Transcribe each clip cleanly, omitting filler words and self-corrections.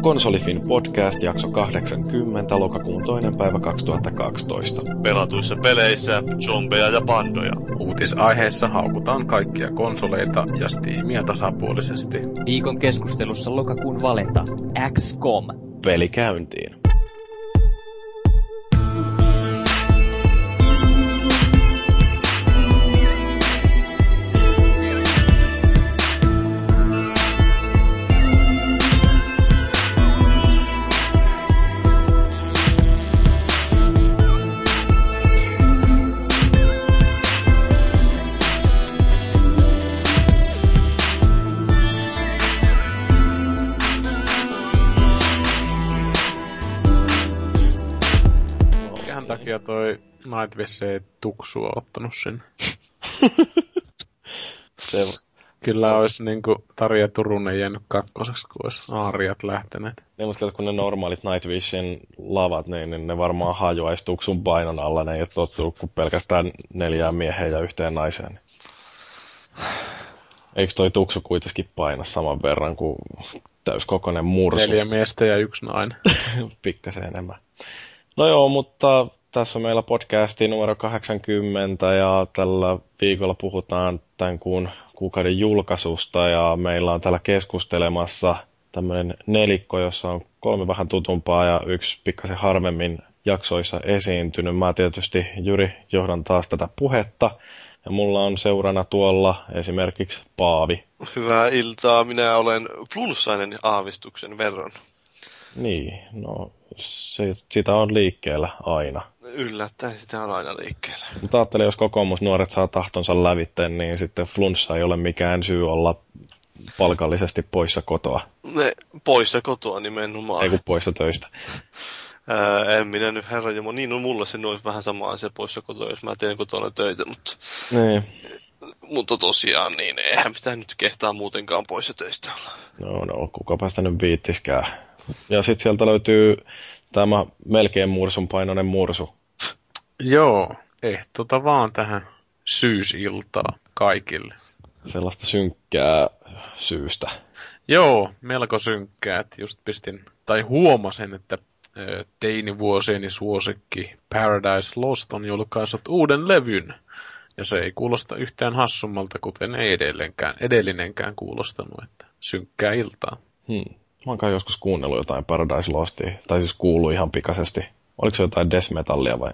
Konsolifin podcast jakso 80 lokakuun 2. päivä 2012. Pelatuissa peleissä zombeja ja pandoja. Uutisaiheessa haukutaan kaikkia konsoleita ja Steamia tasapuolisesti. Viikon keskustelussa lokakuun valinta XCOM. Peli käyntiin. Ja toi Nightwish ei tuksua ottanut sinne. Kyllä olisi niinku Tarja Turunen jäänyt kakkoseksi, kun olisi aariat lähteneet. Ne musta, kun ne normaalit Nightwishin lavat, niin ne varmaan hajoaisi tuksun painon alla. Ne ei ole tottunut kuin pelkästään 4 mieheen ja 1 naiseen. Eikö toi tuksu kuitenkin paina saman verran kuin täyskokoinen mursu? 4 miestä ja 1 nainen. Pikkasen enemmän. No joo, mutta tässä on meillä podcasti numero 80 ja tällä viikolla puhutaan tämän kuukauden julkaisusta ja meillä on täällä keskustelemassa tämmöinen nelikko, jossa on 3 vähän tutumpaa ja 1 pikkasen harvemmin jaksoissa esiintynyt. Mä tietysti, Jyri, johdan taas tätä puhetta ja mulla on seurana tuolla esimerkiksi Paavi. Hyvää iltaa, minä olen flunssainen aavistuksen verran. Niin, no sitä on liikkeellä aina. Yllättäen sitä on aina liikkeellä. Mutta ajattelin, jos kokoomusnuoret saa tahtonsa lävitteen, niin sitten flunssa ei ole mikään syy olla palkallisesti poissa kotoa. Ne poissa kotoa nimenomaan. Ei kun poissa töistä. En minä nyt herranjumala, niin on mulla se olisi vähän sama asia poissa kotoa, jos mä teen kotona töitä, mutta... Niin. Mutta tosiaan, niin eihän sitä nyt kehtaa muutenkaan poissa töistä olla. No, kukapa sitä nyt viittiskään. Ja sitten sieltä löytyy tämä melkein mursun painoinen mursu. Joo, vaan tähän syysiltaan kaikille. Sellaista synkkää syystä. Joo, melko synkkää, että just huomasin, että teinivuosieni suosikki Paradise Lost on julkaissut uuden levyn. Ja se ei kuulosta yhtään hassummalta, kuten ei edellinenkään kuulostanut, että synkkää iltaa. Mä oon kai joskus kuunnellut jotain Paradise Lostia, tai siis kuullut ihan pikaisesti. Oliko se jotain death metallia vai?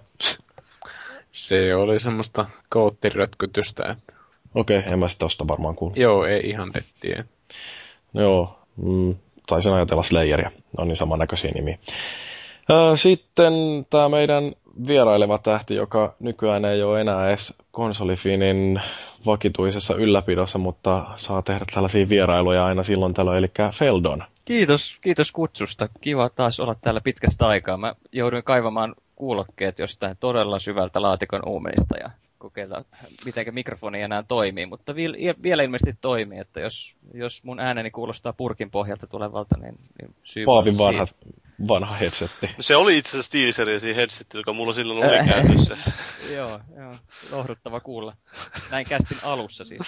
Se oli semmoista koottirötkytystä, että... Okei, en mä sitä tosta varmaan kuullut. Joo, ei ihan dettiä. No joo, taisin ajatella Slayeria. Ne on niin samannäköisiä nimiä. Sitten tämä meidän vieraileva tähti, joka nykyään ei ole enää edes Konsolifinin vakituisessa ylläpidossa, mutta saa tehdä tällaisia vierailuja aina silloin tällöin, eli Feldon. Kiitos kutsusta. Kiva taas olla täällä pitkästä aikaa. Mä jouduin kaivamaan kuulokkeet jostain todella syvältä laatikon uumenista ja kokeilla, miten mikrofoni enää toimii, mutta vielä ilmeisesti toimii, että jos mun ääneni kuulostaa purkin pohjalta tulevalta, niin syy Paavin vanha headsetti. Se oli itse asiassa SteelSeriesi headsetti, joka mulla silloin oli käytössä. Joo, lohduttava kuulla. Näin kästin alussa siis.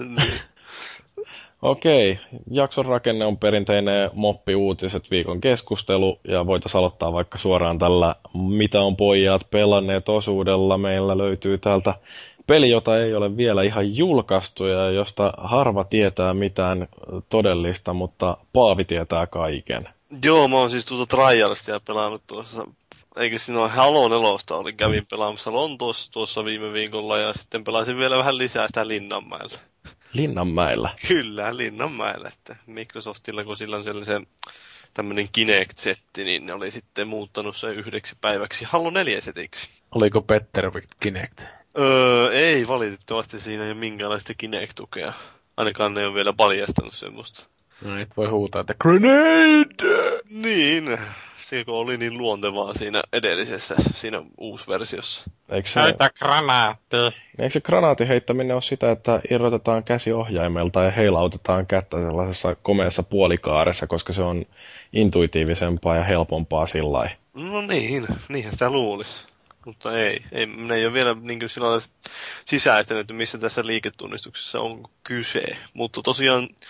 Okei, jakson rakenne on perinteinen moppi-uutiset viikon keskustelu, ja voitaisiin aloittaa vaikka suoraan tällä mitä on pojat pelanneet osuudella. Meillä löytyy täältä peli, jota ei ole vielä ihan julkaistu, ja josta harva tietää mitään todellista, mutta Paavi tietää kaiken. Joo, mä oon siis Trialsia pelannut tuossa, eikö siinä ole Halo 4 kävin pelaamassa Lontoossa viime viikolla, ja sitten pelasin vielä vähän lisää sitä Linnanmäellä. Linnanmäellä? Kyllä, Linnanmäellä, että Microsoftilla, kun sillä on sellainen tämmöinen Kinect-setti, niin ne oli sitten muuttanut se 1 päiväksi Halo 4-setiksi. Oliko Petter Kinect? Ei valitettavasti siinä ei ole minkäänlaista Kinect-tukea. Ainakaan ne ei ole vielä paljastanut semmoista. No et voi huutaa, että grenade! Niin, se oli niin luontevaa siinä edellisessä, siinä uusversiossa. Heitä granaatti! Eikö se granaatin heittäminen ole sitä, että irrotetaan käsi ohjaimelta ja heilautetaan kättä sellaisessa komeassa puolikaaressa, koska se on intuitiivisempaa ja helpompaa sillä lailla? No niin, niinhän sitä luulisi. Mutta ne ei ole vielä niin sillä sisäistänyt, missä tässä liiketunnistuksessa on kyse. Mutta tosiaan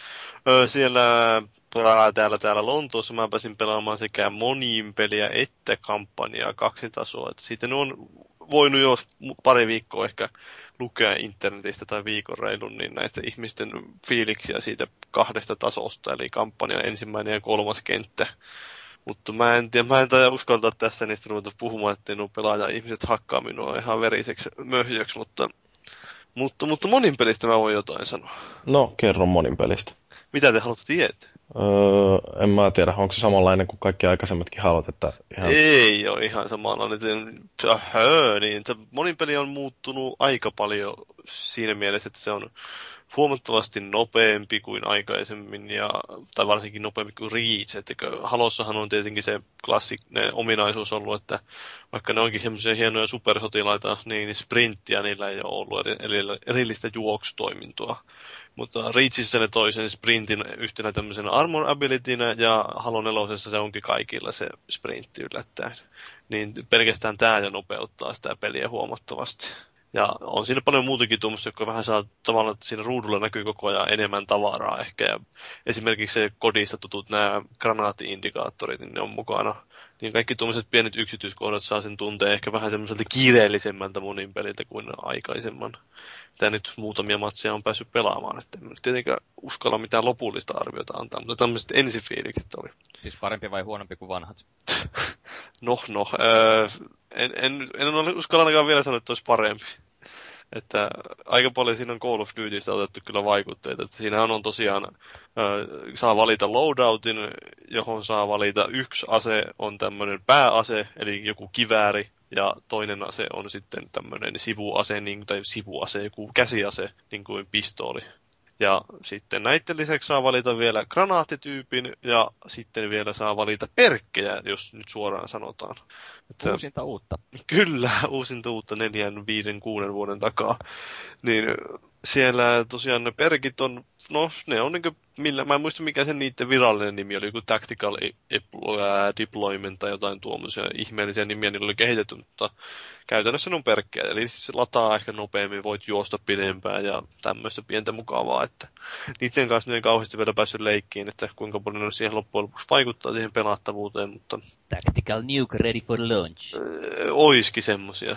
Siellä täällä Lontoossa mä pääsin pelaamaan sekä moniin peliä että kampanjaa 2 tasoa. Et siitä on voinut jo pari viikkoa ehkä lukea internetistä tai viikon reilun niin näistä ihmisten fiiliksiä siitä 2 tasosta, eli kampanjan 1. ja 3. kenttä. Mutta mä en taida uskaltaa tässä niistä ruveta puhumaan, ettei nuo pelaaja ihmiset hakkaa minua ihan veriseksi möhjöksi, mutta monin pelistä mä voin jotain sanoa. No, kerro monin pelistä. Mitä te haluatte tietää? En mä tiedä, onko se samanlainen kuin kaikki aikaisemmatkin halut, että ihan... Ei ole ihan samanlainen. Niin, monin peli on muuttunut aika paljon siinä mielessä, että se on huomattavasti nopeampi kuin aikaisemmin, tai varsinkin nopeampi kuin Reach. Että Halossahan on tietenkin se klassinen ominaisuus ollut, että vaikka ne onkin semmoisia hienoja supersotilaita, niin sprinttiä niillä ei ole ollut erillistä juoksutoimintoa. Mutta Reachissä ne toi sen sprintin yhtenä tämmöisenä armor abilitynä, ja Halo 4 se onkin kaikilla se sprintti yllättäen. Niin pelkästään tää jo nopeuttaa sitä peliä huomattavasti. Ja on siinä paljon muutakin tuommoista, jotka vähän saa tavallaan, että siinä ruudulla näkyy koko ajan enemmän tavaraa ehkä. Ja esimerkiksi se kodista tutut nämä granaatti-indikaattorit, niin ne on mukana. Niin kaikki tuommoiset pienet yksityiskohdat saa sen tunteen ehkä vähän semmoiselta kiireellisemmältä monin peliltä kuin aikaisemman. Mitä nyt muutamia matseja on päässyt pelaamaan. Että en tietenkään uskalla mitään lopullista arviota antaa, mutta tämmöiset ensifiilikset oli. Siis parempi vai huonompi kuin vanhat? En ole uskalla ainakaan vielä sanoa, että olisi parempi. Että aika paljon siinä on Call of Dutystä otettu kyllä vaikutteita. Että siinähän on tosiaan, saa valita loadoutin, johon saa valita yksi ase on tämmöinen pääase, eli joku kivääri, ja toinen ase on sitten tämmöinen sivuase, joku käsiase, niin kuin pistooli. Ja sitten näiden lisäksi saa valita vielä granaattityypin ja sitten vielä saa valita perkkejä, jos nyt suoraan sanotaan. Että, uusinta uutta. Kyllä, uusinta uutta 4, 5, 6 vuoden takaa. Niin siellä tosiaan ne perkit on, no ne on niinku, mä en muista mikä se niiden virallinen nimi oli, joku Tactical Deployment tai jotain tuommoisia ihmeellisiä nimiä niillä oli kehitetty, mutta käytännössä ne on perkkejä, eli se lataa ehkä nopeammin, voit juosta pidempään ja tämmöistä pientä mukavaa, että niiden kanssa ne ei kauheasti vielä päässyt leikkiin, että kuinka paljon ne siihen loppujen lopuksi vaikuttaa siihen pelattavuuteen, mutta... Tactical Nuke ready for launch. Oiskin semmosia.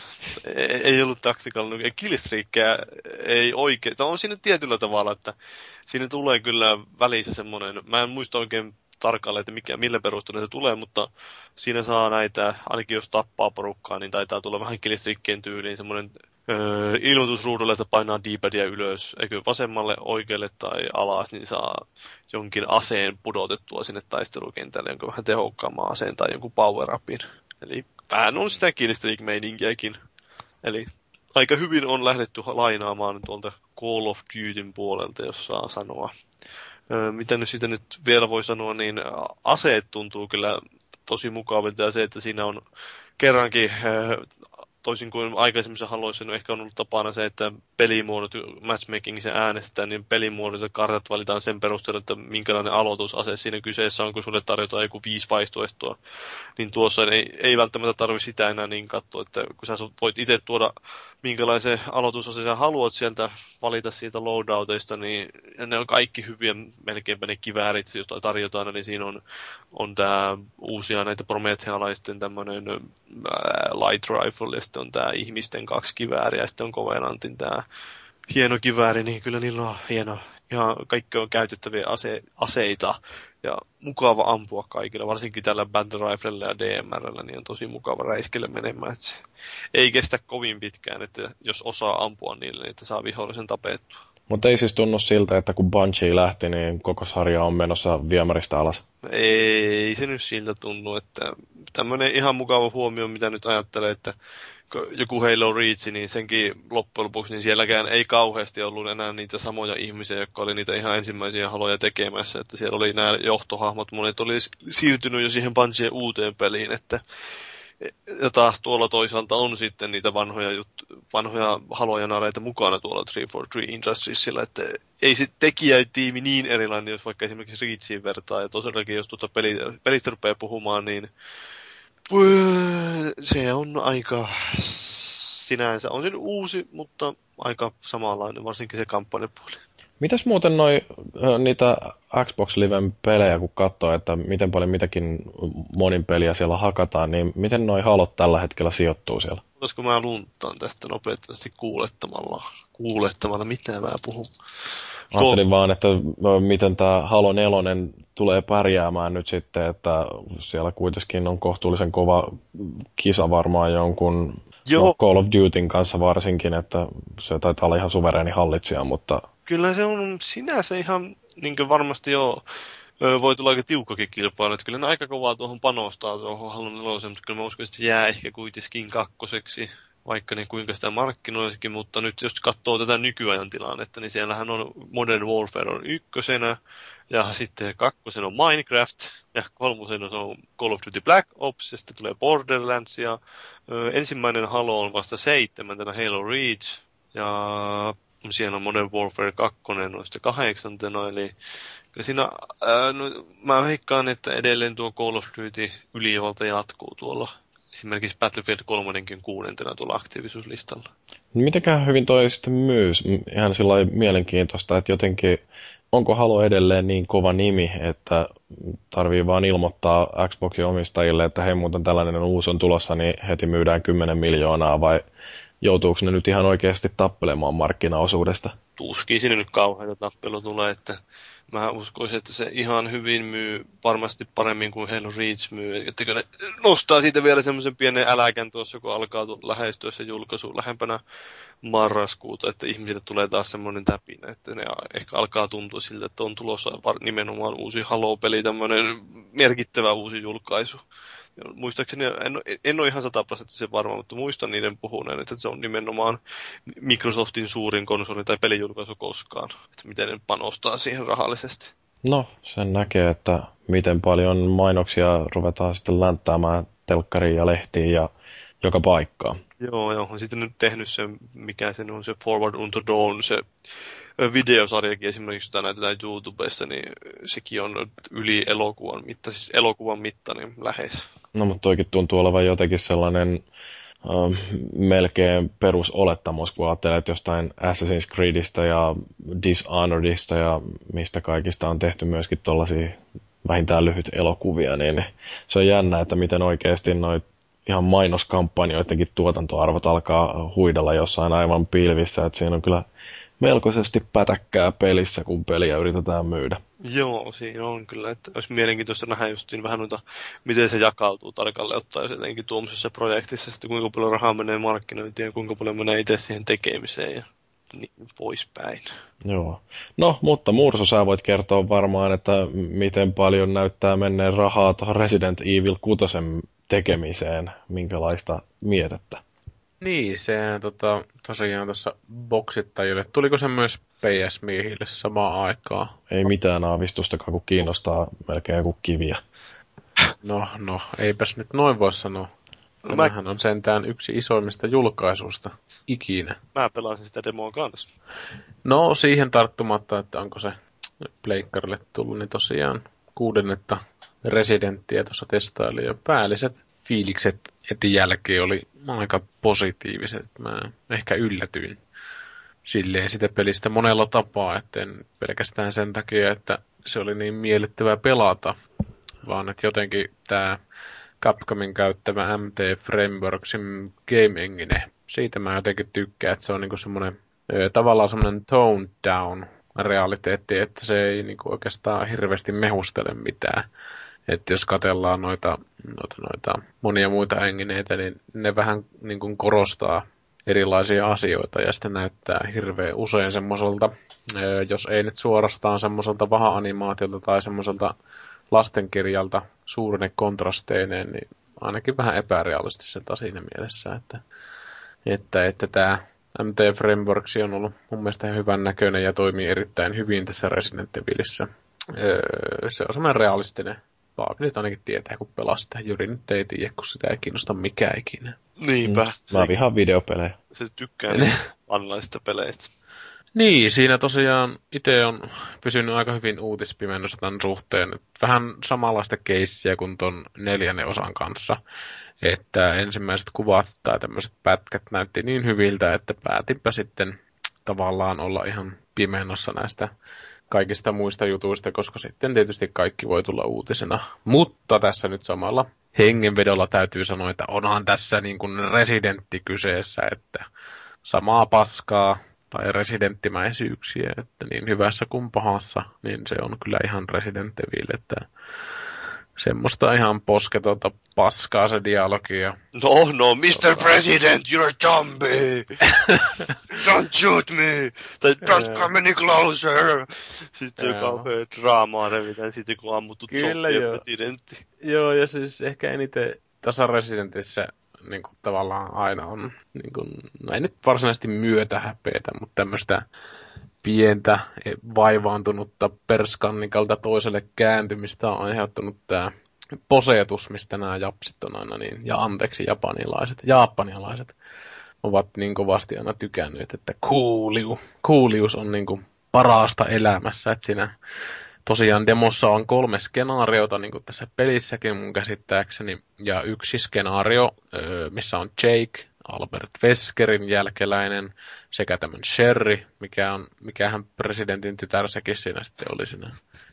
Ei ollut Tactical Nuke, killstreakkejä ei oikein, on siinä tietyllä tavalla, että siinä tulee kyllä välissä semmoinen, mä en muista oikein tarkalleen, että millä perusteella se tulee, mutta siinä saa näitä, ainakin jos tappaa porukkaa, niin taitaa tulla vähän killstreakkien tyyliin semmoinen ilmoitusruudulle, että painaa D-padia ylös, eikö vasemmalle, oikealle tai alas, niin saa jonkin aseen pudotettua sinne taistelukentälle, jonka vähän tehokkaamman aseen tai jonkun power-upin. Eli vähän on sitä killstreak-meininkiäkin. Eli aika hyvin on lähdetty lainaamaan tuolta Call of Dutyn puolelta, jos saa sanoa. Mitä nyt siitä nyt vielä voi sanoa, niin aseet tuntuu kyllä tosi mukavilta ja se, että siinä on kerrankin toisin kuin aikaisemmissa Haloissa, niin ehkä on ollut tapana se, että pelimuodot, matchmakingissa äänestetään, niin pelimuodot ja kartat valitaan sen perusteella, että minkälainen aloitusase siinä kyseessä on, kun sulle tarjotaan joku 5 vaihtoehtoa. Niin tuossa ei välttämättä tarvitse sitä enää niin katsoa, että kun sä voit itse tuoda minkälaisen aloitusase sä haluat sieltä valita siitä loadouteista, niin ne on kaikki hyviä, melkeinpä ne kiväärit, jos tarjotaan, niin siinä on tää uusia näitä Promethealaisten tämmönen light rifle, ja sitten on tää ihmisten 2 kivääriä, ja sitten on Covenantin tää hieno kivääri, niin kyllä niillä on hieno, ihan kaikki on käytettäviä aseita, ja mukava ampua kaikilla, varsinkin tällä battle riflella ja DMRllä, niin on tosi mukava räiskelle menemään, että se ei kestä kovin pitkään, että jos osaa ampua niille, niin että saa vihollisen tapettua. Mutta ei siis tunnu siltä, että kun Bungie lähti, niin koko sarja on menossa viemäristä alas. Ei se nyt siltä tunnu, että tämmöinen ihan mukava huomio, mitä nyt ajattelee, että joku Halo Reach, niin senkin loppujen lopuksi, niin sielläkään ei kauheasti ollut enää niitä samoja ihmisiä, jotka oli niitä ihan ensimmäisiä haloja tekemässä, että siellä oli nämä johtohahmot, monet oli siirtynyt jo siihen Bungien uuteen peliin, että ja taas tuolla toisaalta on sitten niitä vanhoja haloja nareita mukana tuolla 343 Industriesilla, että ei se tekijätiimi niin erilainen, jos vaikka esimerkiksi Reachiin vertaa, ja tosiaankin jos tuota pelistä rupeaa puhumaan, niin se on aika sinänsä, on sen uusi, mutta aika samanlainen, varsinkin se kampanjapuoli. Mitäs muuten niitä Xbox Liven pelejä, kun katsoo, että miten paljon mitäkin monin peliä siellä hakataan, niin miten noi Halot tällä hetkellä sijoittuu siellä? Olisiko mä lunttaan tästä nopeasti kuulettamalla, mitä mä puhun? Ajattelin vaan, että miten tämä Halo 4 tulee pärjäämään nyt sitten, että siellä kuitenkin on kohtuullisen kova kisa varmaan jonkun Call of Dutyn kanssa varsinkin, että se taitaa olla ihan suvereeni hallitsija, mutta... Kyllä se on sinänsä ihan niin varmasti voi tulla aika tiukkakin kilpailu, että kyllä ne aika kovaa tuohon panostaa tuohon Halo 4, mutta kyllä mä uskon, että se jää ehkä kuitenkin kakkoseksi, vaikka ne kuinka sitä markkinoisikin, mutta nyt jos katsoo tätä nykyajan tilannetta, niin siellähän on Modern Warfare on ykkösenä, ja sitten kakkosena on Minecraft, ja kolmosena on Call of Duty Black Ops, ja sitten tulee Borderlands, ja ensimmäinen Halo on vasta 7, Halo Reach, ja siellä on Modern Warfare 2 noista 8, eli siinä, mä veikkaan, että edelleen tuo Call of Duty ylivalta jatkuu tuolla. Esimerkiksi Battlefield 3:kin 6. tuolla aktiivisuuslistalla. No mitenkään hyvin toi sitten myys? Ihan sillä mielenkiintoista, että jotenkin onko Halo edelleen niin kova nimi, että tarvii vaan ilmoittaa Xboxin omistajille, että hei muuten tällainen uusi on tulossa, niin heti myydään 10 miljoonaa vai joutuuko ne nyt ihan oikeasti tappelemaan markkinaosuudesta? Tuskin sinne nyt kauheita tappelu tulee, että mä uskoisin, että se ihan hyvin myy varmasti paremmin kuin Halo Reach myy. Että ne nostaa siitä vielä semmoisen pienen äläkän tuossa, kun alkaa lähestyä se julkaisu lähempänä marraskuuta, että ihmisille tulee taas semmoinen täpinä, että ne ehkä alkaa tuntua siltä, että on tulossa nimenomaan uusi Halo-peli, tämmöinen merkittävä uusi julkaisu. Muistaakseni, en ole ihan 100% varma, mutta muistan niiden puhuneen, että se on nimenomaan Microsoftin suurin konsoli tai pelijulkaisu koskaan. Että miten ne panostaa siihen rahallisesti. No, sen näkee, että miten paljon mainoksia ruvetaan sitten länttäämään telkkariin ja lehtiin ja joka paikkaan. Joo, on sitten nyt tehnyt se, mikä se on se Forward Unto Dawn, se videosarjakin esimerkiksi, jota näytetään YouTubessa, niin sekin on yli elokuvan mitta, siis elokuvan mittainen lähes. No, mutta toikin tuntuu olevan jotenkin sellainen melkein perusolettamus, kun ajattelee, että jostain Assassin's Creedistä ja Dishonoredista ja mistä kaikista on tehty myöskin tuollaisia vähintään lyhyt elokuvia, niin se on jännä, että miten oikeasti noi ihan mainoskampanjoidenkin tuotantoarvot alkaa huidella jossain aivan pilvissä, että siinä on kyllä melkoisesti pätäkkää pelissä, kun peliä yritetään myydä. Joo, siinä on kyllä, että olisi mielenkiintoista nähdä justiin vähän noita, miten se jakautuu tarkalleen ottaa, jos jotenkin tuomisessa projektissa, sitten kuinka paljon rahaa menee markkinointiin ja kuinka paljon menee itse siihen tekemiseen ja niin poispäin. Joo. No, mutta Mursu, sä voit kertoa varmaan, että miten paljon näyttää menneen rahaa tuohon Resident Evil 6 tekemiseen, minkälaista mietettä? Niin, se tosiaan tuossa boksittajille. Tuliko se myös PS-miehille samaan aikaan? Ei mitään aavistustakaan, kun kiinnostaa melkein joku kiviä. No, eipäs nyt noin voi sanoa. Tämähän on sentään yksi isoimmista julkaisuista ikinä. Mä pelasin sitä demoa kanssa. No, siihen tarttumatta, että onko se pleikkarille tullut, niin tosiaan 6. Residenttiä tuossa testaili ja päälliset fiilikset heti jälkeen oli aika positiiviset. Mä ehkä yllätyin silleen sitä pelistä monella tapaa, etten pelkästään sen takia, että se oli niin miellyttävää pelata, vaan että jotenkin tämä Capcomin käyttävä MT Frameworksin Game Engine, siitä mä jotenkin tykkään, että se on niinku semmoinen tavallaan semmoinen toned down realiteetti, että se ei niinku oikeastaan hirveästi mehustele mitään. Että jos katsellaan noita monia muita engineitä, niin ne vähän niin kuin korostaa erilaisia asioita ja sitten näyttää hirveän usein semmoiselta, jos ei nyt suorastaan semmoiselta vaha-animaatiolta tai semmoiselta lastenkirjalta suurine kontrasteineen, niin ainakin vähän epärealistiselta siinä mielessä, että tämä MT Frameworks on ollut mun mielestä hyvän näköinen ja toimii erittäin hyvin tässä Resident Evilissä. Se on semmoinen realistinen. Paavi nyt ainakin tietää, kun pelaa sitä. Jyri nyt ei tiedä, kun sitä ei kiinnosta mikä ikinä. Niinpä. Mä vihaan videopelejä. Se tykkää vanlaisista peleistä. Niin, siinä tosiaan itse on pysynyt aika hyvin uutispimennossa tämän suhteen. Vähän samanlaista keissiä kuin ton 4. osan kanssa. Että ensimmäiset kuvat tai tämmöiset pätkät näytti niin hyviltä, että päätinpä sitten tavallaan olla ihan pimenossa näistä kaikista muista jutuista, koska sitten tietysti kaikki voi tulla uutisena. Mutta tässä nyt samalla hengenvedolla täytyy sanoa, että onhan tässä niin kuin residentti kyseessä, että samaa paskaa tai residenttimäisyyksiä, että niin hyvässä kuin pahassa, niin se on kyllä ihan Resident Evil, että semmoista ihan posketonta paskaa se dialogia. No, Mr. President, you're a zombie! Don't shoot me! Tai don't come any closer! Sitten se on kauhean draamaa revitään sitten, kun on ammuttu zombie presidentti. Joo, ja siis ehkä eniten tässä Residentissä niin kuin tavallaan aina on, niin kuin, no ei nyt varsinaisesti myötähäpeetä, mutta tämmöistä pientä vaivaantunutta perskannikalta toiselle kääntymistä on aiheuttanut tämä posetus, mistä nämä japsit on aina niin, ja anteeksi japanialaiset ovat niin kovasti aina tykänneet, että kuulius on niin kuin parasta elämässä, että siinä tosiaan demossa on 3 skenaariota, niin kuin tässä pelissäkin mun käsittääkseni, ja yksi skenaario, missä on Jake, Albert Weskerin jälkeläinen, sekä tämän Sherry, mikähän presidentin tytär sekin siinä sitten oli siinä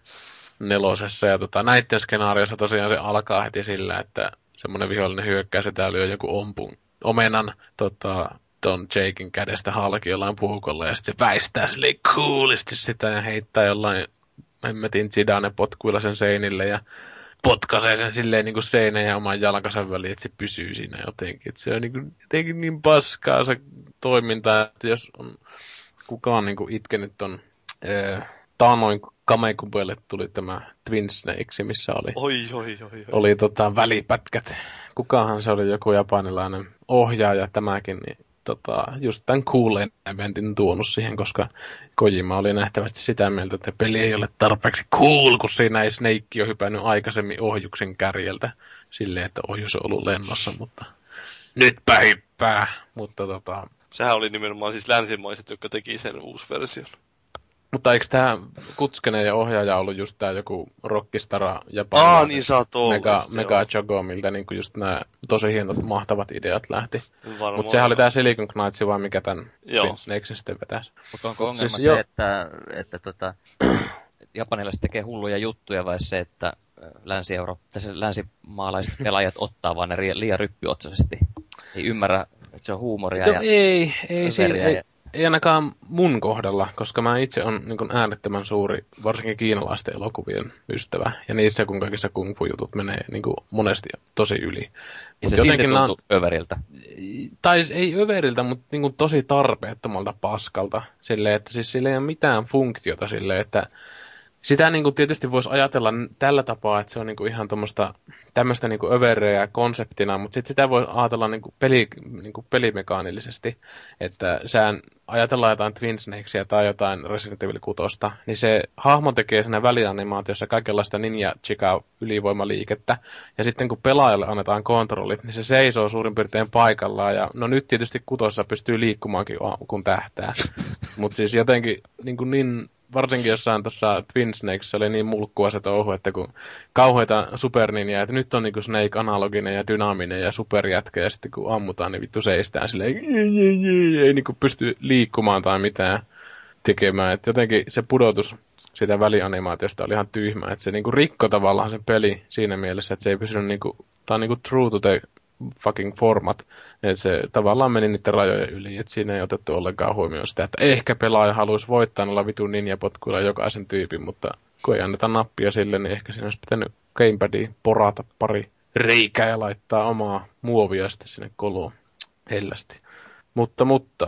4. Ja näiden skenaariossa tosiaan se alkaa heti sillä, että semmoinen vihollinen hyökkää, se täällä lyö jonkun omenan ton Jaken kädestä halki jollain puukolla, ja sitten se väistää silleen coolisti sitä ja heittää jollain hemmetin Zidane potkuilla sen seinille ja potkaisee sen silleen niin kuin seinän ja oman jalkansa väliin, että se pysyy siinä jotenkin. Että se on niin kuin, jotenkin niin paskaa se toiminta, että jos on kukaan niin kuin itkenyt ton taanoin Kamekubuelle tuli tämä Twin Snakes, missä oli välipätkät. Kukahan se oli, joku japanilainen ohjaaja tämäkin, niin just tämän Cool Eventin tuonut siihen, koska Kojima oli nähtävästi sitä mieltä, että peli ei ole tarpeeksi cool, kun siinä ei Snake ole hypännyt aikaisemmin ohjuksen kärjeltä silleen, että ohjus on ollut lennossa, mutta nytpä hyppää. Mutta sehän oli nimenomaan siis länsimaiset, jotka teki sen uusi version. Mutta eikö tämä Kutskenen ja ohjaaja ollut just tää joku Rockistara Japanin niin sä oot Mega Jogo, miltä niinku just nämä tosi hienot mahtavat ideat lähti. Mutta sehän oli tää Silicon Knights, vaan mikä tän Twin Snakesin sitten vetäisi. Mutta onko ongelma siis se, että japanilaiset tekee hulluja juttuja vai se, että länsimaalaiset pelaajat ottaa vaan ne liian ryppyotsaisesti? Ei ymmärrä, että se on huumoria ja ei ainakaan mun kohdalla, koska mä itse on niin kuin äärettömän suuri, varsinkin kiinalaisten elokuvien ystävä. Ja niissä kun kaikissa kung fu jutut menee niin kuin monesti tosi yli. Ja se silti tuntuu överiltä. Tai ei överiltä, mutta niin kuin tosi tarpeettomalta paskalta. Silleen, että siis sillä ei ole mitään funktiota silleen, että sitä niin kuin tietysti voisi ajatella tällä tapaa, että se on niin kuin ihan tämmöistä niin kuin övereä konseptina, mutta sitten sitä voi ajatella niin kuin pelimekaanillisesti, että sään ajatellaan jotain Twin Snakesia tai jotain Resident Evil 6, niin se hahmo tekee siinä välianimaatiossa kaikenlaista ninja-chika ylivoimaliikettä, ja sitten kun pelaajalle annetaan kontrollit, niin se seisoo suurin piirtein paikallaan, ja no nyt tietysti 6 pystyy liikkumaankin kun tähtää, mutta siis jotenkin niin varsinkin jossain tuossa Twin Snakes oli niin mulkkua se touhu, että kun kauheita superninjaa, että nyt on niinku Snake analoginen ja dynaaminen ja superjätkä, ja sitten kun ammutaan, niin vittu seistään silleen, ei niinku pysty liikkumaan tai mitään tekemään. Et jotenkin se pudotus sitä välianimaatiosta oli ihan tyhmä, että se niinku rikko tavallaan se peli siinä mielessä, että se ei pysynyt niinku, tää on niinku true to the fucking format, että se tavallaan meni niiden rajojen yli, että siinä ei otettu ollenkaan huomioon sitä, että ehkä pelaaja haluaisi voittaa noilla vitun ninjapotkuilla jokaisen tyypin, mutta kun ei anneta nappia sille, niin ehkä siinä olisi pitänyt gamepadiin porata pari reikää ja laittaa omaa muovia sitten sinne koluun hellästi. Mutta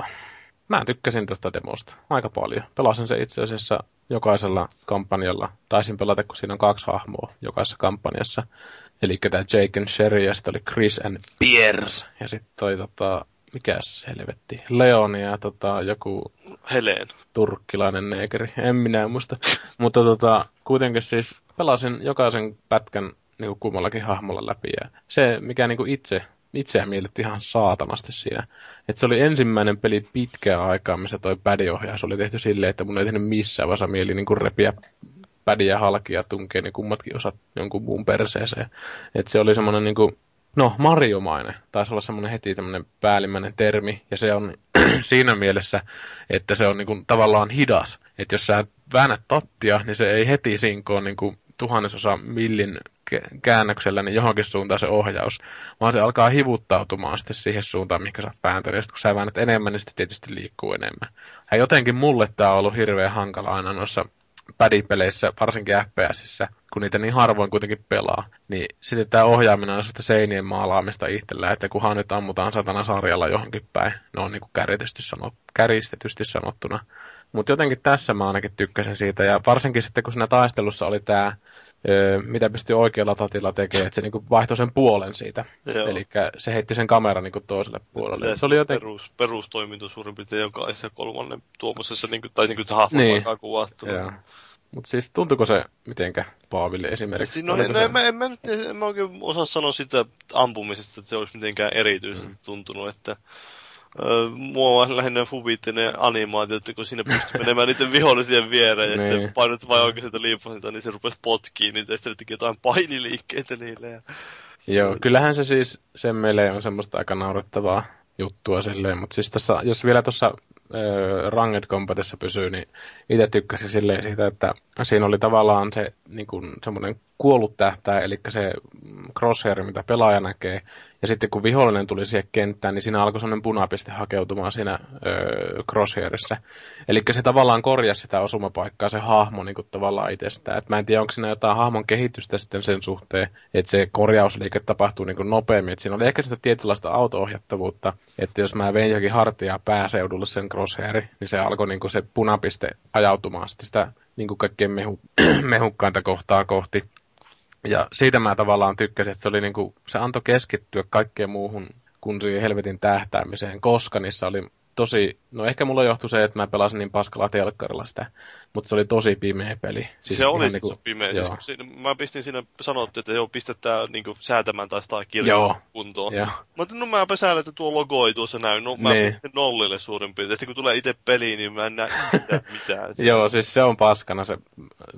mä tykkäsin tuosta demosta aika paljon. Pelasin se itse asiassa jokaisella kampanjalla. Taisin pelata, kun siinä on 2 hahmoa jokaisessa kampanjassa. Eli tämä Jake and Sherry, ja sitten oli Chris and Piers. Ja sitten toi mikäs helvetti, Leon ja joku Helen. Turkkilainen neekeri. En minä muista. Mutta kuitenkin siis pelasin jokaisen pätkän niinku kummallakin hahmolla läpi. Ja se, mikä niinku itseään miellytti ihan saatanasti siinä. Että se oli ensimmäinen peli pitkään aikaa, missä toi pädiohjaus oli tehty silleen, että mun ei tehnyt missään vaiheessa mieli niinku repiä pädiä halki ja tunkee ne kummatkin osat jonkun muun perseeseen. Että se oli semmoinen niinku, Mario-mainen. Taisi olla semmoinen heti tämmöinen päällimmäinen termi. Ja se on siinä mielessä, että se on niinku tavallaan hidas. Että jos sä väännät tattia, niin se ei heti sinkoon niin kuin 1/1000 millin käännöksellä niin johonkin suuntaan se ohjaus, vaan se alkaa hivuttautumaan sitten siihen suuntaan, mihin sä oot vääntänyt. Ja sitten kun sä väännät enemmän, niin sitten tietysti liikkuu enemmän. Ja jotenkin mulle tää on ollut hirveän hankala aina noissa pädipeleissä, varsinkin FPSissä, kun niitä niin harvoin kuitenkin pelaa. Niin sitten tää ohjaaminen on sitä seinien maalaamista itsellä, että kunhan nyt ammutaan satana sarjalla johonkin päin. Ne on niinku kärjistetysti sanottuna. Mutta jotenkin tässä mä ainakin tykkäsin siitä, ja varsinkin sitten kun siinä taistelussa oli tää, mitä pystyy oikealla tatilla tekemään, että se niinku vaihtoi sen puolen siitä. Eli se heitti sen kameran niinku toiselle puolelle. Se oli jotenkin perustoiminto suurin piirtein jokaisessa kolmannen tuommoisessa, tai niinku hahmon niin kuvattu. Mutta siis tuntuiko se mitenkä Paaville esimerkiksi? No, en mä oikein osaa sanoa sitä ampumisesta, että se olisi mitenkään erityisesti tuntunut, että mua on lähinnä huvitti ne animaatiot, että kun siinä pystyy menemään niiden vihollisien viereen ja sitten painot vain oikein sitä liipasinta, niin se rupesi potkiin niitä ja sitten teki jotain painiliikkeitä niille. Ja joo, kyllähän se siis, sen meille on semmoista aika naurettavaa juttua silleen, mutta siis tässä, jos vielä tuossa Ranged Combatissa pysyy, niin itse tykkäsin silleen siitä, että siinä oli tavallaan se niin kuin semmoinen kuollut tähtäin, eli se crosshair, mitä pelaaja näkee, ja sitten kun vihollinen tuli siihen kenttään, niin siinä alkoi semmoinen punapiste hakeutumaan siinä crosshairissa. Eli se tavallaan korjasi sitä osumapaikkaa, se hahmo niin kuin tavallaan itsestään. Et mä en tiedä, onko siinä jotain hahmon kehitystä sitten sen suhteen, että se korjausliike tapahtuu niin kuin nopeammin. Et siinä oli ehkä sitä tietynlaista auto-ohjattavuutta, että jos mä vein jokin hartiaa pääseudulle sen crosshairin, niin se alkoi niin kuin se punapiste ajautumaan sitten sitä niin kuin kaikkein mehukkainta kohtaa kohti. Ja siitä mä tavallaan tykkäsin, että se oli niinku, se antoi keskittyä kaikkeen muuhun kuin siihen helvetin tähtäämiseen, koska niissä oli tosi, no ehkä mulla johtui se, että mä pelasin niin paskalla telkkarilla sitä, mutta se oli tosi pimeä peli. Siis se oli niinku, pimeä. Siis, mä pistin siinä, sanottiin, että joo, pistetään niinku säätämään tai kirjaa kuntoon. Mutta no mäpä säädän, että tuo logo ei tuossa näy. No mä pistin nollille suurin piirtein. Sitten kun tulee itse peliin, niin mä en näe mitään. Joo, siis se on paskana se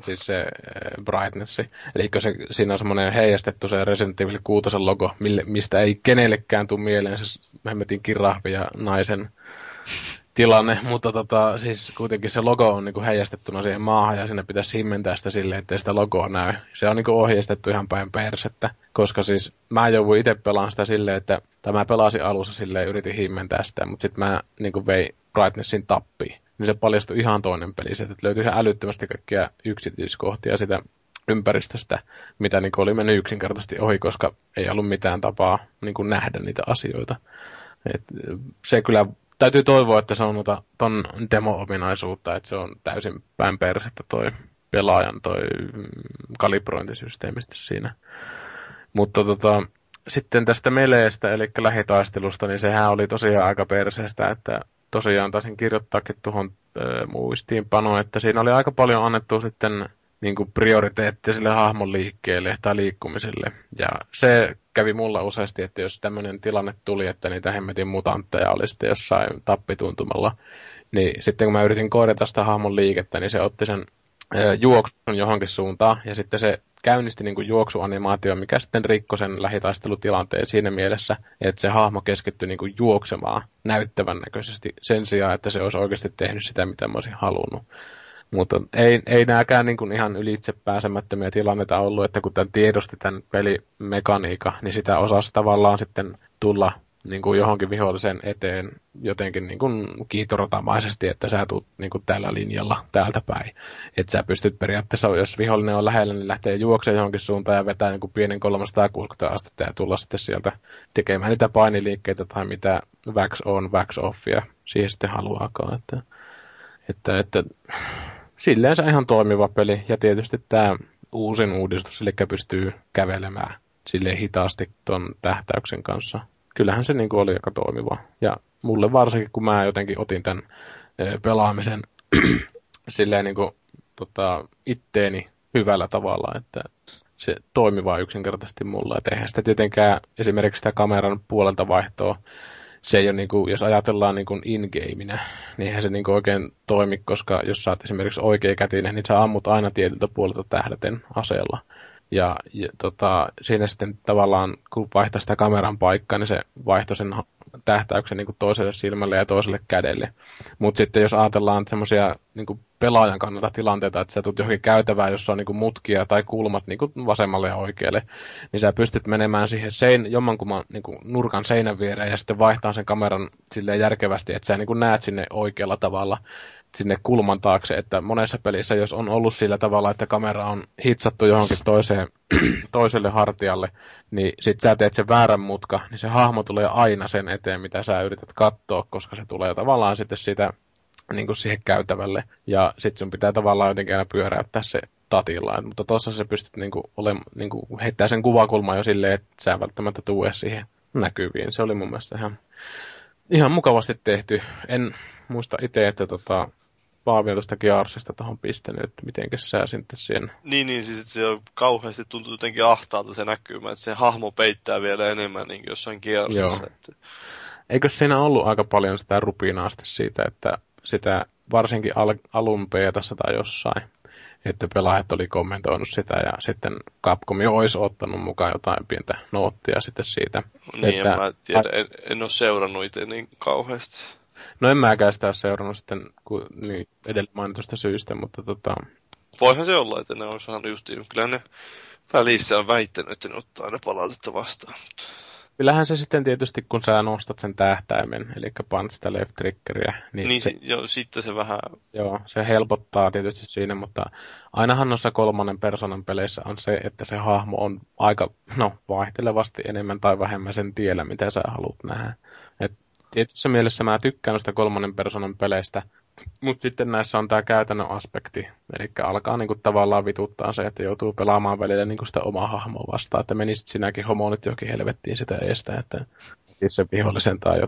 brightnessi. Eli siinä on semmoinen heijastettu se Resident Evil 6 logo, mistä ei kenellekään tule mieleen se hemmetin kirahvi ja naisen tilanne, mutta siis kuitenkin se logo on niinku heijastettuna siihen maahan ja sinne pitäisi himmentää sitä silleen, ettei sitä logoa näy. Se on niinku ohjeistettu ihan päin persettä, koska siis mä jouduin itse pelaan sitä silleen, että mä pelasin alussa silleen, yritin himmentää sitä, mutta sitten mä niinku vei brightnessin tappiin. Niin se paljastui ihan toinen peli, että löytyi ihan älyttömästi kaikkia yksityiskohtia sitä ympäristöstä, mitä niinku oli mennyt yksinkertaisesti ohi, koska ei ollut mitään tapaa niinku nähdä niitä asioita. Et se kyllä täytyy toivoa, että se on ton demo-ominaisuutta, että se on täysin päin persettä toi pelaajan toi kalibrointisysteemi siinä. Mutta sitten tästä meleestä, eli lähitaistelusta, niin sehän oli tosiaan aika perseestä, että tosiaan taisin kirjoittaakin tuohon muistiinpanoon, että siinä oli aika paljon annettu sitten niin kuin prioriteettia sille hahmon liikkeelle tai liikkumiselle. Ja se kävi mulla useasti, että jos tämmöinen tilanne tuli, että niitä hemmetin mutantteja oli sitten jossain tappituntumalla, niin sitten kun mä yritin korjata sitä hahmon liikettä, niin se otti sen juoksun johonkin suuntaan, ja sitten se käynnisti niin kuin juoksuanimaatio, mikä sitten rikkoi sen lähitaistelutilanteen siinä mielessä, että se hahmo keskittyi niin kuin juoksemaan näyttävän näköisesti sen sijaan, että se olisi oikeasti tehnyt sitä, mitä mä olisin halunnut. Mutta ei nääkään niin kuin ihan ylitse pääsemättömiä tilanteita ollut, että kun tämän tiedosti tämän pelimekaniikan, niin sitä osasi tavallaan sitten tulla niin kuin johonkin vihollisen eteen jotenkin niin kuin kiitoratamaisesti, että sä tulet niin kuin tällä linjalla täältä päin. Että sä pystyt periaatteessa, jos vihollinen on lähellä, niin lähtee juoksemaan johonkin suuntaan ja vetää niin kuin pienen 360 astetta ja tulla sitten sieltä tekemään niitä painiliikkeitä tai mitä wax on, wax off ja siihen sitten haluaakaan. Että silleen se ihan toimiva peli. Ja tietysti tämä uusin uudistus, eli pystyy kävelemään silleen hitaasti ton tähtäyksen kanssa. Kyllähän se niinku oli aika toimiva. Ja mulle varsinkin, kun mä jotenkin otin tämän pelaamisen silleen niinku itteeni hyvällä tavalla, että se toimiva yksinkertaisesti mulla. Et eihän sitä tietenkään esimerkiksi sitä kameran puolelta vaihtoa, se ei ole, niin kuin, jos ajatellaan niin kuin in-gaminä, niin eihän se niin kuin oikein toimi, koska jos sä oot esimerkiksi oikeakätinen, niin sä ammut aina tietyltä puolelta tähdäten aseella. Ja siinä sitten tavallaan, kun vaihtaa sitä kameran paikkaa, niin se vaihtoi sen tähtäyksen niin kuin toiselle silmälle ja toiselle kädelle. Mutta sitten jos ajatellaan semmoisia niin pelaajan kannalta tilanteita, että sä tulet johonkin käytävään, jossa on niin kuin mutkia tai kulmat niin kuin vasemmalle ja oikealle, niin sä pystyt menemään siihen jommankumman niin kuin nurkan seinän viereen ja sitten vaihtaa sen kameran silleen järkevästi, että sä niin kuin näet sinne oikealla tavalla sinne kulman taakse, että monessa pelissä, jos on ollut sillä tavalla, että kamera on hitsattu johonkin toiselle hartialle, niin sit sä teet sen väärän mutka, niin se hahmo tulee aina sen eteen, mitä sä yrität katsoa, koska se tulee tavallaan sitten siitä niin kuin siihen käytävälle, ja sit sun pitää tavallaan jotenkin aina pyöräyttää se tatilla, mutta tossa sä pystyt niin kuin heittää sen kuvakulman jo silleen, että sä välttämättä tuu edes siihen näkyviin. Se oli mun mielestä ihan mukavasti tehty. En muista itse, että Paavi on tuosta Gearsista tuohon pistänyt, että mitenkäs sä sitten siihen... Niin, siis se on kauheasti tuntuu jotenkin ahtaalta se näkymä, että se hahmo peittää vielä enemmän niin jossain Gearsissa. Että... Eikö siinä ollut aika paljon sitä rupinaa siitä, että sitä varsinkin alun peetassa tai jossain, että pelaajat oli kommentoinut sitä ja sitten Capcom olisi ottanut mukaan jotain pientä noottia sitten siitä. Niin, että... mä tiedän, en ole seurannut itse niin kauheasti. No en mäkään sitä ole seurannut sitten niin edellä mainitusta syystä, mutta Voihan se olla, että ne on saanut justiin. Kyllä ne välissä on väittänyt, että ne ottaa aina palautetta vastaan. Kyllähän se sitten tietysti, kun sä nostat sen tähtäimen, eli punch sitä left triggeria. Niin sitten se vähän... Joo, se helpottaa tietysti siinä, mutta ainahan noissa kolmannen persoonan peleissä on se, että se hahmo on aika, vaihtelevasti enemmän tai vähemmän sen tiellä, mitä sä haluat nähdä. Et tietyssä mielessä mä tykkään noista kolmannen persoonan peleistä, mutta sitten näissä on tää käytännön aspekti, eli alkaa niinku tavallaan vituttaa se, että joutuu pelaamaan välillä niinku sitä omaa hahmoa vastaan, että menisit sinäkin homonit johonkin helvettiin sitä eestä, että se vihollisen tai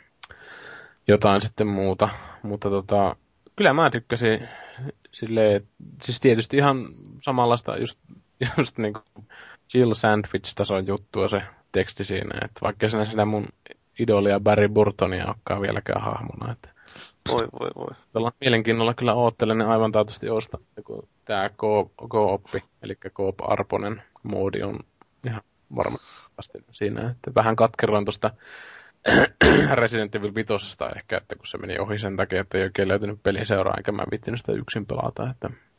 jotain sitten muuta, mutta kyllä mä tykkäsin silleen, siis tietysti ihan samanlaista just niinku chill sandwich-tason juttua se teksti siinä, että vaikka siinä sitä mun idolia Barry Burtonia olekaan vieläkään hahmona, että Voi. Tällä mielenkiinnolla kyllä oottelen ne aivan taatusti ostaa, kun tää Go-oppi, eli Coop Arponen moodi on ihan varmasti siinä, että vähän katkeroin tuosta Resident Evil 5 ehkä, että kun se meni ohi sen takia, että ei oikein löytynyt pelin seuraa, eikä mä viittinyt sitä yksin pelata,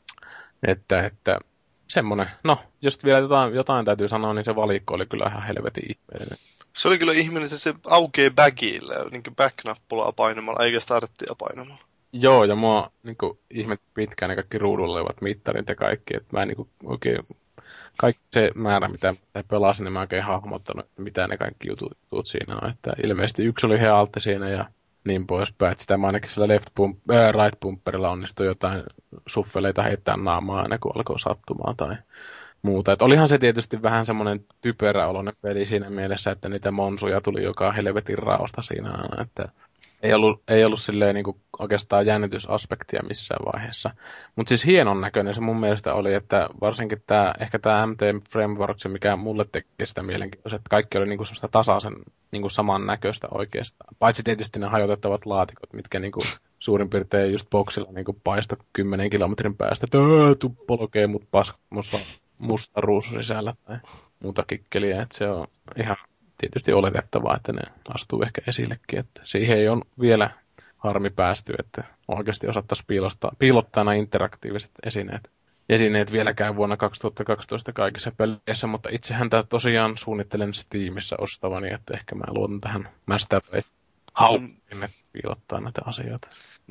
että semmonen, jos vielä jotain täytyy sanoa, niin se valikko oli kyllä ihan helvetin ihmeellinen. Se oli kyllä ihmeellinen, se aukeaa backille, niin kuin back-nappulaa painamalla, eikä starttia painamalla. Joo, ja mua niin ihmetti pitkään ne kaikki ruudulla olevat mittarit ja kaikki, että mä en niin oikein, kaikki se määrä, mitä pelasin, niin mä oikein hahmottanut, että mitä ne kaikki jutut siinä on, että ilmeisesti yksi oli healtti siinä ja niin poispäin, että sitä mä ainakin sillä right bumperilla onnistui jotain suffeleita heittää naamaa aina kun alkoi sattumaan tai muuta. Et olihan se tietysti vähän semmoinen typeräoloinen peli siinä mielessä, että niitä monsuja tuli joka helvetin raosta siinä aina, että ei ollut silleen niinku oikeastaan jännitysaspektia missään vaiheessa. Mutta siis hienon näköinen se mun mielestä oli, että varsinkin ehkä tämä MT Frameworks, mikä mulle teki sitä mielenkiintoista, että kaikki oli niinku semmoista tasaisen niinku saman näköistä oikeastaan. Paitsi tietysti ne hajotettavat laatikot, mitkä niinku suurin piirtein just boksilla niinku paista 10 kilometrin päästä, että tuu polkee mut musta ruusu sisällä tai muuta kikkeliä, että se on ihan tietysti oletettavaa, että ne astuu ehkä esillekin, että siihen ei ole vielä harmi päästy, että oikeasti osattaisiin piilottaa nämä interaktiiviset esineet vieläkään vuonna 2012 kaikissa peleissä, mutta itsehän tämä tosiaan suunnittelen Steamissa ostavani, että ehkä mä luotan tähän Master Race-haukkiin, että piilottaa näitä asioita.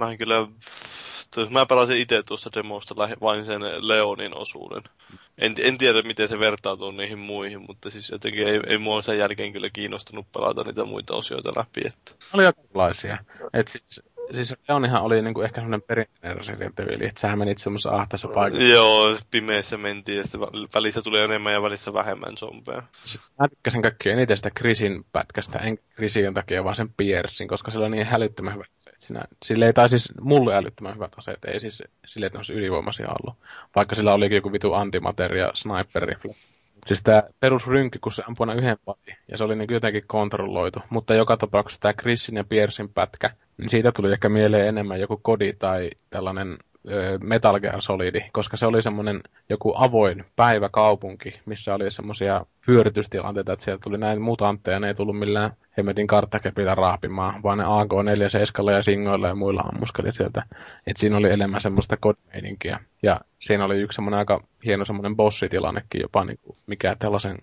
Mä pelasin itse tuosta demosta vain sen Leonin osuuden. En tiedä, miten se vertautuu niihin muihin, mutta siis jotenkin ei mua sen jälkeen kyllä kiinnostunut pelata niitä muita osioita läpi. Että... Oli erilaisia. Siis Leonihan oli niinku ehkä semmoinen perinteinen Resident Evil, että sähän menit semmoisessa ahtaessa paikassa. Joo, pimeässä mentiin ja välissä tuli enemmän ja välissä vähemmän zombeja. Mä tykkäsin kaikkein eniten sitä Chrisin pätkästä, en Chrisin takia vaan sen Piercein, koska sillä on niin hälyttömän hyvä. Sille ei siis mulle älyttömän hyvät aseet, ei siis sille, että on ylivoimaisia ollut. Vaikka sillä olikin joku vitu antimateria sniper rifle. Siis tää perusrynkki, kun se ampui aina yhden patin, ja se oli niin jotenkin kontrolloitu. Mutta joka tapauksessa tää Chrisin ja Piercein pätkä, niin siitä tuli ehkä mieleen enemmän joku kodi tai tällainen Metal Gear Solid, koska se oli semmoinen joku avoin päiväkaupunki, missä oli semmoisia vyörytystilanteita, että sieltä tuli näin mutantteja, ne ei tullut millään hemmetin karttakepillä raapimaan, vaan ne AK-47 ja singoilla ja muilla ammuskeli sieltä. Että siinä oli enemmän semmoista kodimeininkiä. Ja siinä oli yksi semmoinen aika hieno semmoinen bossitilannekin jopa, niin kuin mikä tällaisen,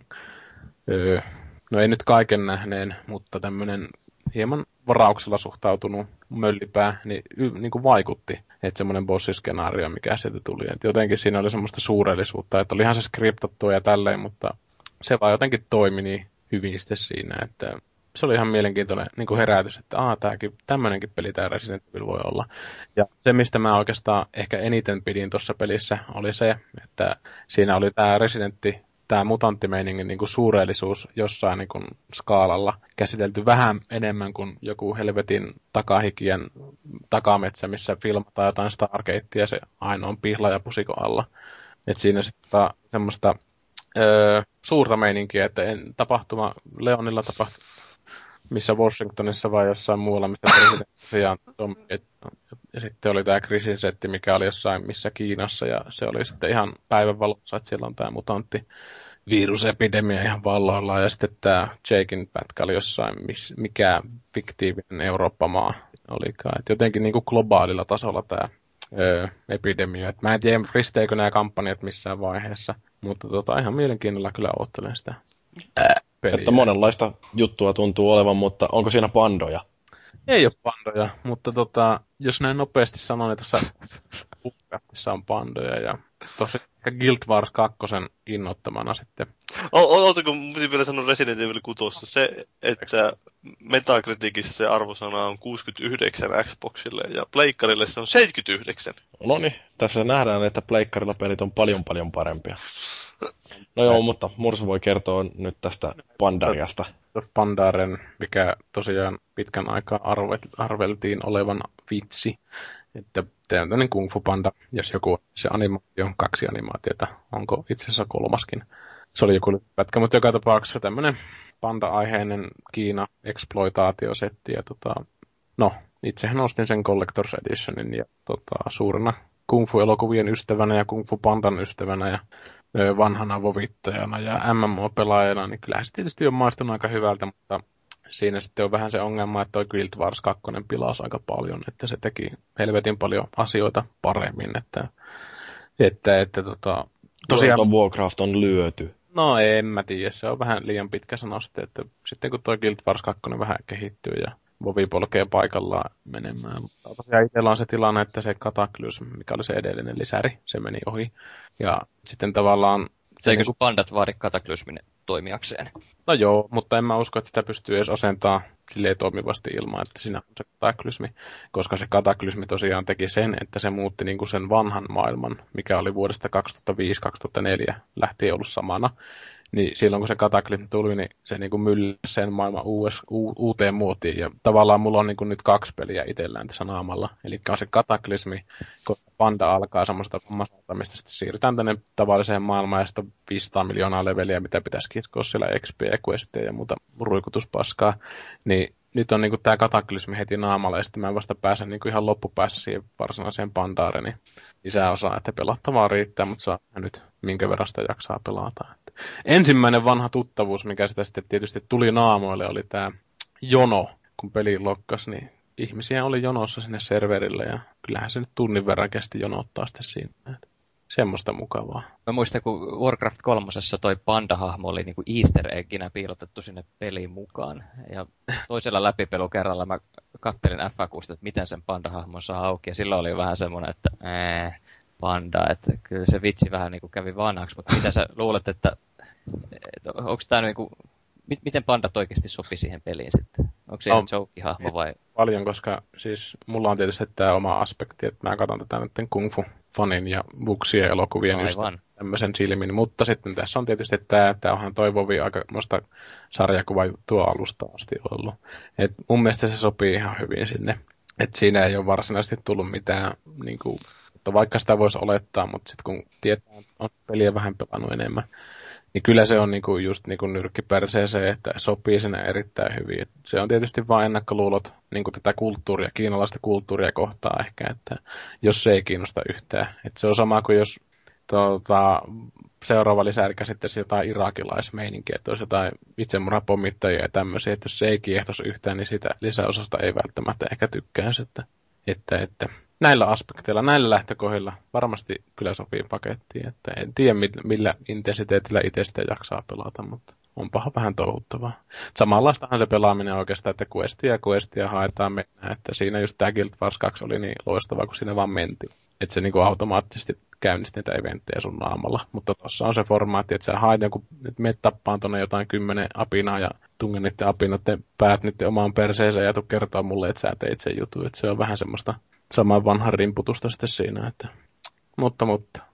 no ei nyt kaiken nähneen, mutta tämmöinen hieman varauksella suhtautunut möllipää, niin kuin vaikutti, että semmoinen bossiskenaario, mikä sieltä tuli. Et jotenkin siinä oli semmoista suurellisuutta, että olihan se skriptattua ja tälleen, mutta se vaan jotenkin toimi niin hyvin sitten siinä, että se oli ihan mielenkiintoinen niin kuin herätys, että tämmöinenkin peli tämä Resident Evil voi olla. Ja se, mistä mä oikeastaan ehkä eniten pidin tuossa pelissä, oli se, että siinä oli tämä mutanttimeiningin niin kuin suurellisuus jossain niin kuin skaalalla käsitelty vähän enemmän kuin joku helvetin takahikien takametsä, missä filmataan jotain Stargatea se ainoa pihla ja pusiko alla. Et siinä sitten semmoista suurta meininkiä, että tapahtuma Leonilla tapahtui missä Washingtonissa vai jossain muualla, missä tosiaan ja sitten oli tämä Chrisin setti, mikä oli jossain missä Kiinassa, ja se oli sitten ihan päivänvalossa, että siellä on tämä mutantti virusepidemia ihan valloillaan, ja sitten tämä Jaken pätkä oli jossain, mikä fiktiivinen Eurooppa-maa olikaan. Et jotenkin niin kuin globaalilla tasolla tämä epidemia. Et mä en tiedä, risteekö nämä kampanjat missään vaiheessa, mutta ihan mielenkiinnolla kyllä odottelen sitä peliä. Että monenlaista juttua tuntuu olevan, mutta onko siinä pandoja? Ei ole pandoja, mutta jos näin nopeasti sanon, että tässä on pandoja ja tosi ehkä Guild Wars 2 innoittamana sitten. Oletko vielä sanonut Resident Evil 6 se, että Metacriticissa se arvosana on 69 Xboxille ja Pleikkarille se on 79. No niin, tässä nähdään, että Pleikkarilla pelit on paljon parempia. No joo, mutta Mursu voi kertoa nyt tästä Pandariasta. Pandaren, mikä tosiaan pitkän aikaa arveltiin olevan vitsi. Että tehdään tämmöinen Kung Fu Panda, jos joku se animaatio on 2 animaatiota, onko itse asiassa 3. Se oli joku pätkä, mutta joka tapauksessa tämmöinen panda-aiheinen Kiina-exploitaatiosetti. Ja no, itsehän ostin sen Collector's Editionin ja suurena Kung Fu-elokuvien ystävänä ja Kung Fu Pandan ystävänä ja vanhana vovittajana ja MMO-pelaajana, niin kyllähän se tietysti on maistunut aika hyvältä, mutta siinä sitten on vähän se ongelma, että toi Guild Wars 2 pilasi aika paljon, että se teki helvetin paljon asioita paremmin, että tosiaan Warcraft on lyöty. No en mä tiedä, se on vähän liian pitkä sana sitten, että sitten kun toi Guild Wars 2 vähän kehittyy ja Vovi polkee paikallaan menemään. Mutta tosiaan itsellä on se tilanne, että se Cataclysm, mikä oli se edellinen lisäri, se meni ohi. Ja sitten tavallaan... Eikö sun pandat vaadi Cataclysmin toimijakseen? No joo, mutta en mä usko, että sitä pystyy edes asentaa silleen toimivasti ilman, että siinä on se Cataclysmi. Koska se Cataclysmi tosiaan teki sen, että se muutti niinku sen vanhan maailman, mikä oli vuodesta 2005-2004 lähtien ollut samana. Niin silloin kun se Cataclysmi tuli, niin se niinku mylläsi sen maailman uuteen muotiin. Ja tavallaan mulla on niinku nyt 2 peliä itsellään tässä naamalla. Eli on se Cataclysmi, kun Panda alkaa semmoista vammasalta, mistä sitten siirrytään tänne tavalliseen maailmaan ja sitten 500 miljoonaa leveliä, mitä pitäisi kiskoa siellä XP, Questia ja muuta ruikutuspaskaa. Niin nyt on niinku tää Cataclysmi heti naamalla ja sitten mä vasta pääsen niinku ihan loppupäässä siihen varsinaiseen Pandaareen. Niin lisäosaa, että pelattavaa riittää, mutta saa nyt minkä verran sitä jaksaa pelata. Ensimmäinen vanha tuttavuus, mikä sitä sitten tietysti tuli naamoille, oli tämä jono, kun peli lokkas, niin ihmisiä oli jonossa sinne serverille ja kyllähän se nyt tunnin verran kesti jonottaa sitten siinä. Semmoista mukavaa. Mä muistan, kun Warcraft 3. toi panda-hahmo oli niinku easter egginä piilotettu sinne peliin mukaan. Ja toisella läpipelukerralla mä kattelin FAQsta, että miten sen panda-hahmon saa auki. Ja silloin oli vähän semmoinen, että panda, että kyllä se vitsi vähän niinku kävi vanhaksi. Mutta mitä sä luulet, että onko tää niinku, miten pandat oikeasti sopi siihen peliin sitten? Onko se ihan joke-hahmo vai? Paljon, koska siis mulla on tietysti tämä oma aspekti, että mä katson tätä nyt Kung Fu-fanin ja buksien elokuvien tämmöisen silmin. Mutta sitten tässä on tietysti tämä onhan toivovi aika musta sarjakuvajuttua alusta asti ollut. Et mun mielestä se sopii ihan hyvin sinne. Et siinä ei ole varsinaisesti tullut mitään, niinku, mutta vaikka sitä voisi olettaa, mutta sitten kun tietää, on peliä vähän pelannut enemmän, Niin kyllä se on niinku just niinku nyrkki perseeseen, että sopii sinne erittäin hyvin. Et se on tietysti vain ennakkoluulot niinku tätä kulttuuria, kiinalaista kulttuuria kohtaan ehkä, että jos se ei kiinnosta yhtään. Et se on sama kuin jos seuraava lisääri käsittäisi jotain irakilaismeininkiä, että olisi jotain itsemurhapommittajia ja tämmöisiä, että jos se ei kiehtoisi yhtään, niin siitä lisäosasta ei välttämättä ehkä tykkäisi, että näillä aspekteilla, näillä lähtökohdilla varmasti kyllä sopii pakettiin, että en tiedä millä intensiteetillä itse sitä jaksaa pelata, mutta onpahan vähän touhuttavaa. Samanlaistahan se pelaaminen oikeastaan, että questia haetaan mennään, että siinä just tämä Guild Wars 2 oli niin loistavaa, kun siinä vaan mentiin. Että se niinku automaattisesti käynnisti niitä eventtejä sun naamalla, mutta tuossa on se formaatti, että sä haet jonkun, että meet tappaan tuonne jotain 10 apinaa ja tungen niiden apinoiden päät niiden omaan perseeseen ja tuu kertoa mulle, että sä teit sen jutun, että se on vähän semmoista saman vanhan rimputusta sitten siinä, että mutta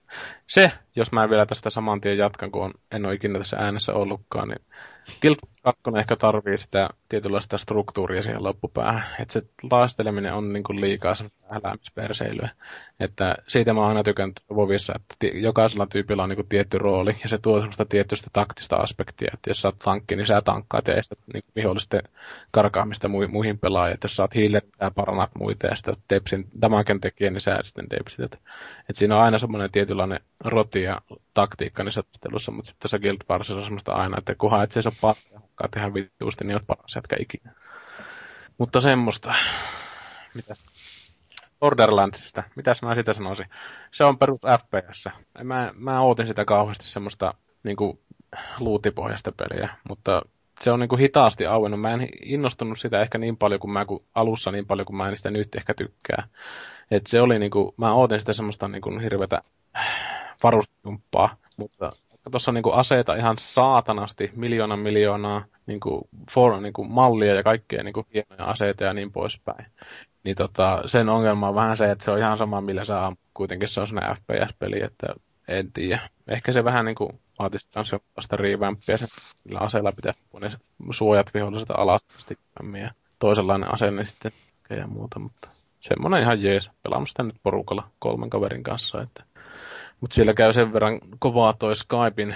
se, jos mä vielä tästä saman tien jatkan, kun en ole ikinä tässä äänessä ollutkaan, niin Guild 2 ehkä tarvii sitä tietynlaista struktuuria siihen loppupäähän. Että se taisteleminen on niin kuin liikaa älämisperseilyä. Että siitä mä oon aina tykännyt Vovissa, että jokaisella tyypillä on niin kuin tietty rooli, ja se tuo semmoista tietystä taktista aspektia. Että jos sä oot tankki, niin sä tankkaat ja estät niin vihollisten karkaamista muihin pelaajiin. Että jos sä oot healer, sä parannat muita, ja sitten oot depsin damagen tekijä, niin sä sitten depsit. Että siinä on aina semmoinen tietynlainen roti ja taktiikka niissä taistelussa, mutta sitten tässä Guild Warsissa on semmoista aina, että kunhan et seiso paljon ja hukkaa tehdä vituusti, niin oot paras jätkä ikinä. Mutta semmoista. Mitäs? Borderlandsista. Mitäs mä sitä sanoisin? Se on perus FPS. Mä ootin sitä kauheasti semmoista niinku luutipohjaista peliä, mutta se on niinku hitaasti auennut. Mä en innostunut sitä ehkä niin paljon kuin alussa niin paljon kuin mä en sitä nyt ehkä tykkää. Et se oli niinku, mä ootin sitä semmoista niinku hirvetä varusjumppaa, mutta tuossa on niinku aseita ihan saatanasti, miljoonaa niinku mallia ja kaikkea niinku hienoja aseita ja niin poispäin. Niin sen ongelma on vähän se, että se on ihan sama millä saa, kuitenkin se on sellainen FPS-peli, että en tiedä. Ehkä se vähän niinku vaatisi kans jollaista revampia, sillä aseella pitää ne suojat viholliselta alas ja toisenlainen asenne sitten ja muuta, mutta semmoinen ihan jees. Pelaamme sitä nyt porukalla 3 kaverin kanssa, että mutta siellä käy sen verran kovaa toi Skypein.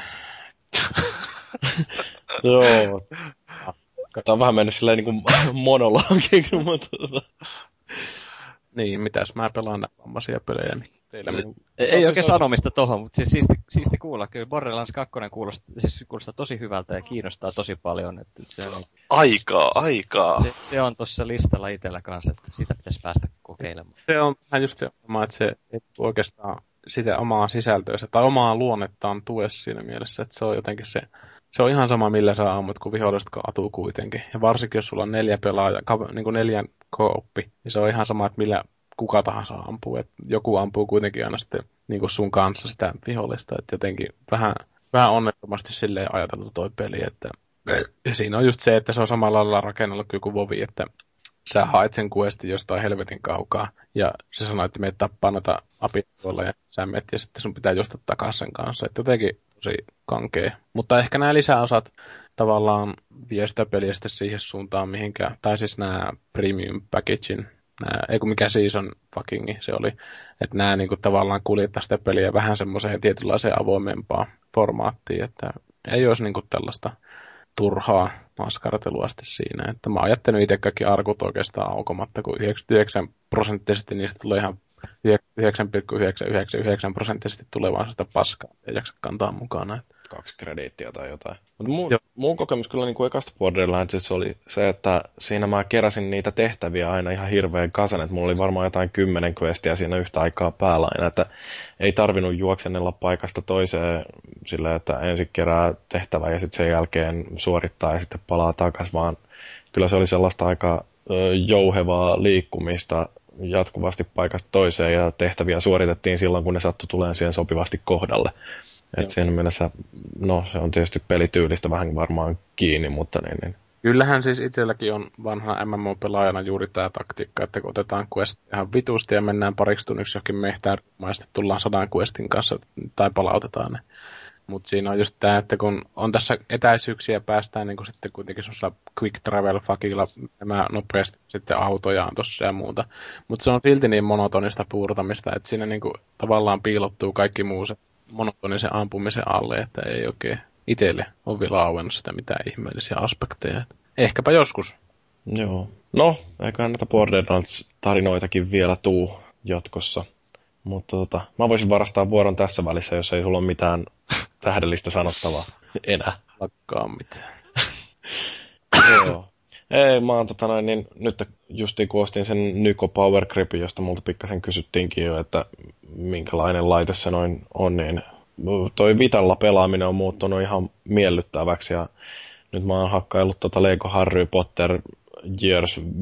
Joo. Tämä on vähän mennyt silleen niin kuin monologiin, mutta Niin, mitäs mä pelaan näitä vammaisia pelejä, niin teillä ei oikein sanomista tohon, mutta siis siisti kuulla. Kyllä Borderlands 2 kuulostaa tosi hyvältä ja kiinnostaa tosi paljon. Että se on, Aikaa. Se on tuossa listalla itsellä kanssa, että sitä pitäisi päästä kokeilemaan. Se on vähän just se oma, että se ei oikeastaan sitä omaa sisältöönsä tai omaa luonnettaan tue siinä mielessä, että se on jotenkin se on ihan sama millä sä ammut, kun viholliset kaatuu kuitenkin. Ja varsinkin jos sulla on 4 pelaajaa, niin kuin 4 co-oppi, niin se on ihan sama, että millä kuka tahansa ampuu. Et joku ampuu kuitenkin aina sitten niin kuin sun kanssa sitä vihollista, että jotenkin vähän onnettomasti silleen ajateltu toi peli, että ja siinä on just se, että se on samalla lailla rakennellut kuin Vovi, että sä haet sen questin jostain helvetin kaukaa, ja se sanoo, että meet tappaa noita apitoilla, ja sä meet, ja sitten sun pitää juosta takaisin sen kanssa, että jotenkin tosi kankea. Mutta ehkä nämä lisäosat tavallaan vie sitä peliä sitten siihen suuntaan mihinkään, tai siis nämä premium packaging, ei kun mikä season fuckingi se oli, että nämä niinku tavallaan kuljettaa sitä peliä vähän semmoiseen tietynlaiseen avoimempaan formaattiin, että ei olisi niinku tällaista turhaa maskartelua sitten siinä. Että mä oon jättänyt itse kaikki arkut oikeastaan aukomatta, kun 99% niistä tulee ihan 9,999% tulee vaan sitä paskaa, ei jaksa kantaa mukana. 2 krediittiä tai jotain. Mutta mun kokemus kyllä niin kuin ekasta Borderlandsissa oli se, että siinä mä keräsin niitä tehtäviä aina ihan hirveän kasan, että mulla oli varmaan jotain 10 questia siinä yhtä aikaa päällä aina, että ei tarvinnut juoksennella paikasta toiseen silleen, että ensin kerää tehtävää ja sitten sen jälkeen suorittaa ja sitten palaa takaisin, vaan kyllä se oli sellaista aika jouhevaa liikkumista jatkuvasti paikasta toiseen ja tehtäviä suoritettiin silloin, kun ne sattui tulemaan siihen sopivasti kohdalle. Että siinä mielessä, no se on tietysti pelityylistä vähän varmaan kiinni, mutta niin. Kyllähän siis itselläkin on vanha MMO-pelaajana juuri tämä taktiikka, että kun otetaan quest ihan vitusti ja mennään pariksi tunniksi johonkin mehtään ja sitten tullaan 100 questin kanssa tai palautetaan ne. Mutta siinä on just tämä, että kun on tässä etäisyyksiä päästään niin sitten kuitenkin semmoisella quick travel fuckilla nämä nopeasti sitten autoja on tossa ja muuta. Mutta se on silti niin monotonista puurtamista, että siinä niinku tavallaan piilottuu kaikki muu se monotonisen ampumisen alle, että ei oikein itselle ole vielä auennut sitä mitään ihmeellisiä aspekteja. Ehkäpä joskus. Joo. No, eiköhän näitä Borderlands-tarinoitakin vielä tuu jatkossa. Mutta mä voisin varastaa vuoron tässä välissä, jos ei sulla ole mitään tähdellistä sanottavaa enää. Lakkaa mitään. Joo. Ei, mä oon niin nyt justiin kun ostin sen Nyko Power Gripin, josta multa pikkasen kysyttiinkin jo, että minkälainen laite se noin on, niin toi Vitalla pelaaminen on muuttunut ihan miellyttäväksi ja nyt mä oon hakkaillut Lego Harry Potter Years 5-7,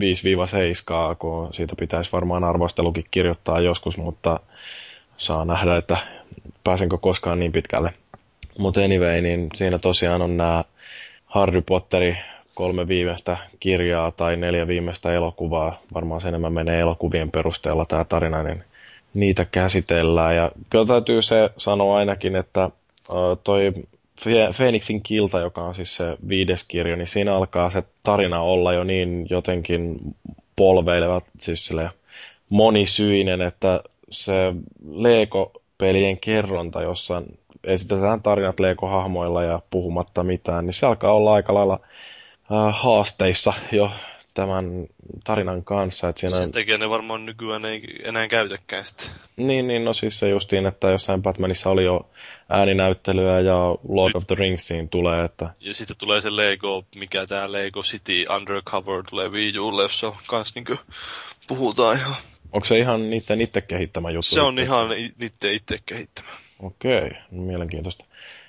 kun siitä pitäisi varmaan arvostelukin kirjoittaa joskus, mutta saa nähdä, että pääsenkö koskaan niin pitkälle. Mutta anyway, niin siinä tosiaan on nämä Harry Potterin 3 viimeistä kirjaa tai 4 viimeistä elokuvaa. Varmaan se enemmän menee elokuvien perusteella tämä tarina, niin niitä käsitellään. Ja kyllä täytyy se sanoa ainakin, että toi Phoenixin kilta, joka on siis se 5. kirja, niin siinä alkaa se tarina olla jo niin jotenkin polveileva, siis sille monisyinen, että se Lego-pelien kerronta, jossa esitetään tarinat Lego-hahmoilla ja puhumatta mitään, niin se alkaa olla aika lailla haasteissa jo tämän tarinan kanssa. Että siinä sen takia ne varmaan nykyään ei enää käytäkään sitä. Niin, no siis se justiin, että jossain Batmanissa oli jo ääninäyttelyä ja Lord of the Ringsiin tulee. Että ja sitten tulee se Lego, mikä tää Lego City Undercover tulee Wii Ulle, jossa kans niinku puhutaan ihan. Onko se ihan niiden itse kehittämä juttu? Se on ihan niiden itse kehittämä. Okei, mielenkiintoista.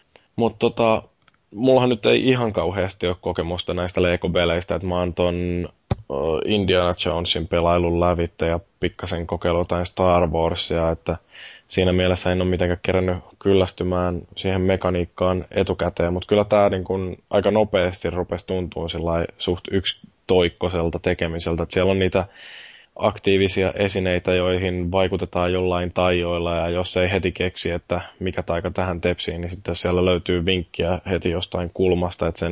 Mutta mullahan nyt ei ihan kauheasti ole kokemusta näistä Lego-peleistä, että mä oon ton Indiana Jonesin pelailun lävitte ja pikkasen kokeillut jotain Star Warsia, että siinä mielessä en ole mitenkään kerännyt kyllästymään siihen mekaniikkaan etukäteen, mutta kyllä tää niin kun aika nopeasti rupesi tuntua suht yksitoikkoiselta tekemiseltä, että siellä on niitä aktiivisia esineitä, joihin vaikutetaan jollain taijoilla, ja jos ei heti keksi, että mikä taika tähän tepsii, niin sitten siellä löytyy vinkkiä heti jostain kulmasta, että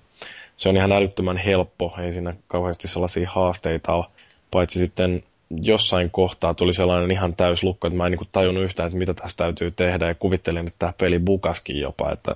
se on ihan älyttömän helppo, ei siinä kauheasti sellaisia haasteita ole, paitsi sitten jossain kohtaa tuli sellainen ihan täyslukko, että mä en niin kuin tajunnut yhtään, että mitä tässä täytyy tehdä, ja kuvittelin, että tämä peli bukaskin jopa, että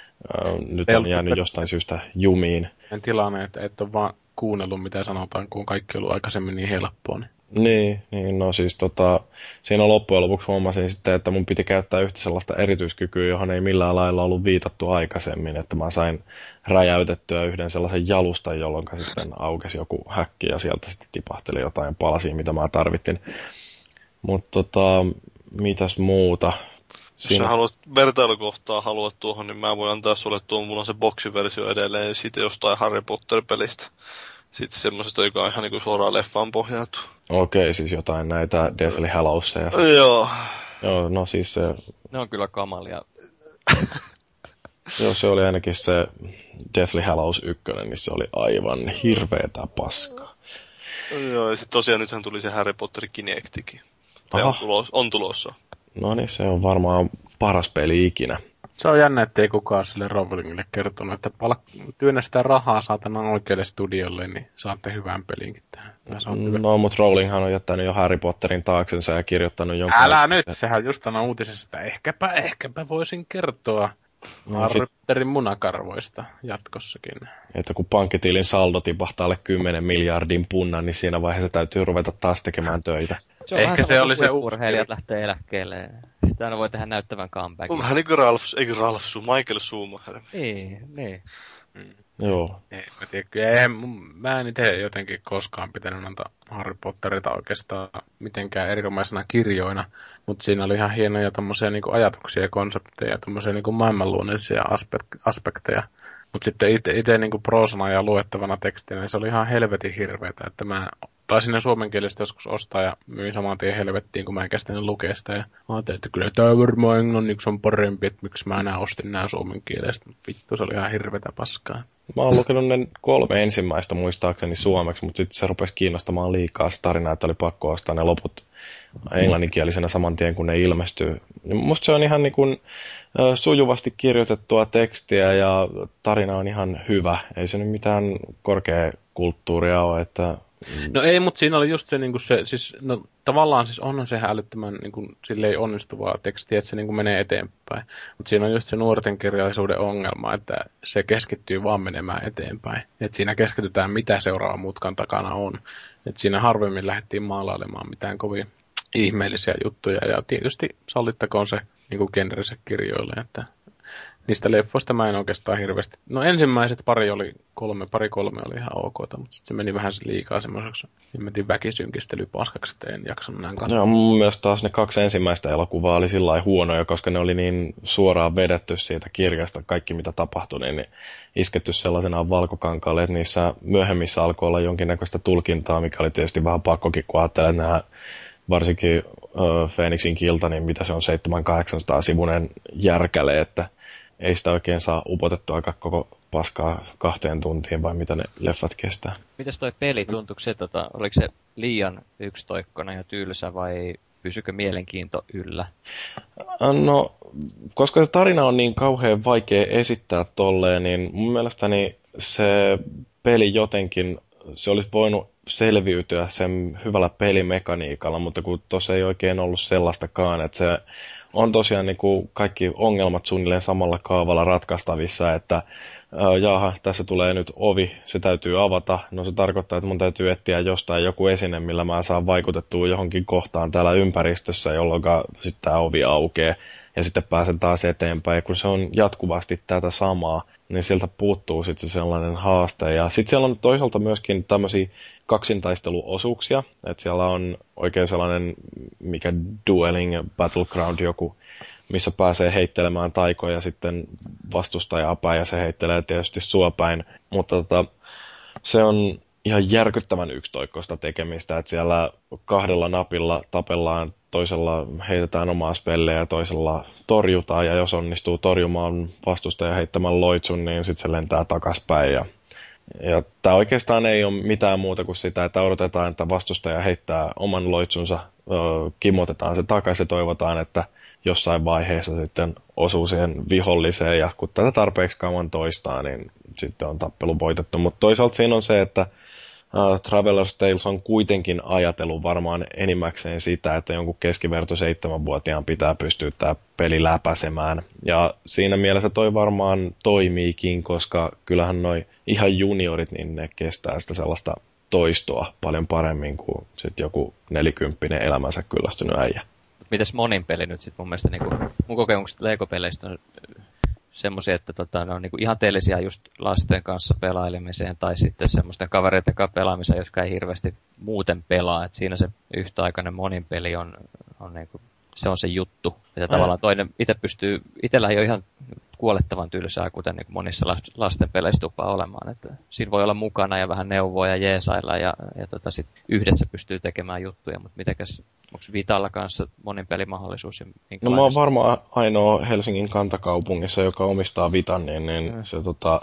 nyt on jäänyt jostain syystä jumiin. En tilanne, että et ole vaan kuunnellut, mitä sanotaan, kun kaikki on ollut aikaisemmin niin helppoa. Niin, no siis siinä loppujen lopuksi huomasin sitten, että mun piti käyttää yhtä sellaista erityiskykyä, johon ei millään lailla ollut viitattu aikaisemmin, että mä sain räjäytettyä yhden sellaisen jalustan, jolloin sitten aukesi joku häkki ja sieltä sitten tipahteli jotain palasia, mitä mä tarvittin. Mutta mitäs muuta? Jos sä haluat vertailukohtaa tuohon, niin mä voin antaa sulle mulla on se boksiversio edelleen siitä jostain Harry Potter-pelistä. Sitten semmosesta, joka on ihan niinku suoraan leffaan pohjautu. Okei, siis jotain näitä Deathly Hallowsia. Joo. Joo, no siis se... Ne on kyllä kamalia. Joo, se oli ainakin se Deathly Hallows 1, niin se oli aivan hirveetä paskaa. Joo, ja sitten tosiaan nythän tuli se Harry Potter Kinectikin. On tulossa. No niin, se on varmaan paras peli ikinä. Se on jännä, ettei kukaan sille Rowlingille kertonut, että työnnä sitä rahaa saatana oikealle studiolle, niin saatte hyvän pelinkin tähän. No, mutta Rowlinghan on jättänyt jo Harry Potterin taaksensa ja kirjoittanut jonkun... Älä nyt, sehän just on uutisesta, ehkäpä voisin kertoa Harry Potterin munakarvoista jatkossakin. Että kun pankkitilin saldo tipahtaa alle 10 miljardin punnan, niin siinä vaiheessa täytyy ruveta taas tekemään töitä. Se on ehkä se oli se urheilijat lähtee eläkkeelle. Sitä aina voi tehdä näyttävän comebackin. On vähän niin kuin Michael Schumacher. Niin. Joo. Mä en itse jotenkin koskaan pitänyt antaa Harry Potterita oikeastaan mitenkään erinomaisena kirjoina, mutta siinä oli ihan hienoja tommosia niinku ajatuksia ja konsepteja, tommosia niinku maailmanluonnollisia aspekteja. Mutta sitten itse niinku proosana ja luettavana tekstinä, niin se oli ihan helvetin hirveetä, että mä taisin ne suomenkielistä joskus ostaa ja myin saman tien helvettiin, kun mä en kestänyt lukea sitä. Ja ajattelin, että kyllä tää varmaan englanniksi on parempi, että miksi mä enää ostin nää suomenkielistä. Vittu, se oli ihan hirvetä paskaa. Mä oon lukenut ne 3 ensimmäistä muistaakseni suomeksi, mutta sitten se rupesi kiinnostamaan liikaa se tarina, että oli pakko ostaa ne loput englanninkielisenä saman tien, kun ne ilmestyy. Musta se on ihan niin kuin sujuvasti kirjoitettua tekstiä ja tarina on ihan hyvä. Ei se nyt mitään korkea kulttuuria ole, että No ei, mutta siinä oli just se, niinku se siis, no tavallaan siis onhan se älyttömän niinku, silleen onnistuvaa tekstiä, että se niinku menee eteenpäin. Mutta siinä on just se nuorten kirjallisuuden ongelma, että se keskittyy vaan menemään eteenpäin. Että siinä keskitytään, mitä seuraava mutkan takana on. Että siinä harvemmin lähdettiin maalailemaan mitään kovin ihmeellisiä juttuja. Ja tietysti sallittakoon se niinku genrensä kirjoille, että niistä leffoista mä en oikeastaan hirveästi. No ensimmäiset pari kolme oli ihan ok, mutta sitten se meni vähän liikaa semmoiseksi himmetin väkisynkistelypaskaksi, että en jaksanut näin katsoa. Joo, mun mielestä taas ne 2 ensimmäistä elokuvaa oli sillä lailla huonoja, koska ne oli niin suoraan vedetty siitä kirjasta, kaikki mitä tapahtui, niin isketty sellaisenaan valkokankaalle, että niissä myöhemmissä alkoi olla jonkinnäköistä tulkintaa, mikä oli tietysti vähän pakkokin, kun ajattelee, että nämä varsinkin Phoenixin kilta, niin mitä se on 700-800 sivuinen järkäle, että ei sitä oikein saa upotettua aika koko paskaa 2 tuntiin, vai mitä ne leffat kestää. Mites toi peli, tuntuuko se, oliko se liian yksitoikkoinen ja tylsä vai pysykö mielenkiinto yllä? No, koska se tarina on niin kauhean vaikea esittää tolleen, niin mun mielestäni se peli jotenkin, se olisi voinut selviytyä sen hyvällä pelimekaniikalla, mutta kun tuossa ei oikein ollut sellaistakaan, että se on tosiaan niin kuin kaikki ongelmat suunnilleen samalla kaavalla ratkaistavissa, että jaha, tässä tulee nyt ovi, se täytyy avata. No se tarkoittaa, että mun täytyy etsiä jostain joku esine, millä mä saan vaikutettua johonkin kohtaan täällä ympäristössä, jolloin sitten tämä ovi aukeaa ja sitten pääsen taas eteenpäin. Ja kun se on jatkuvasti tätä samaa, niin sieltä puuttuu sitten se sellainen haaste. Ja sitten siellä on toisaalta myöskin tämmöisiä kaksintaisteluosuuksia, että siellä on oikein sellainen, mikä Dueling Battleground joku, missä pääsee heittelemään taikoja sitten vastustajaa päin ja se heittelee tietysti sua päin, mutta se on ihan järkyttävän yksitoikkoista tekemistä, että siellä 2 napilla tapellaan, toisella heitetään omaa spellejä ja toisella torjutaan ja jos onnistuu torjumaan vastustaja heittämään loitsun, niin sitten se lentää takaspäin ja tämä oikeastaan ei ole mitään muuta kuin sitä, että odotetaan, että vastustaja heittää oman loitsunsa, kimotetaan se takaisin ja toivotaan, että jossain vaiheessa sitten osuu siihen viholliseen ja kun tätä tarpeeksi kauan toistaa, niin sitten on tappelu voitettu. Mutta toisaalta siinä on se, että Traveler's Tales on kuitenkin ajatellut varmaan enimmäkseen sitä, että jonkun keskiverto 7-vuotiaan pitää pystyä tämä peli läpäisemään. Ja siinä mielessä toi varmaan toimiikin, koska kyllähän noi ihan juniorit, niin ne kestää sitä sellaista toistoa paljon paremmin kuin sitten joku 40 elämänsä kyllästynyt äijä. Mites monin peli nyt sitten mun mielestä niinku, mun kokemukset Lego-peleistä on semmoisia, että ne on niinku ihanteellisia just lasten kanssa pelailemiseen tai sitten semmoisten kavereiden kanssa pelaamiseen, jotka ei hirveästi muuten pelaa. Et siinä se yhtäaikainen monin peli on niinku, se on se juttu. Että tavallaan toinen itsellä ei ole ihan kuolettavan tylsää, kuten niin monissa lasten peleissä tupaa olemaan. Että siinä voi olla mukana ja vähän neuvoa ja jeesailla ja sit yhdessä pystyy tekemään juttuja, mutta mitenkäs, onko Vitalla kanssa monin pelimahdollisuus? No mä oon varmaan ainoa Helsingin kantakaupungissa, joka omistaa Vitan, niin se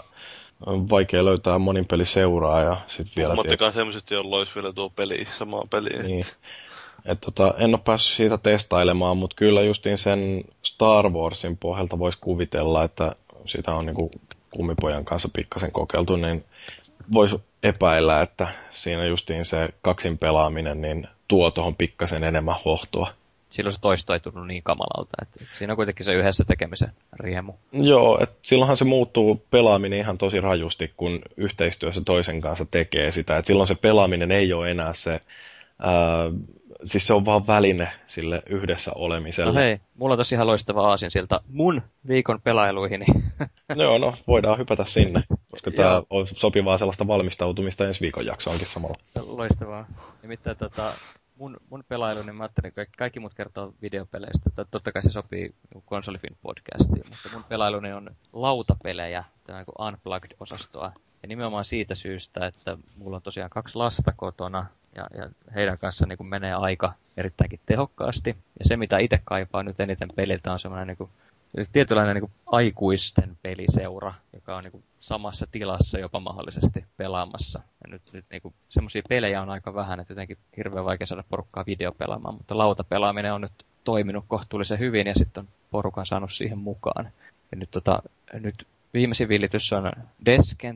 on vaikea löytää monin peliseuraa ja sit vielä... Puhumattakaan semmoiset, joilla olisi vielä tuo peli, samaa peliä. Niin. En ole päässyt siitä testailemaan, mutta kyllä justiin sen Star Warsin pohjalta voisi kuvitella, että sitä on niin kuin kummipojan kanssa pikkasen kokeiltu, niin voisi epäillä, että siinä justiin se kaksin pelaaminen niin tuo tuohon pikkasen enemmän hohtoa. Silloin se toisto ei tunnu niin kamalalta, että siinä on kuitenkin se yhdessä tekemisen riemu. Joo, että silloinhan se muuttuu pelaaminen ihan tosi rajusti, kun yhteistyössä toisen kanssa tekee sitä. Et silloin se pelaaminen ei ole enää se... Siis se on vaan väline sille yhdessä olemiselle. No hei, mulla on tosi ihan loistava aasinsilta mun viikon pelailuihini. Joo, no voidaan hypätä sinne, koska tää on sopivaa sellaista valmistautumista ensi viikon jaksoonkin samalla. Loistavaa. Nimittäin mun pelailu, niin mä ajattelin, että kaikki muut kertoo videopeleistä. Totta kai se sopii Konsolifin podcastiin, mutta mun pelailuni on lautapelejä, tämä on kuin Unplugged-osastoa. Ja nimenomaan siitä syystä, että mulla on tosiaan 2 lasta kotona ja heidän kanssaan niin kuin menee aika erittäinkin tehokkaasti. Ja se, mitä itse kaipaa nyt eniten peliltä, on semmoinen niin kuin, tietynlainen niin kuin aikuisten peliseura, joka on niin kuin samassa tilassa jopa mahdollisesti pelaamassa. Ja nyt niin kuin, semmoisia pelejä on aika vähän, että jotenkin hirveän vaikea saada porukkaa videopelaamaan, mutta lautapelaaminen on nyt toiminut kohtuullisen hyvin ja sitten on porukan saanut siihen mukaan. Ja nyt viimeisin villitys on Descent,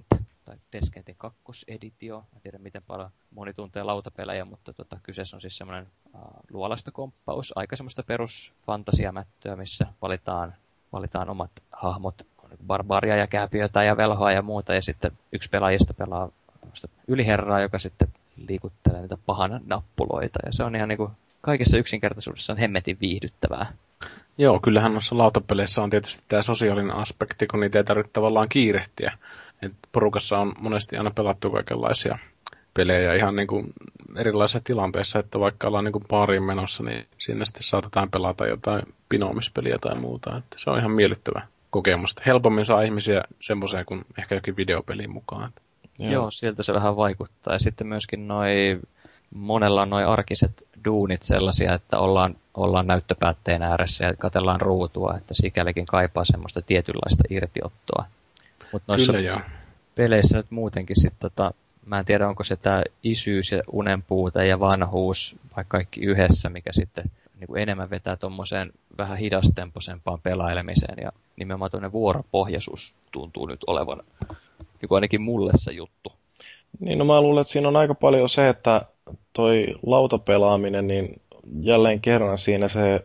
tai Descentin kakkoseditio. En tiedä, miten paljon moni tuntee lautapelejä, mutta kyseessä on siis semmoinen luolastokomppaus, aika semmoista perusfantasiamättöä, missä valitaan omat hahmot, barbaria ja kääpiötä ja velhoa ja muuta, ja sitten yksi pelaajista pelaa yliherraa, joka sitten liikuttelee niitä pahan nappuloita, ja se on ihan niinku kaikessa yksinkertaisuudessaan hemmetin viihdyttävää. Joo, kyllähän noissa lautapeleissä on tietysti tämä sosiaalinen aspekti, kun niitä ei tarvitse tavallaan kiirehtiä. Et porukassa on monesti aina pelattu kaikenlaisia pelejä ihan niinku erilaisissa tilanteissa, että vaikka ollaan niinku baariin menossa, niin siinä sitten saatetaan pelata jotain pinoomispeliä tai muuta. Että se on ihan miellyttävä kokemus. Helpommin saa ihmisiä semmoiseen kuin ehkä jokin videopeliin mukaan. Joo, sieltä se vähän vaikuttaa. Ja sitten myöskin monella on arkiset duunit sellaisia, että ollaan näyttöpäätteen ääressä ja katsellaan ruutua, että sikälikin kaipaa semmoista tietynlaista irtiottoa. Mutta noissa peleissä nyt muutenkin sitten, mä en tiedä onko se tämä isyys ja unenpuute ja vanhuus, vaikka kaikki yhdessä, mikä sitten niin kuin enemmän vetää tuommoiseen vähän hidastemposempaan pelailemiseen, ja nimenomaan tuonne vuoropohjaisuus tuntuu nyt olevan niin kuin ainakin mulle se juttu. Niin, no mä luulen, että siinä on aika paljon se, että toi lautapelaaminen, niin jälleen kerran siinä se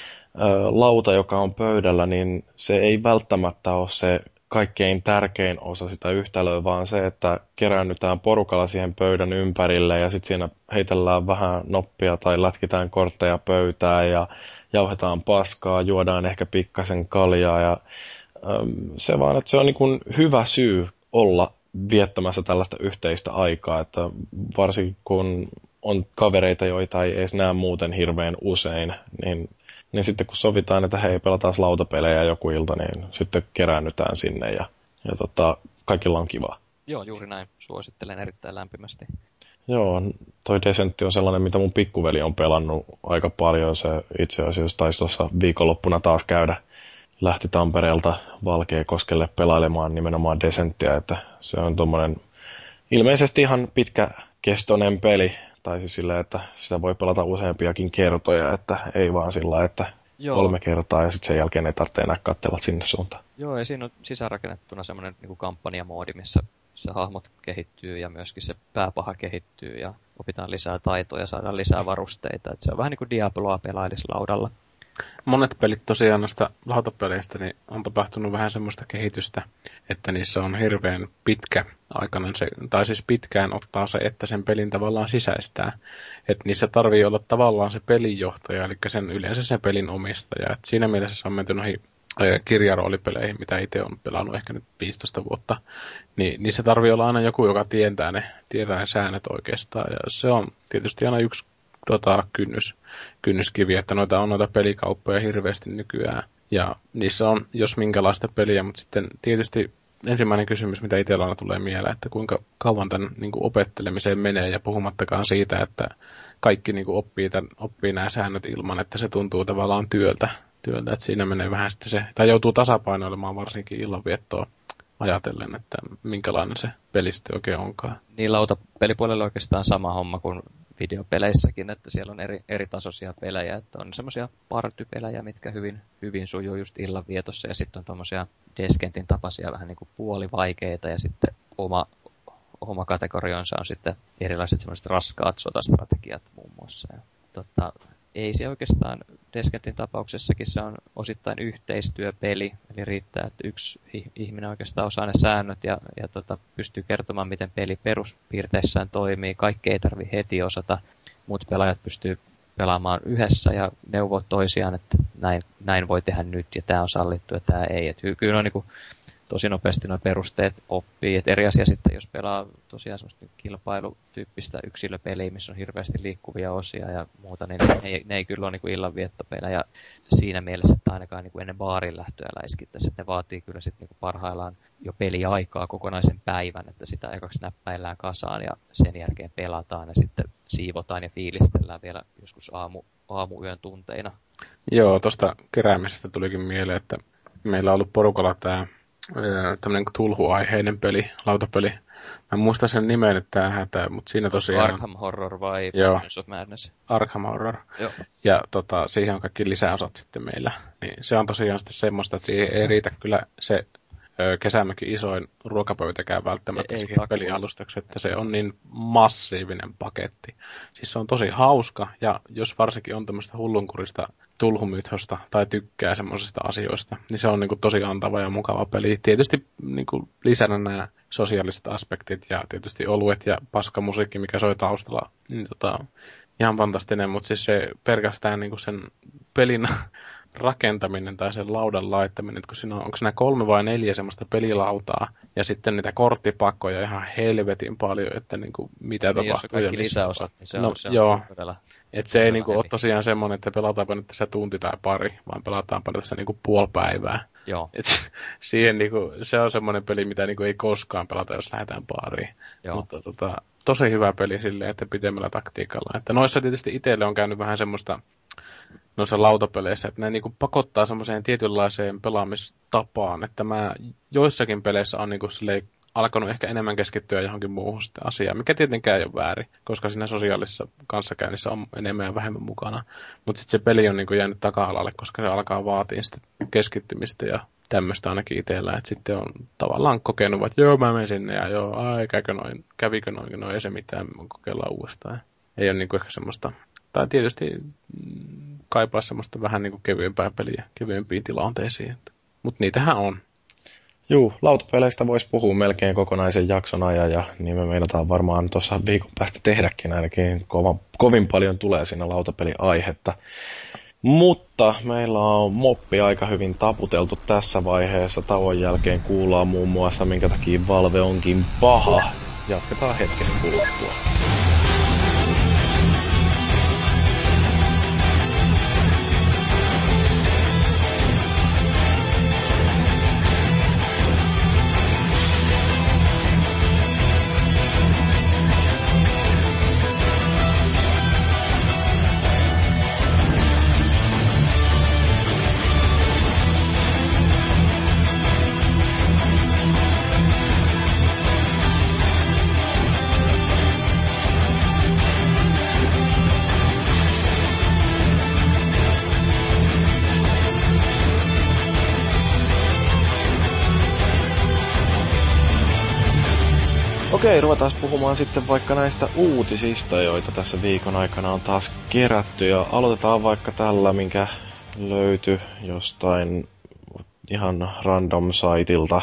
lauta, joka on pöydällä, niin se ei välttämättä ole se kaikkein tärkein osa sitä yhtälöä, vaan se, että keräännytään porukalla siihen pöydän ympärille ja sitten siinä heitellään vähän noppia tai lätkitään kortteja pöytään ja jauhetaan paskaa, juodaan ehkä pikkasen kaljaa ja se vaan, että se on niin kuin hyvä syy olla viettämässä tällaista yhteistä aikaa, että varsinkin kun on kavereita, joita ei edes näe muuten hirveän usein, niin sitten kun sovitaan, että hei, pelataan lautapelejä joku ilta, niin sitten keräännytään sinne ja kaikilla on kiva. Joo, juuri näin. Suosittelen erittäin lämpimästi. Joo, toi Descentti on sellainen, mitä mun pikkuveli on pelannut aika paljon. Se itse asiassa taisi tuossa viikonloppuna taas käydä. Lähti Tampereelta Valkeakoskelle pelailemaan nimenomaan Descenttiä, että se on tommonen ilmeisesti ihan pitkäkestoinen peli. Tai siis silleen, että sitä voi pelata useampiakin kertoja, että ei vaan sillä, että 3 kertaa ja sitten sen jälkeen ei tarvitse enää katsella sinne suuntaan. Joo, ja siinä on sisäänrakennettuna semmoinen niin kuin kampanjamoodi, missä hahmot kehittyy ja myöskin se pääpaha kehittyy ja opitaan lisää taitoja ja saadaan lisää varusteita. Että se on vähän niin kuin Diabloa pelailisi laudalla. Monet pelit tosiaan noista lautapeleistä niin on tapahtunut vähän semmoista kehitystä, että niissä on hirveän pitkäaikainen se, tai siis pitkään ottaa se, että sen pelin tavallaan sisäistää. Että niissä tarvii olla tavallaan se pelinjohtaja, eli yleensä sen pelin omistaja. Et siinä mielessä se on menty noihin kirjaroolipeleihin, mitä itse olen pelannut ehkä nyt 15 vuotta, niin niissä tarvii olla aina joku, joka tietää ne säännöt oikeastaan. Ja se on tietysti aina yksi kynnyskivi, että noita pelikauppoja hirveästi nykyään. Ja niissä on jos minkälaista peliä, mutta sitten tietysti ensimmäinen kysymys, mitä itsellä aina tulee mieleen, että kuinka kauan tämän niin kuin opettelemiseen menee, ja puhumattakaan siitä, että kaikki niin kuin oppii nämä säännöt ilman, että se tuntuu tavallaan työltä, että siinä menee vähän sitten se, tai joutuu tasapainoilemaan varsinkin illanviettoa ajatellen, että minkälainen se peli sitten oikein onkaan. Niin lautapelipuolella oikeastaan sama homma kuin videopeleissäkin, että siellä on eri tasoisia pelejä, että on semmoisia partypelejä, mitkä hyvin sujuu just illanvietossa, ja sitten on tommosia Descentin tapaisia vähän niin kuin puolivaikeita, ja sitten oma kategorionsa on sitten erilaiset semmoiset raskaat sotastrategiat muun muassa. Ja ei se oikeastaan Descentin tapauksessakin se on osittain yhteistyöpeli, eli riittää, että yksi ihminen oikeastaan osaa ne säännöt ja pystyy kertomaan, miten peli peruspiirteissään toimii. Kaikki ei tarvitse heti osata, muut pelaajat pystyy pelaamaan yhdessä ja neuvoo toisiaan, että näin voi tehdä nyt ja tämä on sallittu ja tämä ei. Et kyllä on niin tosi nopeasti nuo perusteet oppii. Et eri asia sitten, jos pelaa tosiaan semmoista kilpailutyyppistä yksilöpeliä, missä on hirveästi liikkuvia osia ja muuta, niin ne ei kyllä ole niin illanviettopelejä siinä mielessä, että ainakaan niin ennen baarin lähtöä läiskittäisiin. Ne vaatii kyllä sitten niin parhaillaan jo peliaikaa kokonaisen päivän, että sitä ekaksi näppäillään kasaan ja sen jälkeen pelataan ja sitten siivotaan ja fiilistellään vielä joskus aamuyön tunteina. Joo, tuosta keräämisestä tulikin mieleen, että meillä on ollut porukalla tämä tämmöinen tulhuaiheinen peli, lautapeli. Mä en muista sen nimen nyt tähän, mutta siinä tosiaan... Arkham Horror vai Potions of Madness? Arkham Horror. Joo. Ja siihen on kaikki lisäosat sitten meillä. Niin se on tosiaan sitten semmoista, että ei riitä kyllä se Kesämökin isoin ruokapöytäkään välttämättä Ei siihen pakko. pelialustaksi, että se on niin massiivinen paketti. Siis se on tosi hauska, ja jos varsinkin on tämmöistä hullunkurista tulhumythosta tai tykkää semmoisista asioista, niin se on niinku tosi antava ja mukava peli. Tietysti niinku lisänä nämä sosiaaliset aspektit ja tietysti oluet ja paskamusiikki, mikä soi taustalla, niin ihan fantastinen, mutta siis se pelkästään niinku sen pelin rakentaminen tai sen laudan laittaminen, että kun siinä onko siinä 3 vai 4 semmoista pelilautaa, ja sitten niitä korttipakkoja ihan helvetin paljon, että niinku mitä Niin, tapahtuu. jos on kaikki lisäosat, niin se on joo. todella... Että se ei todella niinku ole tosiaan semmoinen, että pelataanpa nyt tässä tunti tai pari, vaan pelataanpa tässä niinku puoli päivää. Joo. Et siihen niinku, se on semmoinen peli, mitä niinku ei koskaan pelata, jos lähdetään baariin. Joo. Mutta tosi hyvä peli silleen, että pitemmällä taktiikalla. Että noissa tietysti itselle on käynyt vähän semmoista noissa lautapeleissä, että ne niinku pakottaa semmoiseen tietynlaiseen pelaamistapaan, että mä joissakin peleissä on niinku alkanut ehkä enemmän keskittyä johonkin muuhun sitten asiaan, mikä tietenkään ei ole väärin, koska siinä sosiaalisessa kanssakäynnissä on enemmän ja vähemmän mukana. Mutta sitten se peli on niinku jäänyt taka-alalle, koska se alkaa vaatia sitä keskittymistä ja tämmöistä ainakin itsellä, että sitten on tavallaan kokenut, että joo mä menen sinne ja joo, kävikö noin, ei se mitään, kokeillaan uudestaan. Ei ole niinku ehkä semmoista, tai tietysti kaipaa semmoista vähän niinku kevyempää peliä, kevyempiin tilanteisiin, mutta niitähän on. Juu, lautapeleistä voisi puhua melkein kokonaisen jakson ajan, ja niin me meinataan varmaan tuossa viikon päästä tehdäkin, ainakin kovin paljon tulee siinä lautapeliaihetta. Mutta meillä on moppi aika hyvin taputeltu tässä vaiheessa. Tauon jälkeen kuullaan muun muassa, minkä takia Valve onkin paha. Jatketaan hetken kuluttua. Okei, ruvetaan puhumaan sitten vaikka näistä uutisista, joita tässä viikon aikana on taas kerätty. Ja aloitetaan vaikka tällä, minkä löytyi jostain ihan random saitilta.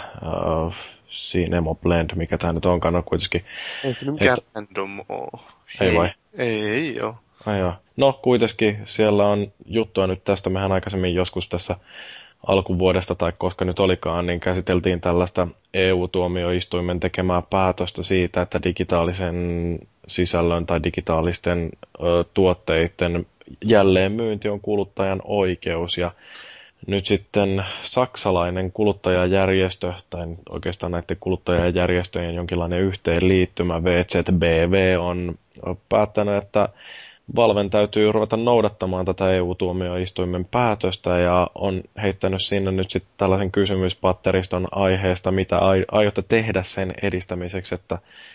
Cinema Blend, mikä tää nyt onkaan, on kuitenkin... Ei se mikään random oo. Ei vai? Ei oo. No kuitenkin siellä on juttua nyt tästä, mehän aikaisemmin joskus tässä alkuvuodesta tai koska nyt olikaan, niin käsiteltiin tällaista EU-tuomioistuimen tekemää päätöstä siitä, että digitaalisen sisällön tai digitaalisten tuotteiden jälleenmyynti on kuluttajan oikeus. Ja nyt sitten saksalainen kuluttajajärjestö, tai oikeastaan näiden kuluttajajärjestöjen jonkinlainen yhteenliittymä VZBV on päättänyt, että Valven täytyy ruveta noudattamaan tätä EU-tuomioistuimen päätöstä ja on heittänyt sinne nyt sitten tällaisen kysymyspatteriston aiheesta, mitä aiotte tehdä sen edistämiseksi, että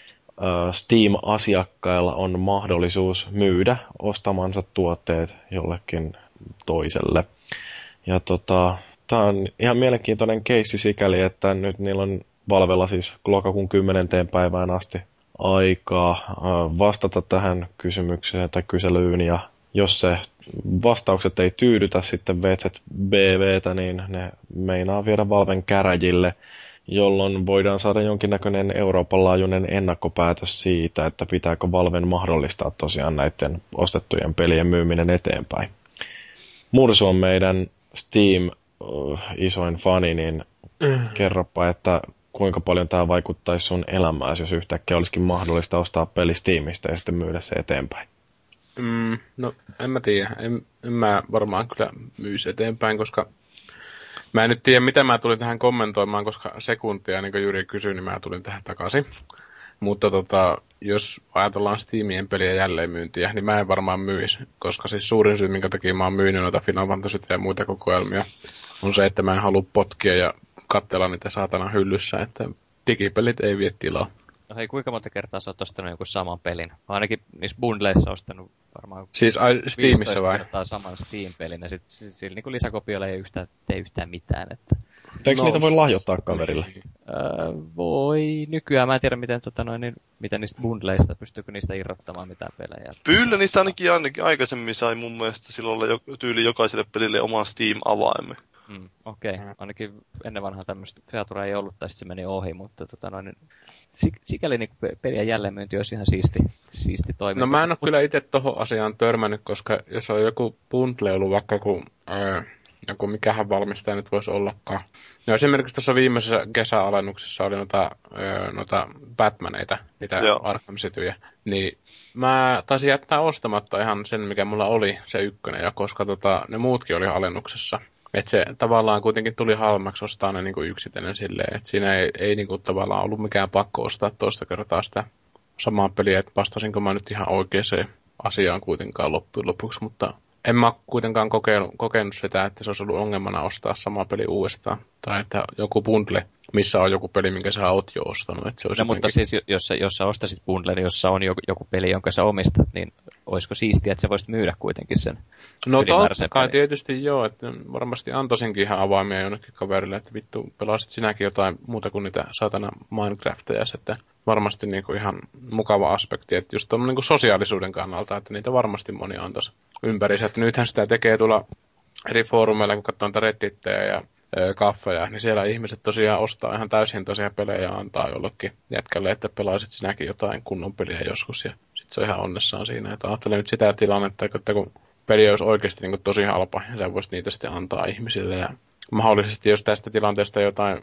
Steam-asiakkailla on mahdollisuus myydä ostamansa tuotteet jollekin toiselle. Ja tämä on ihan mielenkiintoinen keissi sikäli, että nyt niillä on Valvella siis lokakuun 10. päivään asti aikaa vastata tähän kysymykseen tai kyselyyn, ja jos se vastaukset ei tyydytä sitten VZBVtä, niin ne meinaa viedä Valven käräjille, jolloin voidaan saada jonkinnäköinen Euroopan laajuinen ennakkopäätös siitä, että pitääkö Valven mahdollistaa tosiaan näiden ostettujen pelien myyminen eteenpäin. Mursu on meidän Steam isoin fani, niin kerropa, että kuinka paljon tämä vaikuttaisi sun elämääsi, jos yhtäkkiä olisikin mahdollista ostaa peli Steamista ja sitten myydä se eteenpäin? No, en mä tiedä. En mä varmaan kyllä myisi eteenpäin, koska mä en nyt tiedä, mitä mä tulin tähän kommentoimaan, koska sekuntia, niin kuin Jyri kysyi, niin mä tulin tähän takaisin. Mutta jos ajatellaan Steamien peliä jälleenmyyntiä, niin mä en varmaan myisi, koska siis suurin syy, minkä takia mä oon myynyt noita Final Fantasyta ja muita kokoelmia, on se, että mä en halua potkia ja katsella niitä saatana hyllyssä, että digipelit ei vie tilaa. No hei, kuinka monta kertaa sä oot ostanut jonkun saman pelin? Mä ainakin niissä bundleissa ostanut varmaan Siis Steamissa vai? kertaa saman Steam-pelin, ja sitten sillä niin lisäkopioilla ei tee yhtään mitään. Että... Eikö niitä voi lahjoittaa kaverille? Voi. Nykyään mä en tiedä, miten niistä bundleista, pystyykö niistä irrottamaan mitään pelejä. Kyllä niistä ainakin aikaisemmin sai mun mielestä silloin olla tyyli jokaiselle pelille oma Steam-avaimen. Okei. Ainakin ennen vanhaa tämmöistä featurea ei ollut, tai sitten se meni ohi, mutta sikäli niin pelien jälleenmyynti olisi ihan siisti toiminta. No mä en ole kyllä itse tohon asiaan törmännyt, koska jos on joku bundle ollut vaikka joku mikähän valmistaja nyt voisi ollakaan. No esimerkiksi tuossa viimeisessä kesäalennuksessa oli noita Batmaneita, niitä Arkham Cityjä. Niin mä taisin jättää ostamatta ihan sen, mikä mulla oli, se ykkönen, ja koska ne muutkin oli alennuksessa. Että se tavallaan kuitenkin tuli halmaksi ostaa ne niinku yksitellen silleen, että siinä ei niinku tavallaan ollut mikään pakko ostaa toista kertaa sitä samaa peliä, että vastasinko mä nyt ihan oikeaan asiaan kuitenkaan loppujen lopuksi, mutta en mä kuitenkaan kokenut sitä, että se olisi ollut ongelmana ostaa sama peli uudestaan. Tai että joku bundle, missä on joku peli, minkä sä oot jo ostanut. Että se olisi mutta siis jos sä ostasit bundlen, jossa on joku peli, jonka sä omistat, niin olisiko siistiä, että sä voisit myydä kuitenkin sen? No totta kai tietysti joo, että varmasti antaisinkin ihan avaimia jonnekin kaverille, että vittu pelasit sinäkin jotain muuta kuin niitä saatana Minecrafteja. Että varmasti niinku ihan mukava aspekti, että just tuon niinku sosiaalisuuden kannalta, että niitä varmasti moni antaisi ympärissä. Että nythän sitä tekee tuolla eri foorumeilla, kun katsoo niitä Redditteja ja kaffeja, niin siellä ihmiset tosiaan ostaa ihan täyshintaisia pelejä ja antaa jollekin jätkälle, että pelaisit sinäkin jotain kunnon peliä joskus ja sit se on ihan onnessaan siinä. Että ajattelen nyt sitä tilannetta, että kun peli olisi oikeasti niin tosi halpa ja sä voisit niitä sitten antaa ihmisille ja mahdollisesti jos tästä tilanteesta jotain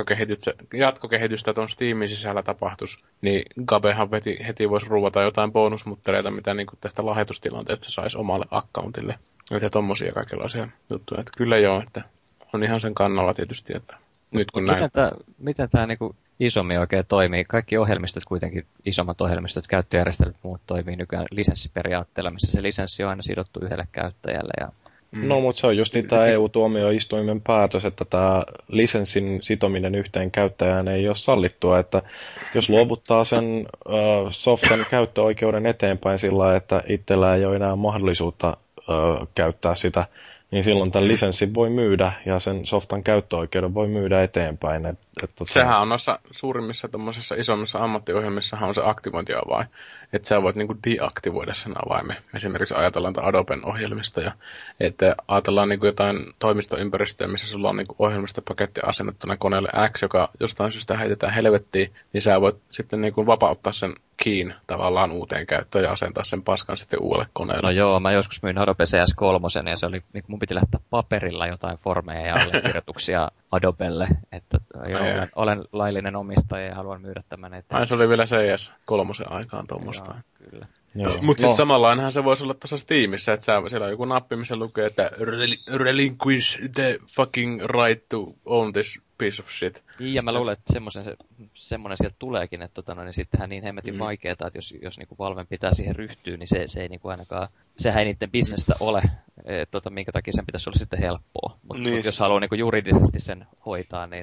jatkokehitystä tuon Steamin sisällä tapahtuisi, niin Gabehan heti voisi ruuvata jotain bonusmuttereita, mitä niin tästä lahjoitustilanteesta saisi omalle accountille. Ja tommosia kaikenlaisia juttuja. Että kyllä joo, että on ihan sen kannalla tietysti, että nyt kun näin. Miten tämä niinku isommin oikein toimii? Kaikki ohjelmistot kuitenkin, isommat ohjelmistot, käyttöjärjestelmät muut toimii nykyään lisenssiperiaatteella, missä se lisenssi on aina sidottu yhdelle käyttäjälle. Ja... No, mutta se on just tämä EU-tuomioistuimen päätös, että tämä lisenssin sitominen yhteen käyttäjään ei ole sallittua, että jos luovuttaa sen softan käyttöoikeuden eteenpäin sillä, että itsellä ei ole enää mahdollisuutta käyttää sitä, niin silloin tämän lisenssin voi myydä ja sen softan käyttöoikeuden voi myydä eteenpäin. Sehän on noissa suurimmissa tommosissa isommissa ammattiohjelmissahan on se aktivointiavain, että sä voit niinku deaktivoida sen avaimen. Esimerkiksi ajatellaan Adoben ohjelmista ja että ajatellaan niinku jotain toimistoympäristöä, missä sulla on niinku ohjelmistopaketti asennettuna koneelle X, joka jostain syystä heitetään helvettiin, niin sä voit sitten niinku vapauttaa sen keyn tavallaan uuteen käyttöön ja asentaa sen paskan sitten uudelle koneelle. No joo, mä joskus myin Adobe CS3 ja se oli, mun piti lähettää paperilla jotain formeja ja allekirjoituksia Adobelle, että olen laillinen omistaja ja haluan myydä tämän eteen. Se oli vielä CS3 aikaan tuommoista. Kyllä. Mutta siis samanlainenhan se voisi olla tuossa Steamissa, että siellä on joku nappi, missä lukee, että relinquish the fucking right to own this piece of shit. Ja mä luulen, että semmoinen sieltä tuleekin, että niin sittenhän niin hemmetin vaikeaa, että jos niinku Valven pitää siihen ryhtyä, niin se ei niinku ainakaan, sehän ei niiden bisnestä ole, minkä takia sen pitäisi olla sitten helppoa. Mutta niin. Jos haluaa niinku juridisesti sen hoitaa, niin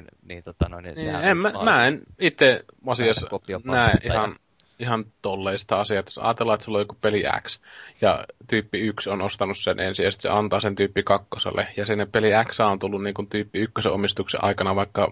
sehän mä en itse asiassa näe ihan tolleista asiaa. Jos ajatellaan, että sulla on joku peli X, ja tyyppi 1 on ostanut sen ensin, ja sitten se antaa sen tyyppi 2, ja sinne peli X on tullut niin kuin tyyppi 1 omistuksen aikana vaikka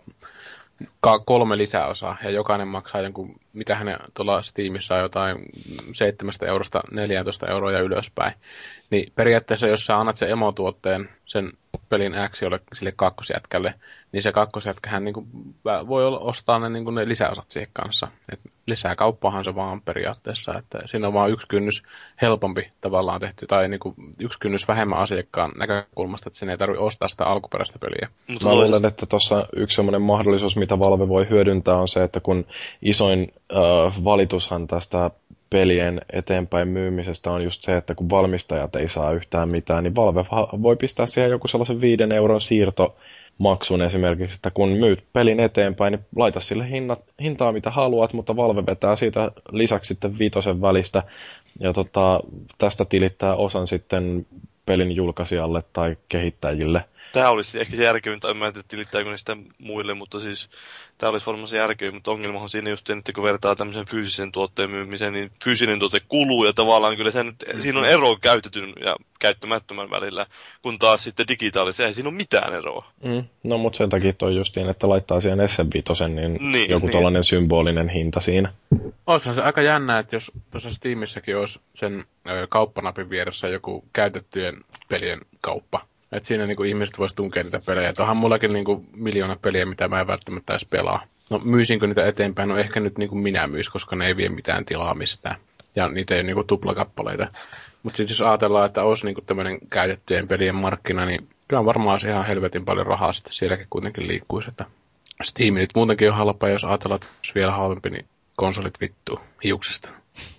3 lisäosaa, ja jokainen maksaa jonkun, mitä hänen tuolla Steamissa on jotain 7 eurosta 14 euroa ja ylöspäin. Niin periaatteessa, jos sä annat sen emotuotteen, sen pelin X sille kakkosjätkälle, niin se kakkosjätkähän niinku voi ostaa ne lisäosat siihen kanssa. Et lisää kauppahan se vaan periaatteessa, että siinä on vaan yksi kynnys helpompi tavallaan tehty, tai niinku yksi kynnys vähemmän asiakkaan näkökulmasta, että sen ei tarvitse ostaa sitä alkuperäistä peliä. Mä luulen, että tuossa yksi semmoinen mahdollisuus, mitä Valve voi hyödyntää, on se, että kun isoin valitushan tästä pelien eteenpäin myymisestä on just se, että kun valmistajat ei saa yhtään mitään, niin Valve voi pistää siihen joku sellaisen 5 euron siirtomaksun esimerkiksi, että kun myyt pelin eteenpäin, niin laita sille hintaa mitä haluat, mutta Valve vetää siitä lisäksi sitten 5 välistä, ja tästä tilittää osan sitten pelin julkaisijalle tai kehittäjille. Tämä olisi ehkä se järkevintä, en mä tiedä tilittääkö ne sitä muille, mutta siis tämä olisi varmaan se järkevin, mutta ongelma on siinä just, että kun vertaa tämmöisen fyysisen tuotteen myymiseen, niin fyysinen tuote kuluu ja tavallaan kyllä se nyt, siinä on ero käytetyn ja käyttämättömän välillä, kun taas sitten digitaalisen, ei siinä ole mitään eroa. No mutta sen takia toi justiin, että laittaa siihen SM5, niin joku tollainen symbolinen hinta siinä. Olisihan se aika jännä, että jos tuossa Steamissäkin olisi sen kauppanapin vieressä joku käytettyjen pelien kauppa. Että siinä niinku ihmiset vois tunkea niitä pelejä. Et onhan mullakin niinku miljoona peliä, mitä mä en välttämättä edes pelaa. No myysinkö niitä eteenpäin? No ehkä nyt niinku minä myis, koska ne ei vie mitään tilaa mistään. Ja niitä ei ole niinku tuplakappaleita. Mutta sitten jos ajatellaan, että olisi niinku tämmöinen käytettyjen pelien markkina, niin kyllä varmaan olisi ihan helvetin paljon rahaa sitten sielläkin kuitenkin liikkuisi. Että Steam nyt muutenkin on halpa, jos ajatellaan, että olisi vielä halvempi, niin konsolit vittuu hiuksesta.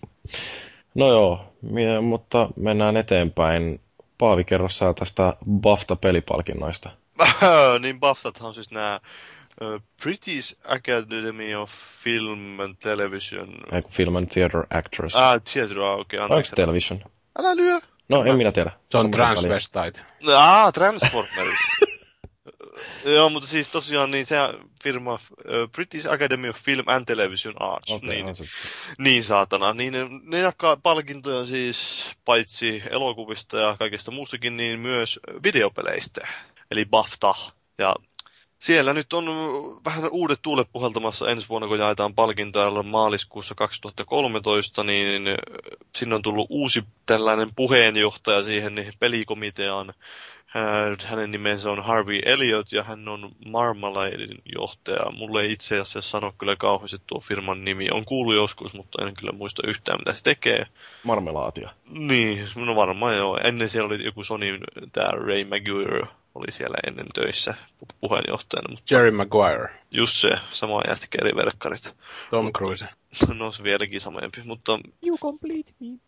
No joo, mutta mennään eteenpäin. Paavi, kerro sä tästä BAFTA-pelipalkinnoista. Niin BAFTAthan on siis nämä British Academy of Film and Television. Film and Theatre Actors. Theatre, okei, Onko television? Älä lyö. No, en minä tiedä. Se on Transvestite. Transformers. Joo, mutta siis tosiaan niin se firma British Academy of Film and Television Arts, niin saatana, niin ne jakaa palkintoja siis paitsi elokuvista ja kaikesta muustakin, niin myös videopeleistä, eli BAFTA. Ja siellä nyt on vähän uudet tuulet puhaltamassa ensi vuonna, kun jaetaan palkintoja maaliskuussa 2013, niin sinne on tullut uusi tällainen puheenjohtaja siihen pelikomiteaan. Hänen nimensä on Harvey Elliot ja hän on Marmaladen johtaja. Mulle ei itse asiassa sano kyllä kauheasti tuo firman nimi. On kuullut joskus, mutta en kyllä muista yhtään mitä se tekee. Marmelaatia. Niin, no varmaan joo. Ennen siellä oli joku Sonyn, tämä Ray Maguire oli siellä ennen töissä puheenjohtajana. Mutta Jerry Maguire. Just se, sama jätkä eri verkkarit. Tom Cruise. No se vieläkin samempi, mutta... You complete me.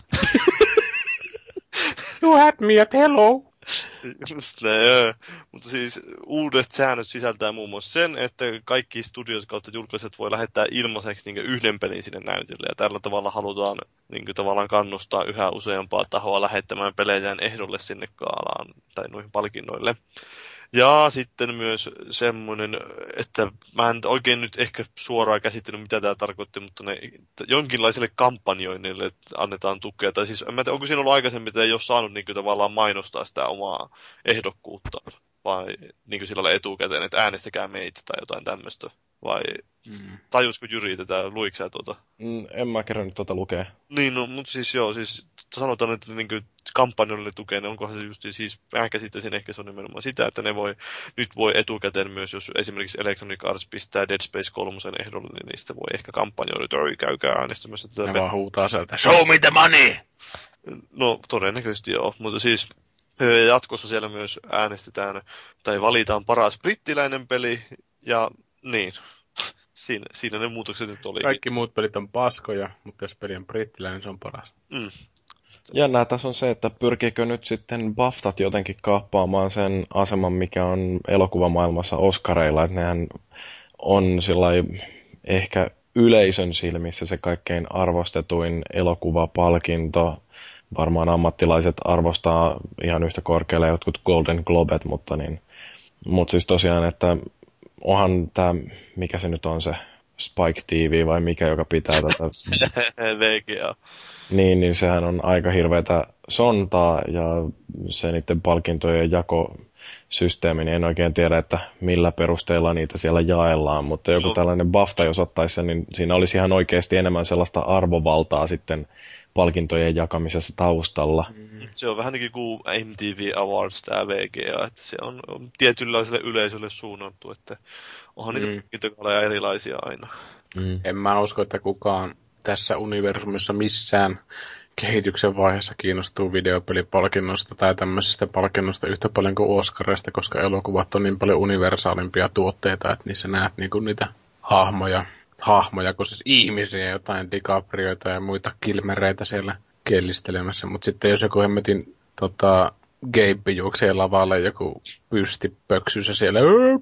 You had me at hello. Just näin, mutta siis uudet säännöt sisältää muun muassa sen, että kaikki studiot kautta julkaiset voi lähettää ilmaiseksi niin yhden pelin sinne näytille. Ja tällä tavalla halutaan niin tavallaan kannustaa yhä useampaa tahoa lähettämään pelejään ehdolle sinne kaalaan tai noihin palkinnoille. Ja sitten myös semmoinen, että mä en oikein nyt ehkä suoraan käsittänyt, mitä tämä tarkoitti, mutta ne jonkinlaisille kampanjoinnille annetaan tukea. Tai siis, en tiedä, onko siinä ollut aikaisemmin, että ei ole saanut niin kuin, tavallaan mainostaa sitä omaa ehdokkuuttaan, vai niin kuin sillä lailla etukäteen, että äänestäkää meitä tai jotain tämmöistä. Vai tajusko Jyri tätä, luiko sä tuota? En mä kerran tuota lukea. Niin, no, mutta siis joo, siis sanotaan, että niin kuin kampanjoille tukea, niin onkohan se just siis, mä käsittäisin ehkä se on nimenomaan sitä, että ne nyt voi etukäteen myös, jos esimerkiksi Electronic Arts pistää Dead Space 3 ehdolle, niin niistä voi ehkä kampanjoida, että käykää äänestämässä tätä. Ne vaan huutaa sieltä, show me the money! No, todennäköisesti joo, mutta siis jatkossa siellä myös äänestetään, tai valitaan paras brittiläinen peli, ja niin, siinä ne muutokset nyt oli. Kaikki muut pelit on paskoja, mutta jos peli on brittiläinen, se on paras. Jännää tässä on se, että pyrkiikö nyt sitten BAFTat jotenkin kaappaamaan sen aseman, mikä on elokuvamaailmassa Oscareilla, että nehän on sillai ehkä yleisön silmissä se kaikkein arvostetuin elokuvapalkinto. Varmaan ammattilaiset arvostaa ihan yhtä korkealle jotkut Golden Globet, mutta siis tosiaan, että onhan tämä, mikä se nyt on se Spike TV vai mikä, joka pitää tätä VGA. Niin sehän on aika hirveätä sontaa ja se niiden palkintojen jakosysteemi, niin en oikein tiedä, että millä perusteella niitä siellä jaellaan, mutta joku tällainen BAFTA, jos ottaisi sen, niin siinä olisi ihan oikeasti enemmän sellaista arvovaltaa sitten palkintojen jakamisessa taustalla. Se on vähän niin kuin MTV Awards tämä VGA, että se on tietynlaiselle yleisölle suunnattu, että onhan niitä palkintoja erilaisia aina. En mä usko, että kukaan tässä universumissa missään kehityksen vaiheessa kiinnostuu videopelipalkinnosta tai tämmöisistä palkinnosta yhtä paljon kuin Oscarista, koska elokuvat on niin paljon universaalimpia tuotteita, että niissä näet niinku niitä hahmoja, kun siis ihmisiä, jotain DiCaprioita ja muita kilmereitä siellä kellistelemässä. Mutta sitten jos joku hemmetin Gabe juoksee lavalle joku pystipöksyssä siellä,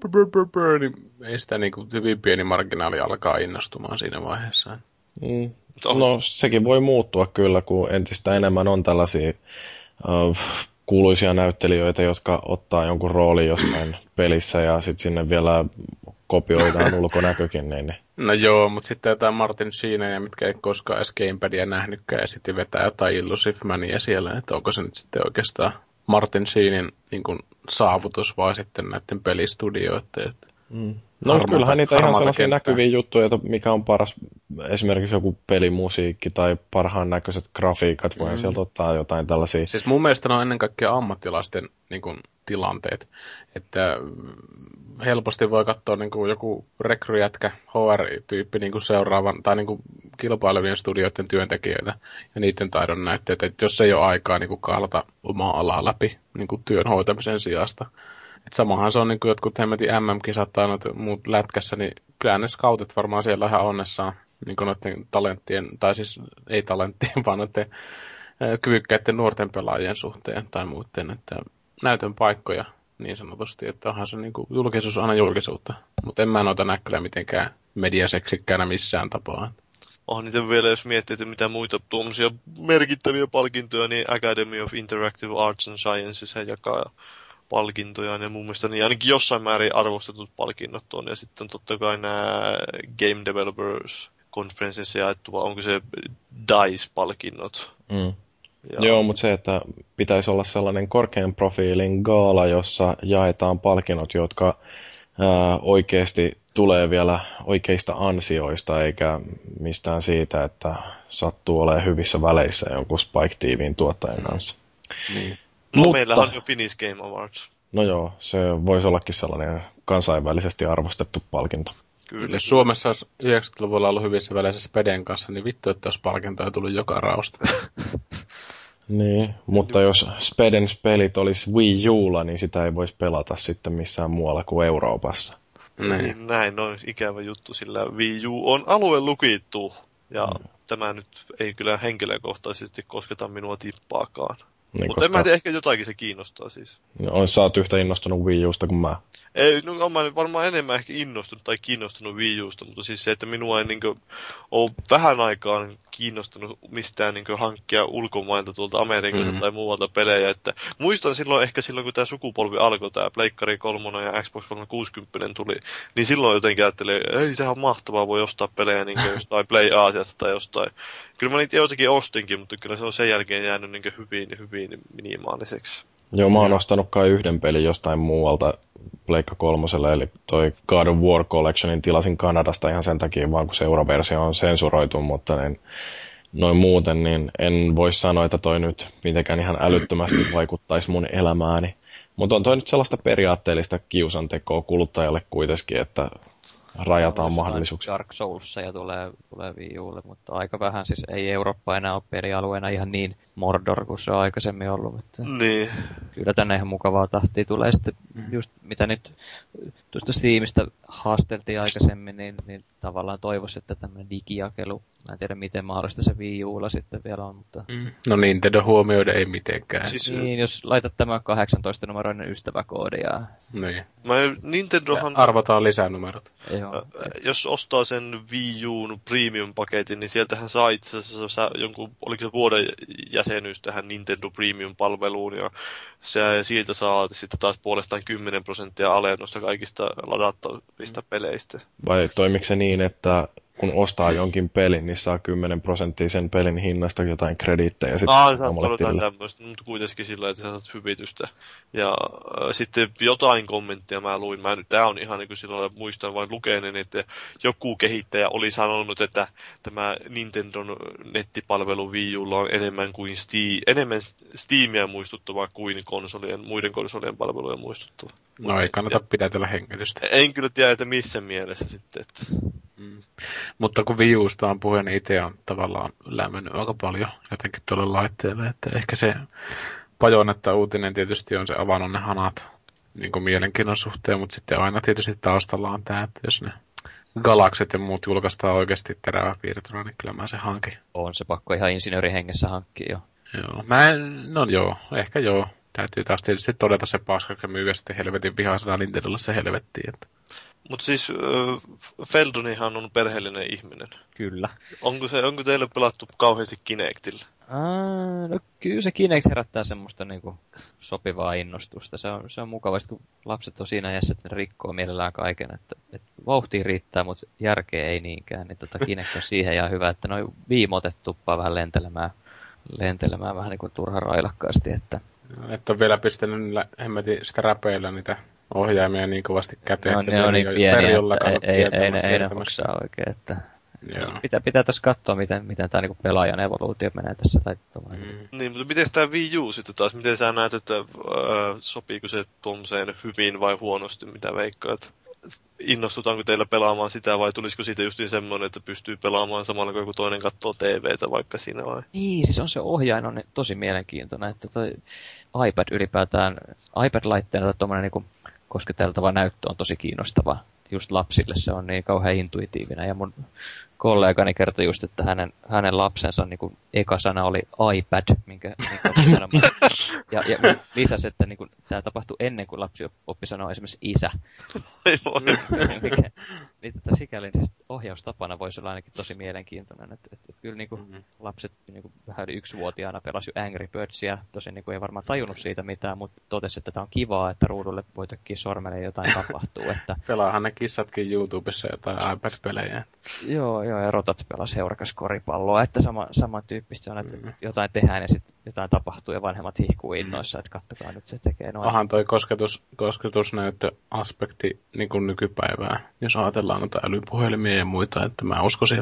niin ei sitä niinku hyvin pieni marginaali alkaa innostumaan siinä vaiheessa. No sekin voi muuttua kyllä, kun entistä enemmän on tällaisia kuuluisia näyttelijöitä, jotka ottaa jonkun roolin jossain pelissä ja sitten sinne vielä kopioidaan ulkonäkökin. Niin. No joo, mutta sitten jotain Martin Sheenejä, mitkä ei koskaan edes gamepadia nähnytkään, ja sitten vetää jotain Illusive Mania siellä, että onko se nyt sitten oikeastaan Martin Sheenin niin kuin saavutus vai sitten näiden pelistudioiden. No kyllähän niitä ihan sellaisia näkyviä juttuja, että mikä on paras, esimerkiksi joku pelimusiikki tai parhaan näköiset grafiikat, voidaan sieltä ottaa jotain tällaisia. Siis mun mielestä ne on ennen kaikkea ammattilaisten niin kuin, tilanteet, että helposti voi katsoa niin kuin joku rekryjätkä, HR-tyyppi niin kuin seuraavan tai niin kuin kilpailevien studioiden työntekijöitä ja niiden taidon näytteitä, että jos ei ole aikaa niin kuin kahlata omaa alaa läpi niin kuin työn hoitamisen sijasta. Et samahan se on niin kuin jotkut hemmetin MM-kisat tai muut lätkässä, niin kyllä ne scoutit varmaan siellä ihan onnessaan niin kuin noiden talenttien, tai siis ei talenttien, vaan noiden kyvykkäiden nuorten pelaajien suhteen tai muuten, että näytön paikkoja niin sanotusti, että onhan se niin kuin julkisuus aina julkisuutta, mutta en mä noita näe kyllä mitenkään mediaseksikkäänä missään tapaa. Onhan niitä vielä, jos miettii, että mitä muita tuommoisia merkittäviä palkintoja, niin Academy of Interactive Arts and Sciences jakaa palkintoja, ja mun mielestä niin ainakin jossain määrin arvostetut palkinnot on, ja sitten totta kai nämä Game Developers Conferences jaettu, vai onko se DICE-palkinnot? Joo, mutta se, että pitäisi olla sellainen korkean profiilin gaala, jossa jaetaan palkinnot, jotka oikeasti tulee vielä oikeista ansioista, eikä mistään siitä, että sattuu olemaan hyvissä väleissä jonkun Spike TV:n tuottajan kanssa. Niin. No meillähän on jo Finnish Game Awards. No joo, se voisi ollakin sellainen kansainvälisesti arvostettu palkinto. Kyllä. Jos Suomessa olisi 90-luvulla ollut hyvissä väleissä Speden kanssa, niin vittu, että olisi palkintoja tullut joka raosta. Niin, mutta jos Spedens pelit olisi Wii Ulla, niin sitä ei voisi pelata sitten missään muualla kuin Euroopassa. Niin, näin on ikävä juttu, sillä Wii U on alue lukittu. Ja tämä nyt ei kyllä henkilökohtaisesti kosketa minua tippaakaan. Niin, mutta en mä tiedä, ehkä jotakin se kiinnostaa siis. No, sä oot yhtä innostunut Wii Usta kuin mä. Ei, no on mä varmaan enemmän ehkä innostunut tai kiinnostunut Wii Usta, mutta siis se, että minua ei niinkö ole vähän aikaan kiinnostunut mistään niinkö hankkia ulkomailta tuolta Amerikasta tai muualta pelejä, että muistan silloin, kun tämä sukupolvi alkoi, tämä Pleikkari 3 ja Xbox 360 tuli, niin silloin jotenkin ajattelin, ei sehän on mahtavaa, voi ostaa pelejä niinkö jostain Play Aasiasta tai jostain. Kyllä mä niitä joitakin ostinkin, mutta kyllä se on sen jälkeen jäänyt niinkö hyvin minimaaliseksi. Joo, mä oon ostanut kai yhden pelin jostain muualta Pleikka 3:lle, eli toi God of War Collectionin tilasin Kanadasta ihan sen takia, vaan kun seuraversio on sensuroitu, mutta niin, noin muuten, niin en voi sanoa, että toi nyt mitenkään ihan älyttömästi vaikuttaisi mun elämääni. Mutta on toi nyt sellaista periaatteellista kiusantekoa kuluttajalle kuitenkin, että rajataan mahdollisuuksia. Dark Soulsia ja tulee Wii Ulle, mutta aika vähän, siis ei Eurooppa enää ole pelialueena ihan niin Mordor kuin se on aikaisemmin ollut. Että niin. Kyllä tänne ihan mukavaa tahtia tulee sitten just mitä nyt tuosta Steamista haasteltiin aikaisemmin, niin tavallaan toivoisi, että tämmöinen digijakelu, mä en tiedä miten mahdollista se Wii Ulla sitten vielä on, mutta... No Nintendo huomioida ei mitenkään. Siis, niin, jos laitat tämän 18-numeroinen ystäväkoodi ja... Niin. Nintendohan... Ja arvotaan lisää numerot. Jos ostaa sen Wii U:n Premium-paketin, niin sieltähän saa itse asiassa jonkun, oliko se vuoden jäsenyys tähän Nintendo Premium-palveluun, ja siitä saa sitten taas puolestaan 10% alennusta kaikista ladattavista peleistä. Vai toimiko se niin, että kun ostaa jonkin pelin, niin saa 10% sen pelin hinnasta jotain krediittejä sitten omalle tilille? Tämmöistä, mutta kuitenkin sillä, että sä saat hyvitystä. Ja sitten jotain kommenttia mä luin, tää on ihan niin kuin silloin, muistan vain lukeneen, että joku kehittäjä oli sanonut, että tämä Nintendon nettipalvelu Wii Ulla on enemmän Steamia muistuttava kuin muiden konsolien palvelujen muistuttava. No ei kannata pidätellä hengitystä. En kyllä tiedä, että missä mielessä sitten. Että... Mutta kun Wii Usta on puhe, niin itse on tavallaan lämmennyt aika paljon jotenkin tuolle laitteelle. Että ehkä se Bajonetta uutinen tietysti on se avannut ne hanat niin kuin mielenkiinnon suhteen, mutta sitten aina tietysti taustalla on tämä, että jos ne Galakset ja muut julkaistaan oikeasti terävä piirtona, niin kyllä mä se hankin. On se pakko ihan insinöörihengessä hankkia jo. Joo, ehkä joo. Täytyy taas tietysti todeta se paska, kun myy sitten helvetin vihaisena Nintendolle se helvettiin. Että. Mutta siis Feldonihan on perheellinen ihminen. Kyllä. Onko teille pelattu kauheasti Kinectillä? No kyllä se Kinect herättää semmoista niinku sopivaa innostusta. Se on mukavasti, kun lapset on siinä iässä, että ne rikkoo mielellään kaiken. Että vauhtia riittää, mutta järkeä ei niinkään. Niin Kinect on siihen ihan hyvä, että noi viimotet tuppaa vähän lentelemään vähän niinku turhan railakkaasti. Että on vielä pistänyt hemmetin sitä räpeillä niitä ohjaimia niin kovasti käteen. No, ne on niin pieniä, että ei ne maksaa oikein. Että pitää tässä katsoa, miten tämä niinku pelaajan evoluutio menee tässä. Niin, mutta miten tämä Wii U sitten taas? Miten sä näet, että sopiiko se tuommoiseen hyvin vai huonosti, mitä veikkaat? Innostutaanko teillä pelaamaan sitä vai tulisiko siitä justiin semmoinen, että pystyy pelaamaan samalla kun joku toinen katsoo TVtä vaikka siinä vai? Niin, siis on se ohjain on tosi mielenkiintoinen, että toi iPad ylipäätään, iPad-laitteena tuommoinen niinku kosketeltava näyttö on tosi kiinnostava. Just lapsille se on niin kauhean intuitiivinen. Ja mun kollegani kertoi just, että hänen lapsensa niin kuin eka sana oli iPad, minkä sana. Ja lisäsi, että niin kuin, tämä tapahtui ennen kuin lapsi oppi sanoa esimerkiksi isä. Niin sikäli siis ohjaustapana voisi olla ainakin tosi mielenkiintoinen. Että kyllä niin kuin, lapset niin kuin, vähän yli 1-vuotiaana pelasi Angry Birdsia. Tosin niin kuin, ei varmaan tajunnut siitä mitään, mutta totesi, että tämä on kivaa, että ruudulle voi tökkiä sormelle ja jotain tapahtuu. Että pelaahan ne kissatkin YouTubessa jotain iPad-pelejä. Joo, ja rotat pelasi seurakas koripalloa, että samantyyppistä on, että jotain tehdään ja sitten jotain tapahtuu ja vanhemmat hihkuu innoissa, että kattokaa nyt se tekee noin. Pahan toi kosketusnäyttöaspekti niin kuin nykypäivää, jos ajatellaan noita älypuhelimia ja muita, että mä uskoisin,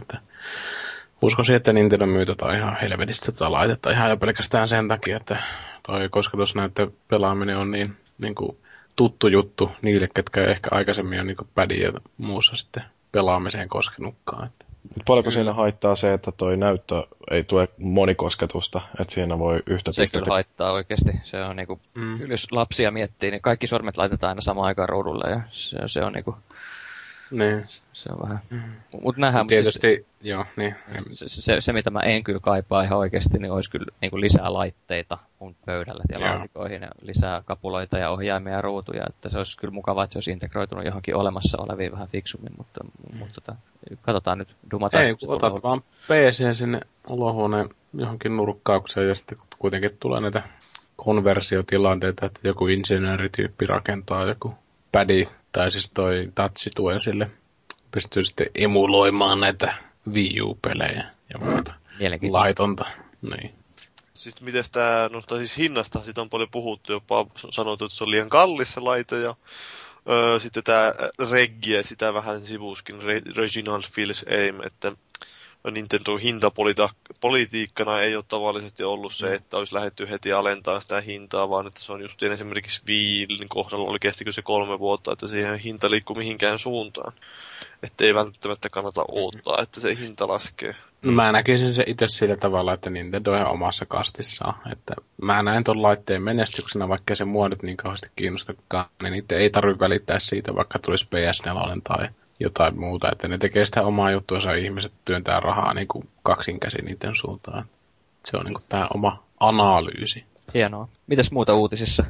että Nintendo myy ihan helvetistä laitetta ihan jo pelkästään sen takia, että toi kosketusnäyttöpelaaminen on niin kuin tuttu juttu niille, ketkä ehkä aikaisemmin on niin kuin padin ja muussa sitten pelaamiseen koskenutkaan. Paljonko siinä haittaa se, että toi näyttö ei tue monikosketusta, että siinä voi yhtä se kyllä haittaa oikeasti. Se on niinku, jos lapsia miettii, niin kaikki sormet laitetaan aina samaan aikaan ruudulle ja se on niinku, niin. Se on vähän. Mut nähdään, tietysti, siis, joo, niin. Se, mitä mä en kyllä kaipaa ihan oikeasti, niin olisi kyllä niinku lisää laitteita mun pöydälle ja laatikoihin ja lisää kapuloita ja ohjaimia ja ruutuja, että se olisi kyllä mukavaa, että se olisi integroitunut johonkin olemassa oleviin vähän fiksummin, mutta katsotaan nyt dumataan. Ei, otat vaan PC sinne olohuoneen johonkin nurkkaukseen ja sitten kuitenkin tulee näitä konversiotilanteita, että joku insinöörityyppi rakentaa joku pädi tai siis toi touch-tuen sille pystyy sitten emuloimaan näitä Wii U-pelejä ja muuta laitonta. Niin. Siis miten tää, no siis hinnasta siitä on paljon puhuttu, jopa sanottu, että se on liian kallis se laite ja sitten tää Reggie, sitä vähän sivuskin, Reginald Fils Aim, että Nintendo hintapolitiikkana ei ole tavallisesti ollut se, että olisi lähdetty heti alentamaan sitä hintaa, vaan että se on just esimerkiksi Wiiin kohdalla oli kestikö se 3 vuotta, että siihen hinta liikkuu mihinkään suuntaan. Että ei välttämättä kannata odottaa, että se hinta laskee. No mä näkisin se itse sillä tavalla, että Nintendo on omassa kastissaan. Että mä näen ton laitteen menestyksenä, vaikka se muodot niin kauheasti kiinnostakaan, niin niitä ei tarvitse välittää siitä, vaikka tulisi PS4 tai jotain muuta, että ne tekee sitä omaa juttuansa ja ihmiset työntää rahaa niin kuin kaksinkäsin niiden suuntaan. Se on niin kuin tämä oma analyysi. Hienoa. Mitäs muuta uutisissa?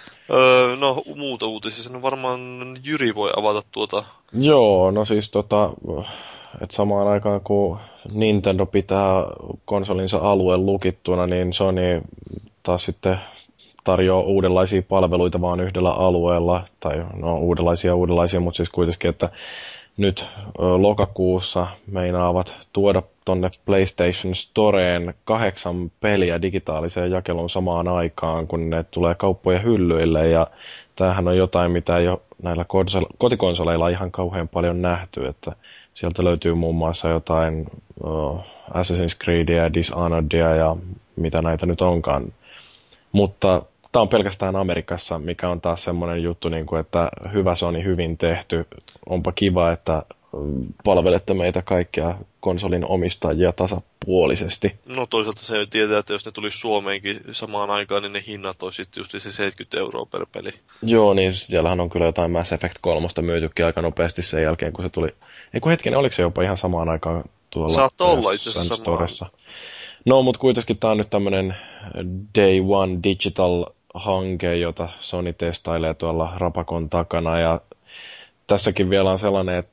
No muuta uutisissa, no varmaan Jyri voi avata tuota. Joo, no siis että samaan aikaan kun Nintendo pitää konsolinsa alueen lukittuna, niin Sony taas sitten tarjoaa uudenlaisia palveluita vaan yhdellä alueella, tai no uudenlaisia, mutta siis kuitenkin, että nyt lokakuussa meinaavat tuoda tonne PlayStation Storeen 8 peliä digitaaliseen jakeluun samaan aikaan, kun ne tulee kauppojen hyllyille, ja tämähän on jotain, mitä ei ole näillä kotikonsoleilla ihan kauhean paljon nähty, että sieltä löytyy muun muassa jotain Assassin's Creedia, Dishonoredia ja mitä näitä nyt onkaan, mutta tämä on pelkästään Amerikassa, mikä on taas semmoinen juttu, että hyvä Sony, hyvin tehty. Onpa kiva, että palvelette meitä kaikkia konsolin omistajia tasapuolisesti. No toisaalta se tietää, että jos ne tulisi Suomeenkin samaan aikaan, niin ne hinnat olisi just se 70 € per peli. Joo, niin siellähän on kyllä jotain Mass Effect 3 myytykin aika nopeasti sen jälkeen, kun se tuli. Eiku hetkinen, oliko se jopa ihan samaan aikaan tuolla saattaa olla itse asiassa Storessa? No, mutta kuitenkin tämä on nyt tämmöinen Day One Digital-hanke, jota Sony testailee tuolla Rapakon takana. Ja tässäkin vielä on sellainen, että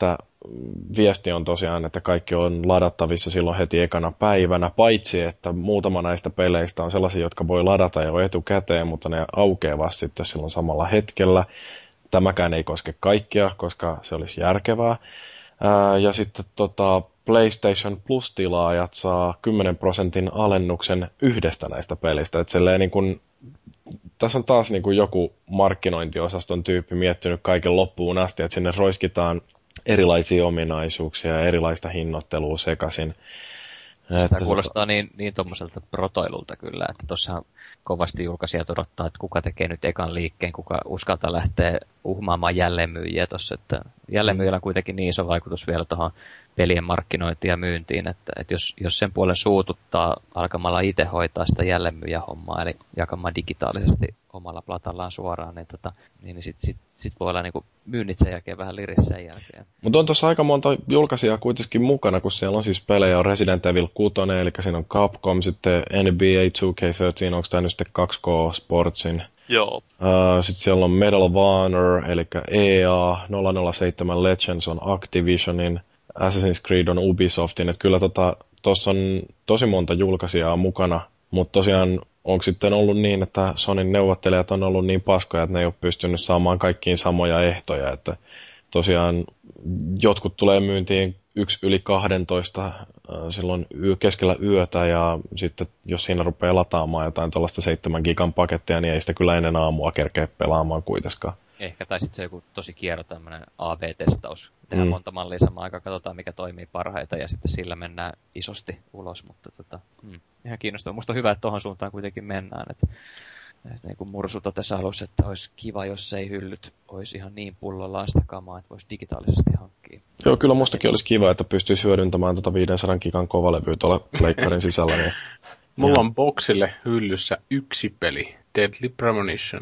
viesti on tosiaan, että kaikki on ladattavissa silloin heti ekana päivänä, paitsi että muutama näistä peleistä on sellaisia, jotka voi ladata jo etukäteen, mutta ne aukeavat sitten silloin samalla hetkellä. Tämäkään ei koske kaikkia, koska se olisi järkevää. Ja sitten PlayStation Plus-tilaajat saa 10% alennuksen yhdestä näistä pelistä. Et niin kun, tässä on taas niin kun joku markkinointiosaston tyyppi miettinyt kaiken loppuun asti, että sinne roiskitaan erilaisia ominaisuuksia ja erilaista hinnoittelua sekaisin. Siis tämä kuulostaa niin tommoselta protoilulta kyllä, että tuossahan kovasti julkaisijat odottaa, että kuka tekee nyt ekan liikkeen, kuka uskaltaa lähteä uhmaamaan jälleenmyyjiä tuossa. Että jälleenmyyjällä on kuitenkin niin iso vaikutus vielä tuohon pelien markkinointiin ja myyntiin, että jos sen puolen suututtaa alkamalla itse hoitaa sitä jälleenmyyjähommaa, eli jakamaan digitaalisesti omalla platallaan suoraan, niin sit voi olla niin myynnit sen jälkeen vähän liris sen jälkeen. Mutta on tuossa aika monta julkaisijaa kuitenkin mukana, kun siellä on siis pelejä, on Resident Evil 6, eli siinä on Capcom, sitten NBA 2K13, onko tämä nyt sitten 2K Sportsin? Joo. Sitten siellä on Medal of Honor, eli EA, 007 Legends on Activisionin, Assassin's Creed on Ubisoftin, että kyllä tuossa on tosi monta julkaisijaa mukana, mutta tosiaan onko sitten ollut niin, että Sonyn neuvottelijat on ollut niin paskoja, että ne ei ole pystynyt saamaan kaikkiin samoja ehtoja, että tosiaan jotkut tulee myyntiin 1/12 silloin keskellä yötä, ja sitten jos siinä rupeaa lataamaan jotain tuollaista 7 gigan pakettia, niin ei sitä kyllä ennen aamua kerkeä pelaamaan kuitenkaan. Ehkä, tai sitten se joku tosi kierro tämmöinen AB-testaus. Tehdään monta mallia samaan aikaan, katsotaan mikä toimii parhaita, ja sitten sillä mennään isosti ulos, mutta ihan kiinnostavaa. Musta on hyvä, että tuohon suuntaan kuitenkin mennään, että niin kuin Mursu totesi alussa, että olisi kiva, jos ei hyllyt olisi ihan niin pullollaan sitä kamaa, että voisi digitaalisesti hankkia. Joo, kyllä mustakin olisi kiva, että pystyisi hyödyntämään 500 gigan kovalevyä tuolla pleikkarin sisällä. Niin. Mulla on boksille hyllyssä yksi peli, Deadly Premonition.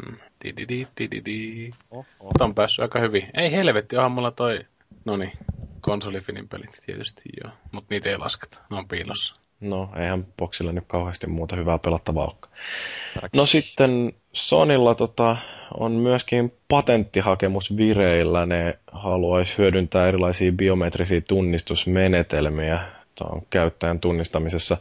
Tämä on päässyt aika hyvin. Ei helvetti, onhan mulla konsolifinin pelit tietysti joo, mutta niitä ei lasketa, ne on piilossa. No, eihän boksilla nyt kauheasti muuta hyvää pelattavaa olekaan. No sitten Sonylla on myöskin patenttihakemus vireillä. Ne haluaisi hyödyntää erilaisia biometrisiä tunnistusmenetelmiä käyttäjän tunnistamisessa.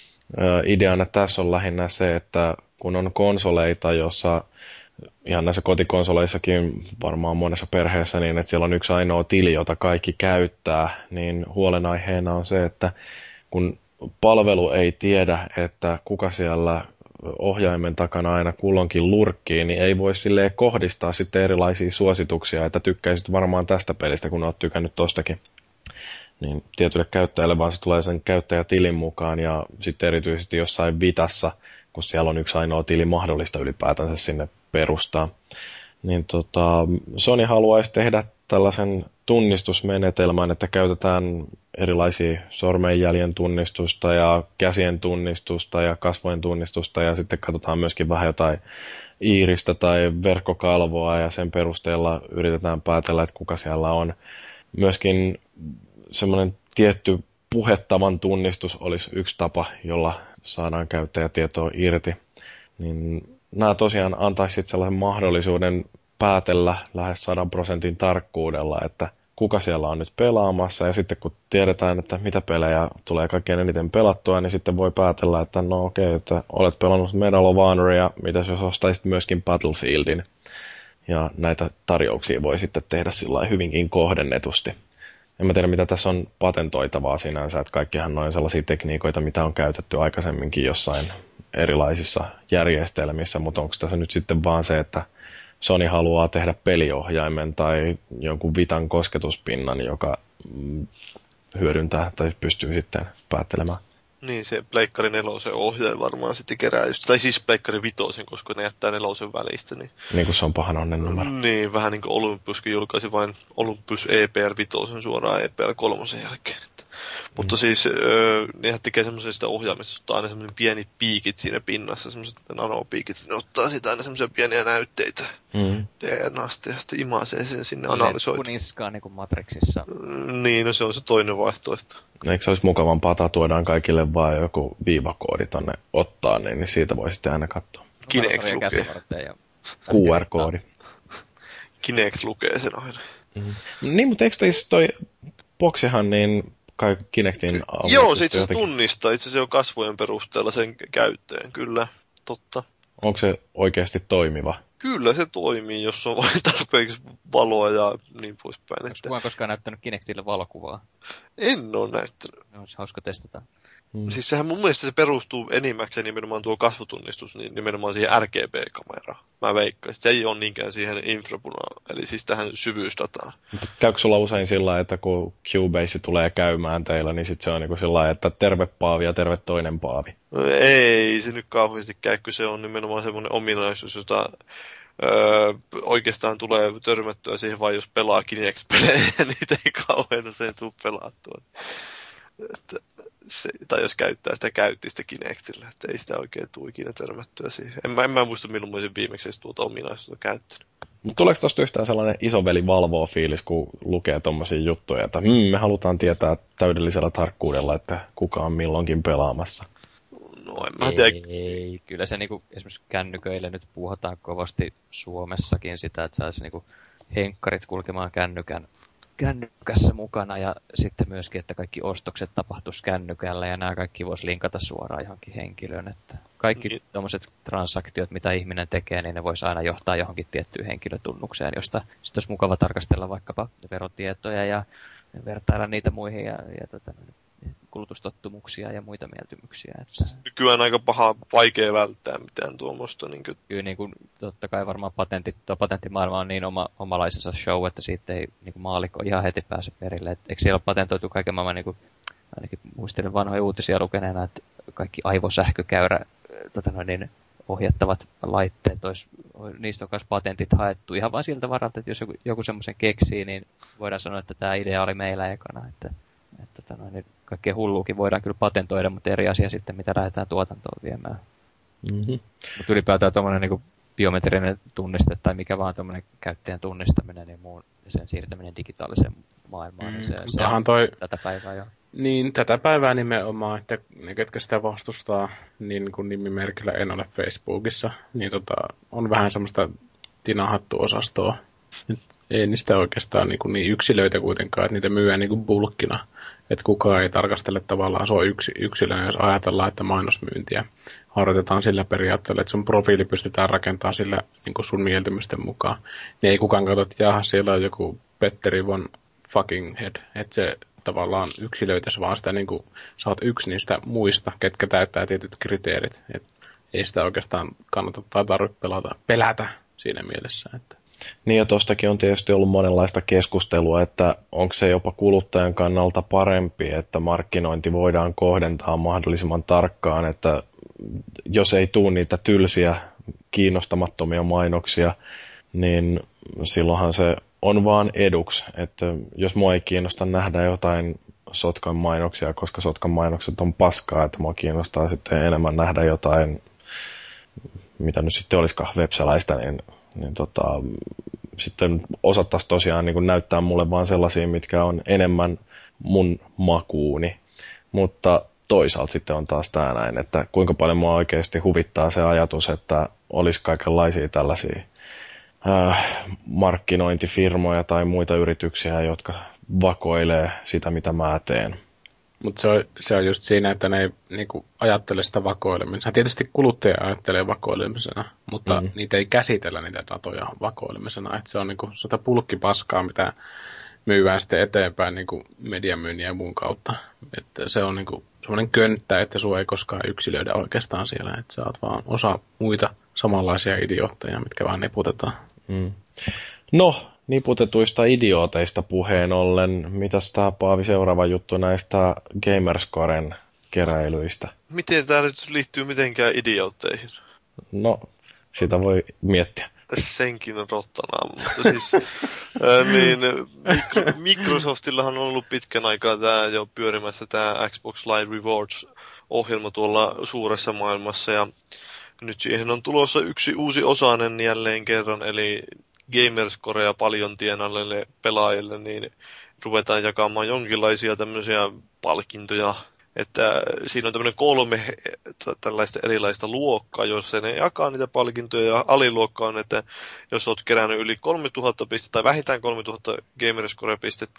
Ideana tässä on lähinnä se, että kun on konsoleita, jossa ihan näissä kotikonsoleissakin varmaan monessa perheessä niin, että siellä on yksi ainoa tili, jota kaikki käyttää, niin huolenaiheena on se, että kun palvelu ei tiedä, että kuka siellä ohjaimen takana aina kulloinkin lurkkii, niin ei voi silleen kohdistaa sitten erilaisia suosituksia, että tykkäisit varmaan tästä pelistä, kun olet tykännyt tostakin. Niin tietylle käyttäjälle vaan se tulee sen käyttäjätilin mukaan, ja sitten erityisesti jossain Vitassa, kun siellä on yksi ainoa tili mahdollista ylipäätänsä sinne perustaa. Niin Sony haluaisi tehdä tällaisen tunnistusmenetelmän, että käytetään erilaisia sormenjäljen tunnistusta ja käsien tunnistusta ja kasvojen tunnistusta, ja sitten katsotaan myöskin vähän jotain iiristä tai verkkokalvoa, ja sen perusteella yritetään päätellä, että kuka siellä on. Myöskin semmoinen tietty puhettavan tunnistus olisi yksi tapa, jolla saadaan käyttäjätietoa irti. Niin nämä tosiaan antaisi sellaisen mahdollisuuden päätellä lähes 100% tarkkuudella, että kuka siellä on nyt pelaamassa, ja sitten kun tiedetään, että mitä pelejä tulee kaikkein eniten pelattua, niin sitten voi päätellä, että no okei, että olet pelannut Medal of Honoria, mitäs jos ostaisit myöskin Battlefieldin, ja näitä tarjouksia voi sitten tehdä sillä hyvinkin kohdennetusti. En mä tiedä, mitä tässä on patentoitavaa sinänsä, että kaikkihan noin sellaisia tekniikoita, mitä on käytetty aikaisemminkin jossain erilaisissa järjestelmissä, mutta onko tässä nyt sitten vaan se, että Sony haluaa tehdä peliohjaimen tai jonkun Vitan kosketuspinnan, joka hyödyntää tai pystyy sitten päättelemään. Niin, se Pleikkari 4 ohjaaja varmaan sitten kerää just, tai siis Pleikkari 5, koska ne jättää 4 välistä. Niin kuin se on pahan onnen numero. Niin, vähän niin kuin Olympuskin julkaisi vain Olympus EPR 5 suoraan EPR 3 jälkeen. Mutta siis nehän tekee semmoisesta ohjaamista, että aina semmoinen pieni piikit siinä pinnassa, semmoiset nanopiikit, ne ottaa siitä aina semmoisia pieniä näytteitä DNAsta ja sitten imaisee sen sinne analysoitu. Kuniskaa niin kuin Matrixissa. Niin, no se on se toinen vaihtoehto. Eikö se olisi mukavampaa, tuodaan kaikille vaan joku viivakoodi tonne ottaa, niin siitä voi sitten aina katsoa. Kinect lukee. QR-koodi. Kinect lukee sen aina. Niin, mutta eikö toi Boxihan niin kai Kinectin avulla. Joo, se itse asiassa tunnistaa. Itse asiassa jo kasvojen perusteella sen käyttöön, kyllä. Totta. Onko se oikeasti toimiva? Kyllä se toimii, jos on vain tarpeeksi valoa ja niin poispäin. Onko kukaan koskaan näyttänyt Kinectille valokuvaa? En ole näyttänyt. No, olisi hauska testata. Siis sehän mun mielestä se perustuu enimmäkseen nimenomaan tuo kasvotunnistus, niin nimenomaan siihen RGB-kameraan. Mä veikkaan, että se ei ole niinkään siihen infrapunaan, eli siis tähän syvyysdataan. Mutta käykö sulla usein sillä lailla, että kun Cubase tulee käymään teillä, niin sit se on niinku sillä lailla, että terve Paavi ja terve toinen Paavi? No, ei se nyt kauheasti käy, kun se on nimenomaan semmoinen ominaisuus, jota oikeastaan tulee törmättyä siihen vain, jos pelaa Kinect-pelejä, niitä ei kauhean usein tule pelattua. Tai jos käyttää sitä käyttistä Kinectillä, että ei sitä oikein tule ikinä törmättyä siihen. En mä muista, milloin mä olisin viimeksi tuota ominaisuutta käyttänyt. Mutta tuleeko tosta yhtään sellainen isoveli valvoo fiilis, kun lukee tommosia juttuja, että me halutaan tietää täydellisellä tarkkuudella, että kuka on milloinkin pelaamassa? No en mä tiedä. Ei, kyllä se niinku, esimerkiksi kännyköille nyt puhutaan kovasti Suomessakin sitä, että saisi niinku henkkarit kulkemaan kännykässä mukana ja sitten myöskin, että kaikki ostokset tapahtuisi kännykällä ja nämä kaikki voisi linkata suoraan johonkin henkilöön. Että kaikki tuommoiset transaktiot, mitä ihminen tekee, niin ne voisi aina johtaa johonkin tiettyyn henkilötunnukseen, josta sitten olisi mukava tarkastella vaikkapa verotietoja ja vertailla niitä muihin ja kulutustottumuksia ja muita mieltymyksiä. Että Nykyään aika vaikea välttää mitään tuommoista. Niin kuin... Kyllä niin kuin, totta kai varmaan patenttimaailma on niin omalaisensa show, että siitä ei niin kuin maallikko ihan heti pääse perille. Et eikö siellä ole patentoitu kaiken maailman, niin kuin, ainakin muistelen vanhoja uutisia lukeneena, että kaikki aivosähkökäyrä ohjattavat laitteet, niistä on myös patentit haettu ihan vain siltä varalta, että jos joku semmoisen keksii, niin voidaan sanoa, että tämä idea oli meillä ekana. Että kaikkea hulluukin voidaan kyllä patentoida, mutta eri asia sitten, mitä lähdetään tuotantoon viemään. Mm-hmm. Mutta ylipäätään tuommoinen niin biometrinen tunniste tai mikä vaan tuommoinen käyttäjän tunnistaminen ja muun sen siirtäminen digitaaliseen maailmaan, niin se on tätä päivää jo. Niin, tätä päivää nimenomaan, että ne, ketkä sitä vastustaa, niin kuin nimimerkillä en ole Facebookissa, niin on vähän semmoista tinahattu-osastoa. Ei niistä oikeastaan niin yksilöitä kuitenkaan, että niitä myyään niin bulkkina. Että kukaan ei tarkastele tavallaan sua yksilönä, jos ajatellaan, että mainosmyyntiä harjoitetaan sillä periaatteella, että sun profiili pystytään rakentamaan sillä niin sun mieltymysten mukaan. Niin ei kukaan katso, että jaha, siellä on joku Petteri von fucking head. Että se tavallaan yksilöitäisi vaan sitä, niin kuin sä oot yksi niistä muista, ketkä täyttää tietyt kriteerit. Et ei sitä oikeastaan kannata tai tarvitse pelätä siinä mielessä, että niin ja tuostakin on tietysti ollut monenlaista keskustelua, että onko se jopa kuluttajan kannalta parempi, että markkinointi voidaan kohdentaa mahdollisimman tarkkaan, että jos ei tule niitä tylsiä, kiinnostamattomia mainoksia, niin silloinhan se on vaan eduksi, että jos mua ei kiinnosta nähdä jotain Sotkan mainoksia, koska Sotkan mainokset on paskaa, että mua kiinnostaa sitten enemmän nähdä jotain, mitä nyt sitten olisikaan webseläistä, niin sitten osattaisiin tosiaan niin kuin näyttää mulle vaan sellaisia, mitkä on enemmän mun makuuni. Mutta toisaalta sitten on taas tämä näin, että kuinka paljon mua oikeasti huvittaa se ajatus, että olisi kaikenlaisia tällaisia markkinointifirmoja tai muita yrityksiä, jotka vakoilee sitä, mitä mä teen. Mutta se on just siinä, että ne ei niinku ajattele sitä vakoilemisena. Tietysti kuluttaja ajattelee vakoilemisena, mutta niitä ei käsitellä niitä datoja vakoilemisena. Et se on niinku sitä pulkkipaskaa, mitä myydään sitten eteenpäin niinku mediamyynnin ja muun kautta. Että se on niinku semmoinen könttä, että sua ei koskaan yksilöidä oikeastaan siellä. Että sä oot vaan osa muita samanlaisia idiootteja, mitkä vaan niputetaan. No, niputetuista idiooteista puheen ollen, mitäs tää Paavi seuraava juttu näistä Gamerscoren keräilyistä? Miten tää nyt liittyy mitenkään idiootteihin? No, sitä voi miettiä. Senkin on rottanaa, mutta siis niin, Microsoftillahan on ollut pitkän aikaa tää jo pyörimässä tää Xbox Live Rewards-ohjelma tuolla suuressa maailmassa ja nyt siihen on tulossa yksi uusi osainen jälleen kerran, eli Gamerscorea paljon tienalle pelaajille, niin ruvetaan jakamaan jonkinlaisia tämmöisiä palkintoja, että siinä on tämmöinen 3 tällaista erilaista luokkaa, jossa ne jakaa niitä palkintoja, ja aliluokka on, että jos olet kerännyt yli 3000 pistettä tai vähintään 3000 Gamerscore-pistettä,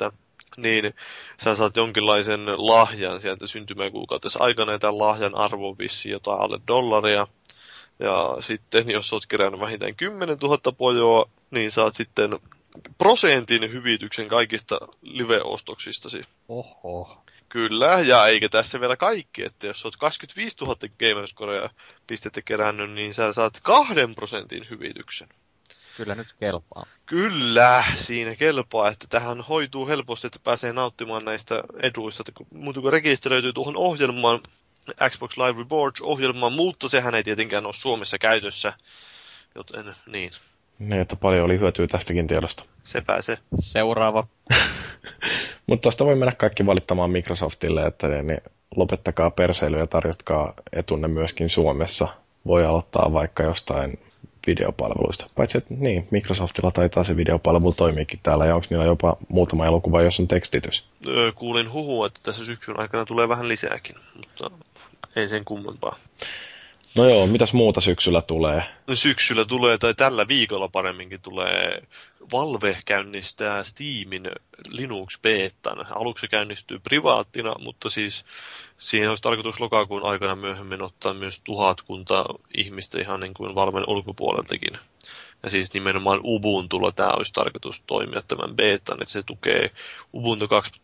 niin sä saat jonkinlaisen lahjan sieltä syntymäkuukautessa aikana, ja tämän lahjan arvo on vissiin jotain alle $1. Ja sitten, jos oot kerännyt vähintään 10 000 pojoa, niin saat sitten prosentin hyvityksen kaikista live-ostoksistasi. Oho. Kyllä, ja eikä tässä vielä kaikki, että jos oot 25 000 Gamerscorea-pistettä kerännyt, niin sä saat 2% hyvityksen. Kyllä nyt kelpaa. Kyllä, siinä kelpaa, että tähän hoituu helposti, että pääsee nauttimaan näistä eduista, mutta kun rekisteröityy tuohon ohjelmaan, Xbox Live Rewards-ohjelmaan, mutta sehän ei tietenkään ole Suomessa käytössä, joten niin. Niin, että paljon oli hyötyä tästäkin tiedosta. Sepä se. Seuraava. Mutta tuosta voi mennä kaikki valittamaan Microsoftille, että niin lopettakaa perseily ja tarjotkaa etunne myöskin Suomessa. Voi aloittaa vaikka jostain videopalveluista. Paitsi, että niin, Microsoftilla taitaa se videopalvelu toimiikin täällä, ja onko niillä jopa muutama elokuva, jos on tekstitys? Kuulin huhua, että tässä syksyn aikana tulee vähän lisääkin, mutta ei sen kummempaa. No joo, mitäs muuta syksyllä tulee? Syksyllä tulee, tai tällä viikolla paremminkin tulee, Valve käynnistää Steamin Linux-beetan. Aluksi se käynnistyy privaattina, mutta siis siihen olisi tarkoitus lokakuun aikana myöhemmin ottaa myös 1000 ihmistä ihan niin kuin Valven ulkopuoleltakin. Ja siis nimenomaan Ubuntulla tämä olisi tarkoitus toimia tämän beetan, että se tukee Ubuntu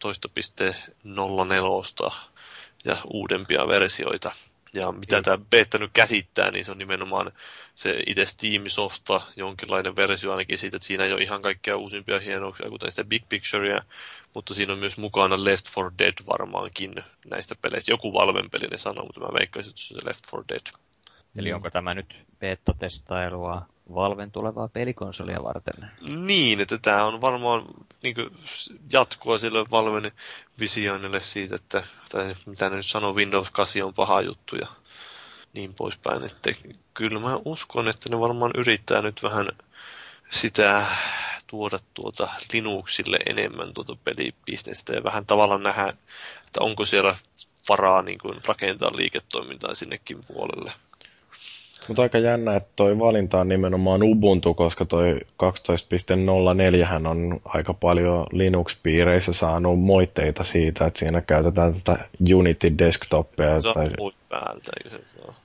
12.04 ja uudempia versioita. Ja mitä tämä beta nyt käsittää, niin se on nimenomaan se itse Steam-softa, jonkinlainen versio ainakin siitä, että siinä ei ole ihan kaikkia uusimpia hienouksia, kuten sitä Big Picturea, mutta siinä on myös mukana Left 4 Dead varmaankin näistä peleistä. Joku Valven peli ne sanoo, mutta mä veikkaisin, että se on Left 4 Dead. Eli onko tämä nyt beta-testailua Valven tulevaa pelikonsolia varten? Niin, että tämä on varmaan niin kuin jatkoa sille Valven visioinnille siitä, että tai mitä ne nyt sanoo, Windows 8 on paha juttu ja niin poispäin. Että kyllä mä uskon, että ne varmaan yrittää nyt vähän sitä tuoda Linuxille enemmän pelibisnestä ja vähän tavallaan nähdä, että onko siellä varaa niin kuin rakentaa liiketoimintaa sinnekin puolelle. Mutta aika jännä, että toi valinta on nimenomaan Ubuntu, koska toi 12.04 on aika paljon Linux-piireissä saanut moitteita siitä, että siinä käytetään tätä Unity desktopia. Se on muut päältä, eikö se saa?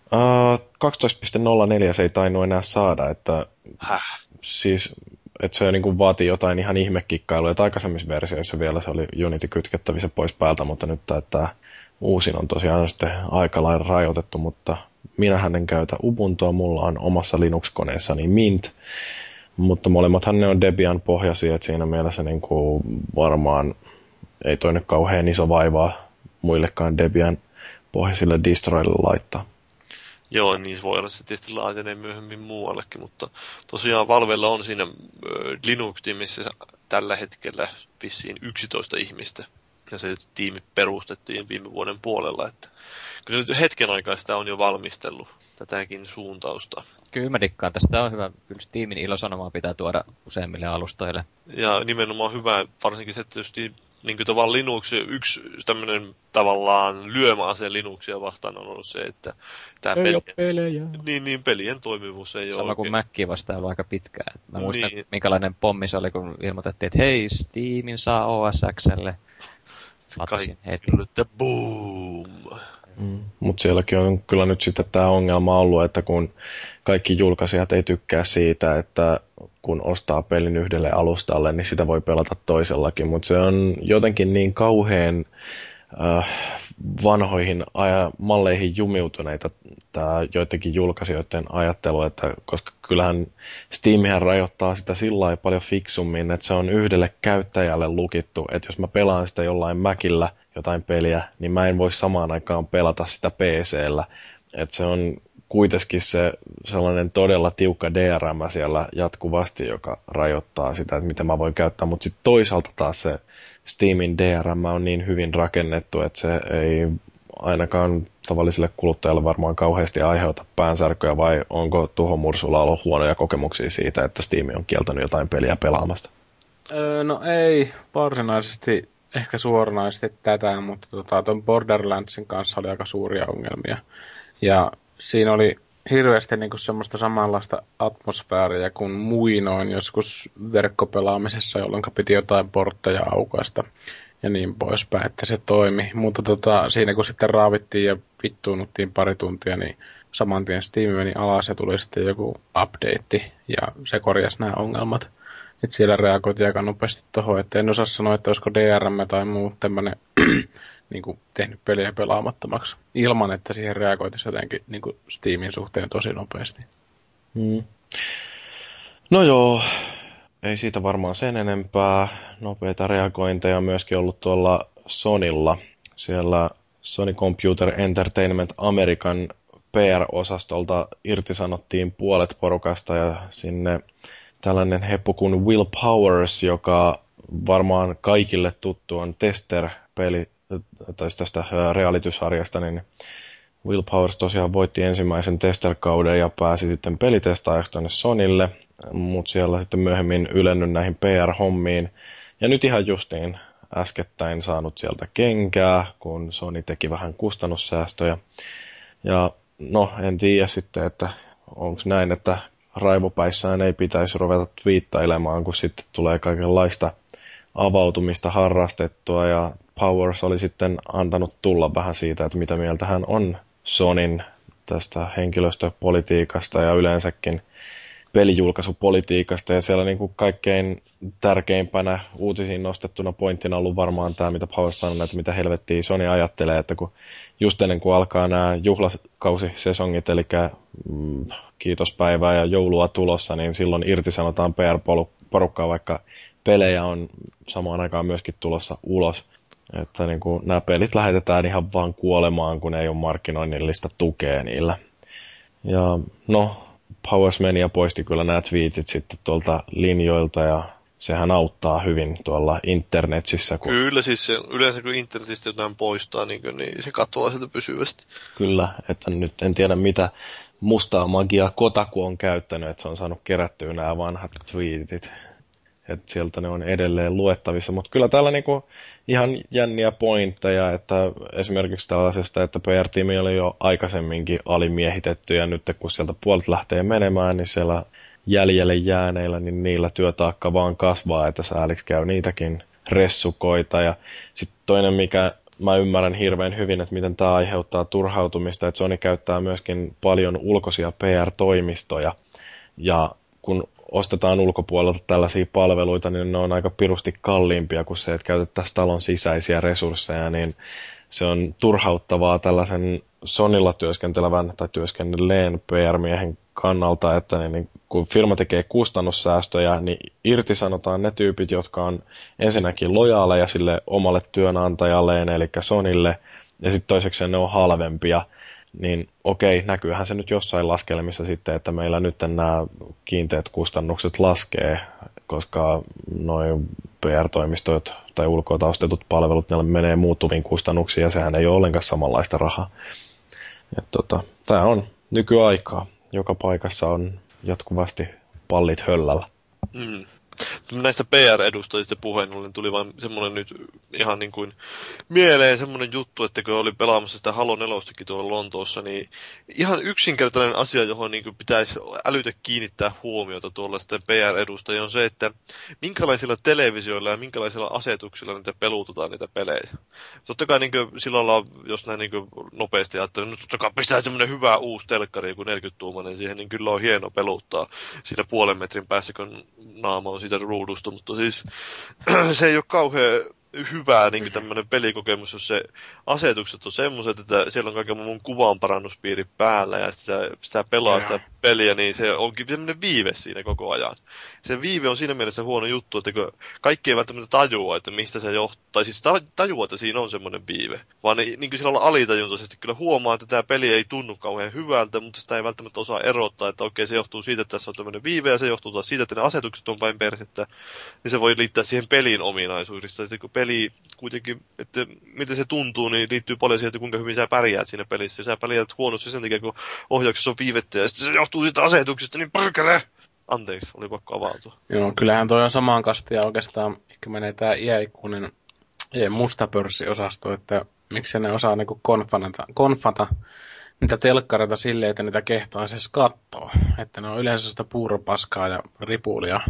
12.04 se ei tainnut enää saada, että siis että se niin vaatii jotain ihan ihmekikkailua, että aikaisemmissa versioissa vielä se oli Unity kytkettävissä pois päältä, mutta nyt tämä uusin on tosiaan sitten aika lailla rajoitettu, mutta minähän en käytä Ubuntua, mulla on omassa Linux-koneessani Mint, mutta molemmathan ne on Debian pohjaisia, että siinä mielessä niin kuin varmaan ei toi nyt kauhean iso vaivaa muillekaan Debian pohjaisille distroille laittaa. Joo, niin voi olla se tietysti laajenee myöhemmin muuallekin, mutta tosiaan Valvella on siinä Linux-tiimissä tällä hetkellä vissiin 11 ihmistä. Ja se tiimi perustettiin viime vuoden puolella, että kyllä nyt hetken aikaa sitä on jo valmistellut tätäkin suuntausta. Kyllä mä dikkaan, tästä on hyvä. Kyllä Steamin ilosanomaa pitää tuoda useimmille alustoille. Ja nimenomaan hyvä, varsinkin se, että tietysti niin kuin tavallaan Linux, yksi tämmöinen tavallaan lyömäase Linuxia vastaan on ollut se, että tämä pelien toimivuus ei ole sama kuin Mackiin vasta ollut aika pitkään. Mä muistan, niin. Minkälainen pommi se oli, kun ilmoitettiin, että hei, Steamin saa OSXlle. Kaikki heti. Boom! Mutta sielläkin on kyllä nyt sitten tämä ongelma ollut, että kun kaikki julkaisijat ei tykkää siitä, että kun ostaa pelin yhdelle alustalle, niin sitä voi pelata toisellakin, mutta se on jotenkin niin kauhean vanhoihin malleihin jumiutuneita tämä joidenkin julkaisijoiden ajattelu, että koska kyllähän Steamihän rajoittaa sitä sillä lailla paljon fiksummin, että se on yhdelle käyttäjälle lukittu, että jos mä pelaan sitä jollain Macillä jotain peliä, niin mä en voi samaan aikaan pelata sitä PC:llä, että se on kuitenkin se sellainen todella tiukka DRM siellä jatkuvasti, joka rajoittaa sitä, että miten mä voin käyttää, mutta sitten toisaalta taas se Steamin DRM on niin hyvin rakennettu, että se ei ainakaan tavalliselle kuluttajalle varmaan kauheasti aiheuta päänsärkyä, vai onko Tuhomursulla ollut huonoja kokemuksia siitä, että Steam on kieltänyt jotain peliä pelaamasta? No ei varsinaisesti, ehkä suoranaisesti tätä, mutta tuon Borderlandsin kanssa oli aika suuria ongelmia. Ja siinä oli hirveästi niinku semmoista samanlaista atmosfääriä kuin muinoin joskus verkkopelaamisessa, jolloin piti jotain portteja aukaista. ja niin poispäin, että se toimi. Mutta siinä kun sitten raavittiin ja vittuunuttiin pari tuntia, niin saman tien Steam meni alas ja tuli sitten joku update ja se korjasi nämä ongelmat. Että siellä reagoitiin aika nopeasti tuohon, että en osaa sanoa, että olisiko DRM tai muu tämmöinen niin kuin tehnyt peliä pelaamattomaksi ilman, että siihen reagoitaisiin jotenkin niin kuin Steamin suhteen tosi nopeasti. No joo, ei siitä varmaan sen enempää. Nopeita reagointeja on myöskin ollut tuolla Sonylla. Siellä Sony Computer Entertainment American PR-osastolta irtisanottiin puolet porukasta ja sinne tällainen heppu kuin Will Powers, joka varmaan kaikille tuttu on Tester-peli, tai tästä reality-sarjasta, niin Will Powers tosiaan voitti ensimmäisen Tester-kauden ja pääsi sitten pelitestaajaksi tuonne Sonylle, mutta siellä sitten myöhemmin ylennyt näihin PR-hommiin. Ja nyt ihan justiin äskettäin saanut sieltä kenkää, kun Sony teki vähän kustannussäästöjä. Ja no, en tiedä sitten, että onko näin, että raivopäissään ei pitäisi ruveta twiittailemaan, kun sitten tulee kaikenlaista avautumista harrastettua, ja Powers oli sitten antanut tulla vähän siitä, että mitä mieltä hän on Sonyn tästä henkilöstöpolitiikasta ja yleensäkin pelijulkaisupolitiikasta, ja siellä niin kuin kaikkein tärkeimpänä uutisiin nostettuna pointtina on ollut varmaan tämä, mitä Powers sanoi, että mitä helvettiä Sony ajattelee, että kun just ennen kuin alkaa nämä juhlakausisesongit, eli kiitospäivää ja joulua tulossa, niin silloin irtisanotaan PR-porukkaa, vaikka pelejä on samaan aikaan myöskin tulossa ulos. Että niin kuin nämä pelit lähetetään ihan vaan kuolemaan, kun ei ole markkinoinnillista tukea niillä. Ja no, Powers meni ja poisti kyllä nämä tweetit sitten tuolta linjoilta, ja sehän auttaa hyvin tuolla internetissä. Kyllä, siis yleensä kun internetistä jotain poistaa, niin se katoaa sieltä pysyvästi. Kyllä, että nyt en tiedä mitä mustaa magiaa Kotaku on käyttänyt, että se on saanut kerättyä nämä vanhat tweetit. Että sieltä ne on edelleen luettavissa, mutta kyllä täällä niinku ihan jänniä pointteja, että esimerkiksi tällaisesta, että PR-tiimi oli jo aikaisemminkin alimiehitetty, ja nyt kun sieltä puolet lähtee menemään, niin siellä jäljelle jääneillä, niin niillä työtaakka vaan kasvaa, että sääliksi käy niitäkin ressukoita. Ja sitten toinen, mikä mä ymmärrän hirveän hyvin, että miten tämä aiheuttaa turhautumista, että Sony käyttää myöskin paljon ulkoisia PR-toimistoja, ja kun ostetaan ulkopuolelta tällaisia palveluita, niin ne on aika pirusti kalliimpia kuin se, että käytettäisiin talon sisäisiä resursseja, niin se on turhauttavaa tällaisen Sonylla työskentelevän tai työskennelleen PR-miehen kannalta, että niin kun firma tekee kustannussäästöjä, niin irtisanotaan ne tyypit, jotka on ensinnäkin lojaaleja sille omalle työnantajalleen, eli Sonylle, ja sitten toiseksi ne on halvempia. Niin okei, näkyyhän se nyt jossain laskelmissa sitten, että meillä nyt nämä kiinteät kustannukset laskee, koska noin PR-toimistot tai ulkoilta ostetut palvelut, ne menee muuttuviin kustannuksiin, ja sehän ei ole ollenkaan samanlaista rahaa. Tämä on nykyaikaa. Joka paikassa on jatkuvasti pallit höllällä. Näistä PR-edustajista puheen ollen tuli vaan semmoinen nyt ihan niin kuin mieleen semmoinen juttu, että kun oli pelaamassa sitä Halo 4:kin tuolla Lontoossa, niin ihan yksinkertainen asia, johon niin kuin pitäisi älytä kiinnittää huomiota tuolla sitten PR-edustajia, on se, että minkälaisilla televisioilla ja minkälaisilla asetuksilla niitä peluutetaan niitä pelejä. Totta kai niin kuin sillä lailla, jos näin niin kuin nopeasti ajattelee, nyt totta kai pistää semmoinen hyvä uusi telkkari, joku 40-tuumainen siihen, niin kyllä on hieno peluttaa siinä puolen metrin päässä, kun naama on siitä ruudusta, mutta siis se ei ole kauhean hyvää niin tämmöinen pelikokemus, jos se asetukset on semmoiset, että siellä on kaiken mun kuvanparannuspiiri päällä ja sitä pelaa sitä peliä, niin se onkin semmoinen viive siinä koko ajan. Se viive on siinä mielessä huono juttu, että kaikki ei välttämättä tajua, että mistä se johtuu, tai siis tajua, että siinä on semmoinen viive, vaan niin kuin sillä alitajuntaisesti kyllä huomaa, että tämä peli ei tunnu kauhean hyvältä, mutta sitä ei välttämättä osaa erottaa, että okei, se johtuu siitä, että tässä on tämmöinen viive, ja se johtuu taas siitä, että ne asetukset on vain persettä, niin se voi liittää siihen pelin ominaisuudesta, että kun peli kuitenkin, että miten se tuntuu, niin liittyy paljon siihen, että kuinka hyvin sä pärjäät siinä pelissä. Sä pärjäät huonosti sen takia, kun ohjauksessa on viivettä, ja sitten se johtuu siitä asetuksesta, niin pärkäle! Anteeksi, oli pakko avautua. Joo, kyllähän toi on samaan kastia oikeastaan, ehkä menee tää iäikkuinen mustapörssiosasto, että miksi ne osaa niinku konfata niitä telkkareita silleen, että niitä kehtaa siis kattoo. Että ne on yleensä sitä puuropaskaa ja ripulia.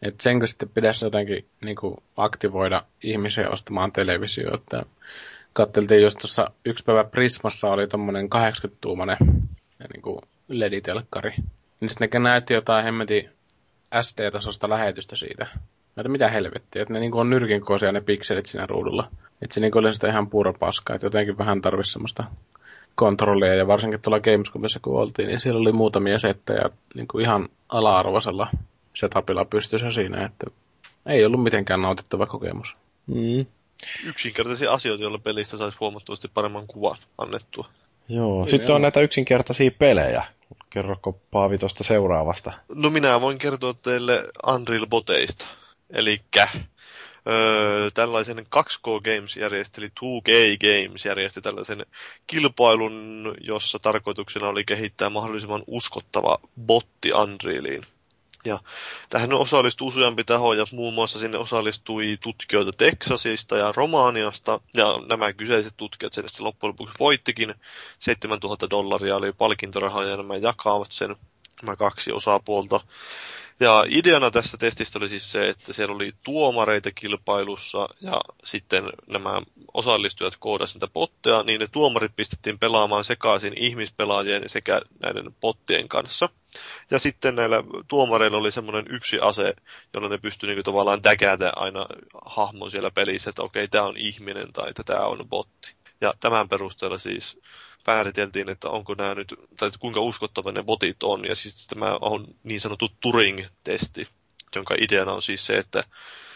Että senkö sitten pitäisi jotenkin niinku aktivoida ihmisiä ostamaan televisioita. Katteltiin just tuossa yksi päivä Prismassa oli tommonen 80-tuumainen niinku LED-telkkari. Niin sitten ne näytti jotain hemmetin SD-tasosta lähetystä siitä. Että mitä helvettiä, että ne niinku on nyrkinkoisia ne pikselit siinä ruudulla. Että se niinku oli sitä ihan puro paskaa, että jotenkin vähän tarvisi semmoista kontrollia. Ja varsinkin tuolla Gamescomissa kun oltiin, niin siellä oli muutamia settejä niinku ihan ala-arvoisella setupilla pystyssä siinä, että ei ollut mitenkään nautittava kokemus. Yksinkertaisia asioita, joilla pelistä saisi huomattavasti paremman kuvan annettua. Joo, sitten on näitä yksinkertaisia pelejä. Kerroko Paavi tuosta seuraavasta? No minä voin kertoa teille Unreal Boteista. Elikkä tällaisen 2K Games järjesti, eli 2K Games järjesti tällaisen kilpailun, jossa tarkoituksena oli kehittää mahdollisimman uskottava botti Unrealiin. Ja tähän osallistui useampi taho, ja muun muassa sinne osallistui tutkijoita Teksasista ja Romaniasta, ja nämä kyseiset tutkijat sen sitten loppujen lopuksi voittikin. $7,000 oli palkintorahaa, ja nämä jakavat sen nämä kaksi osapuolta. Ja ideana tässä testistä oli siis se, että siellä oli tuomareita kilpailussa, ja sitten nämä osallistujat koodasivat niitä botteja, niin ne tuomarit pistettiin pelaamaan sekaisin ihmispelaajien sekä näiden bottien kanssa. Ja sitten näillä tuomareilla oli semmoinen yksi ase, jolla ne pystyi niinku tavallaan tägätä aina hahmon siellä pelissä, että okei, tämä on ihminen tai että tämä on botti. Ja tämän perusteella siis määriteltiin, että onko nämä nyt, tai kuinka uskottava ne botit on. Ja siis tämä on niin sanottu Turing-testi, jonka ideana on siis se, että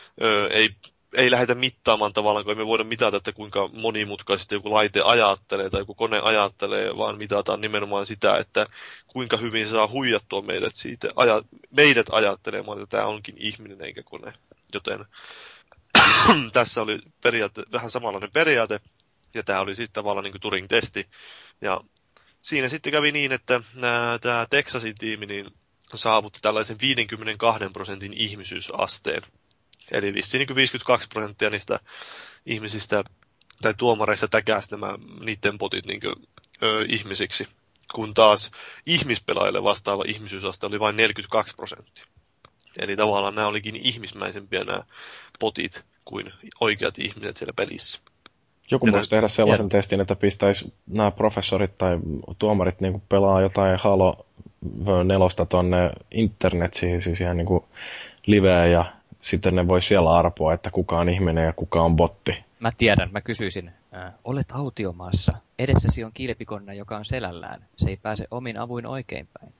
ei lähdetä mittaamaan tavallaan, kun me voida mitata, että kuinka monimutkaisesti joku laite ajattelee tai joku kone ajattelee, vaan mitataan nimenomaan sitä, että kuinka hyvin saa huijattua meidät siitä, meidät ajattelemaan, että tämä onkin ihminen eikä kone. Joten tässä oli vähän samanlainen periaate, ja tämä oli sitten tavallaan niin kuin Turing-testi. Ja siinä sitten kävi niin, että tämä Texasin tiimi niin saavutti tällaisen 52% ihmisyysasteen. Eli vissiin niin 52% niistä ihmisistä tai tuomareista täkäsi niiden botit niin kuin, ihmisiksi, kun taas ihmispelaajille vastaava ihmisyysaste oli vain 42%. Eli tavallaan nämä olikin ihmismäisempiä nämä botit kuin oikeat ihmiset siellä pelissä. Joku voisi tehdä sellaisen testin, että pistäisi nämä professorit tai tuomarit niin pelaa jotain Halo 4 tonne internetsiin, siis ihan niin kuin liveä, ja sitten ne voi siellä arpoa, että kuka on ihminen ja kuka on botti. Mä tiedän, mä kysyisin. Olet autiomaassa. Edessäsi on kilpikonna, joka on selällään. Se ei pääse omin avuin oikeinpäin.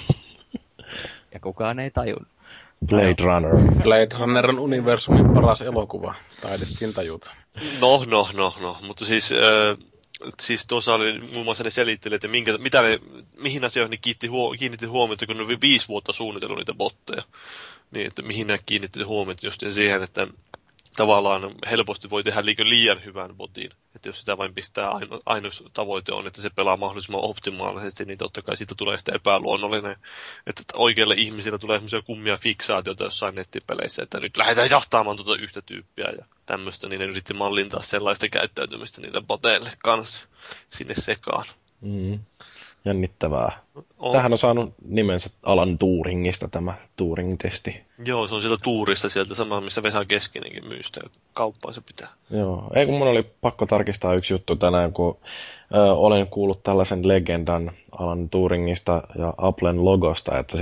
Ja kukaan ei tajun. Blade Runner. Blade Runner on universumin paras elokuva. Taidettiin tajuta. No, mutta siis tuossa oli muun muassa ne selitteli, että mihin asioihin ne kiinnitti huomiota, kun ne oli 5 vuotta suunnitellut niitä botteja. Niin, että mihin ne kiinnitti huomiota just siihen, että tavallaan helposti voi tehdä liian hyvän botin. Että jos sitä vain pistää, ainoa tavoite on, että se pelaa mahdollisimman optimaalisesti, niin totta kai siitä tulee sitten epäluonnollinen. Että oikeille ihmisillä tulee semmoisia kummia fiksaatioita jossain nettipeleissä, että nyt lähdetään jahtaamaan tuota yhtä tyyppiä ja tämmöistä, niin ne yritti mallintaa sellaista käyttäytymistä niille boteille kanssa sinne sekaan. Jännittävää. Tämähän on saanut nimensä Alan Turingista, tämä Turing-testi. Joo, se on sieltä Tuurista sieltä samaa, missä Vesa Keskinenkin myy sitä, kauppaan se pitää. Joo, ei kun mun oli pakko tarkistaa yksi juttu tänään, kun olen kuullut tällaisen legendan Alan Turingista ja Applen logosta, että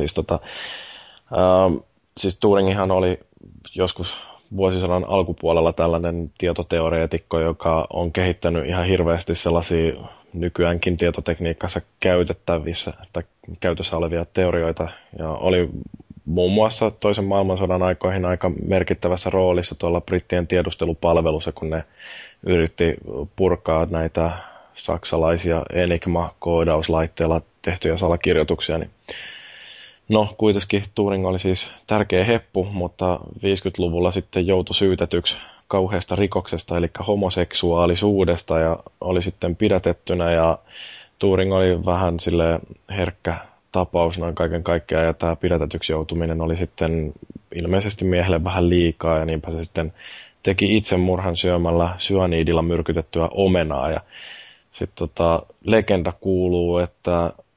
siis Turingihan oli joskus vuosisadan alkupuolella tällainen tietoteoreetikko, joka on kehittänyt ihan hirveästi sellaisia nykyäänkin tietotekniikassa käytettävissä tai käytössä olevia teorioita, ja oli muun muassa toisen maailmansodan aikoihin aika merkittävässä roolissa tuolla brittien tiedustelupalvelussa, kun ne yritti purkaa näitä saksalaisia Enigma-koodauslaitteilla tehtyjä salakirjoituksia. Niin no, kuitenkin Turing oli siis tärkeä heppu, mutta 50-luvulla sitten joutui syytetyksi kauheasta rikoksesta, eli homoseksuaalisuudesta, ja oli sitten pidätettynä, ja Turing oli vähän sille herkkä tapaus noin kaiken kaikkiaan, ja tämä pidätetyksi joutuminen oli sitten ilmeisesti miehelle vähän liikaa, ja niinpä se sitten teki itsemurhan syömällä syaniidilla myrkytettyä omenaa, ja sitten legenda kuuluu, että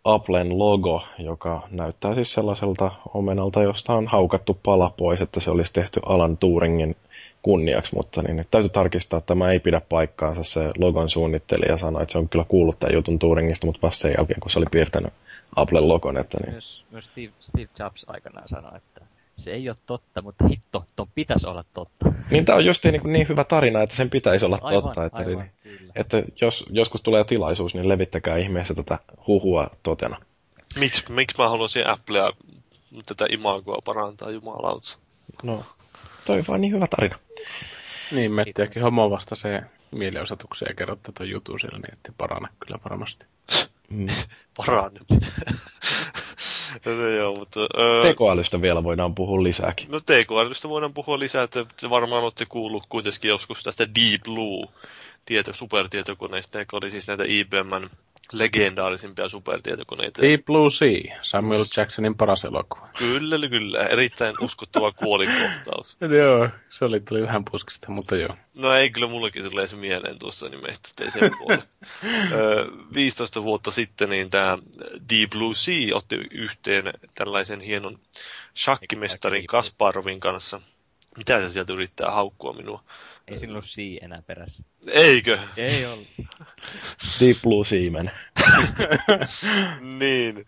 Applen logo, joka näyttää siis sellaiselta omenalta, josta on haukattu pala pois, että se olisi tehty Alan Turingin kunniaksi, mutta niin täytyy tarkistaa, että tämä ei pidä paikkaansa. Se logon suunnittelija sanoi, että se on kyllä kuullut tämän jutun Turingista, mutta vasta sen jälkeen, kun se oli piirtänyt Applen logon. Että niin. Myös Steve Jobs aikanaan sanoi, että se ei ole totta, mutta hitto, ton pitäisi olla totta. Niin tämä on just niin hyvä tarina, että sen pitäisi olla totta. Että, aivan, että jos joskus tulee tilaisuus, niin levittäkää ihmeessä tätä huhua totena. Miksi mä haluaisin Applea tätä imagoa parantaa, jumalauta? No, toi on vaan niin hyvä tarina. Niin, Mettiäkin homo vasta se mielenosoituksia ja kerrotte ton jutun siellä, niin ettei parane kyllä varmasti. Parane. No joo, mutta... Tekoälystä vielä voidaan puhua lisääkin. No tekoälystä voidaan puhua lisää, että te varmaan olette kuullut kuitenkin joskus tästä Deep Blue supertietokoneista, joka oli siis näitä IBM:n legendaarisimpia supertietokoneita. Deep Blue Sea, Samuel Jacksonin paras elokuva. Kyllä, erittäin uskottava kuolinkohtaus. Joo, se tuli vähän puskista, mutta joo. No ei, kyllä mullekin tulee se mieleen tuossa nimestä, ettei sen puolelle. 15 vuotta sitten niin tämä Deep Blue Sea otti yhteen tällaisen hienon shakkimestarin Kasparovin kanssa. Mitä se sieltä yrittää haukkua minua? Ei sinulla ole Sea enää perässä. Eikö? Ei ollut. Deep Blue Seaman. Niin.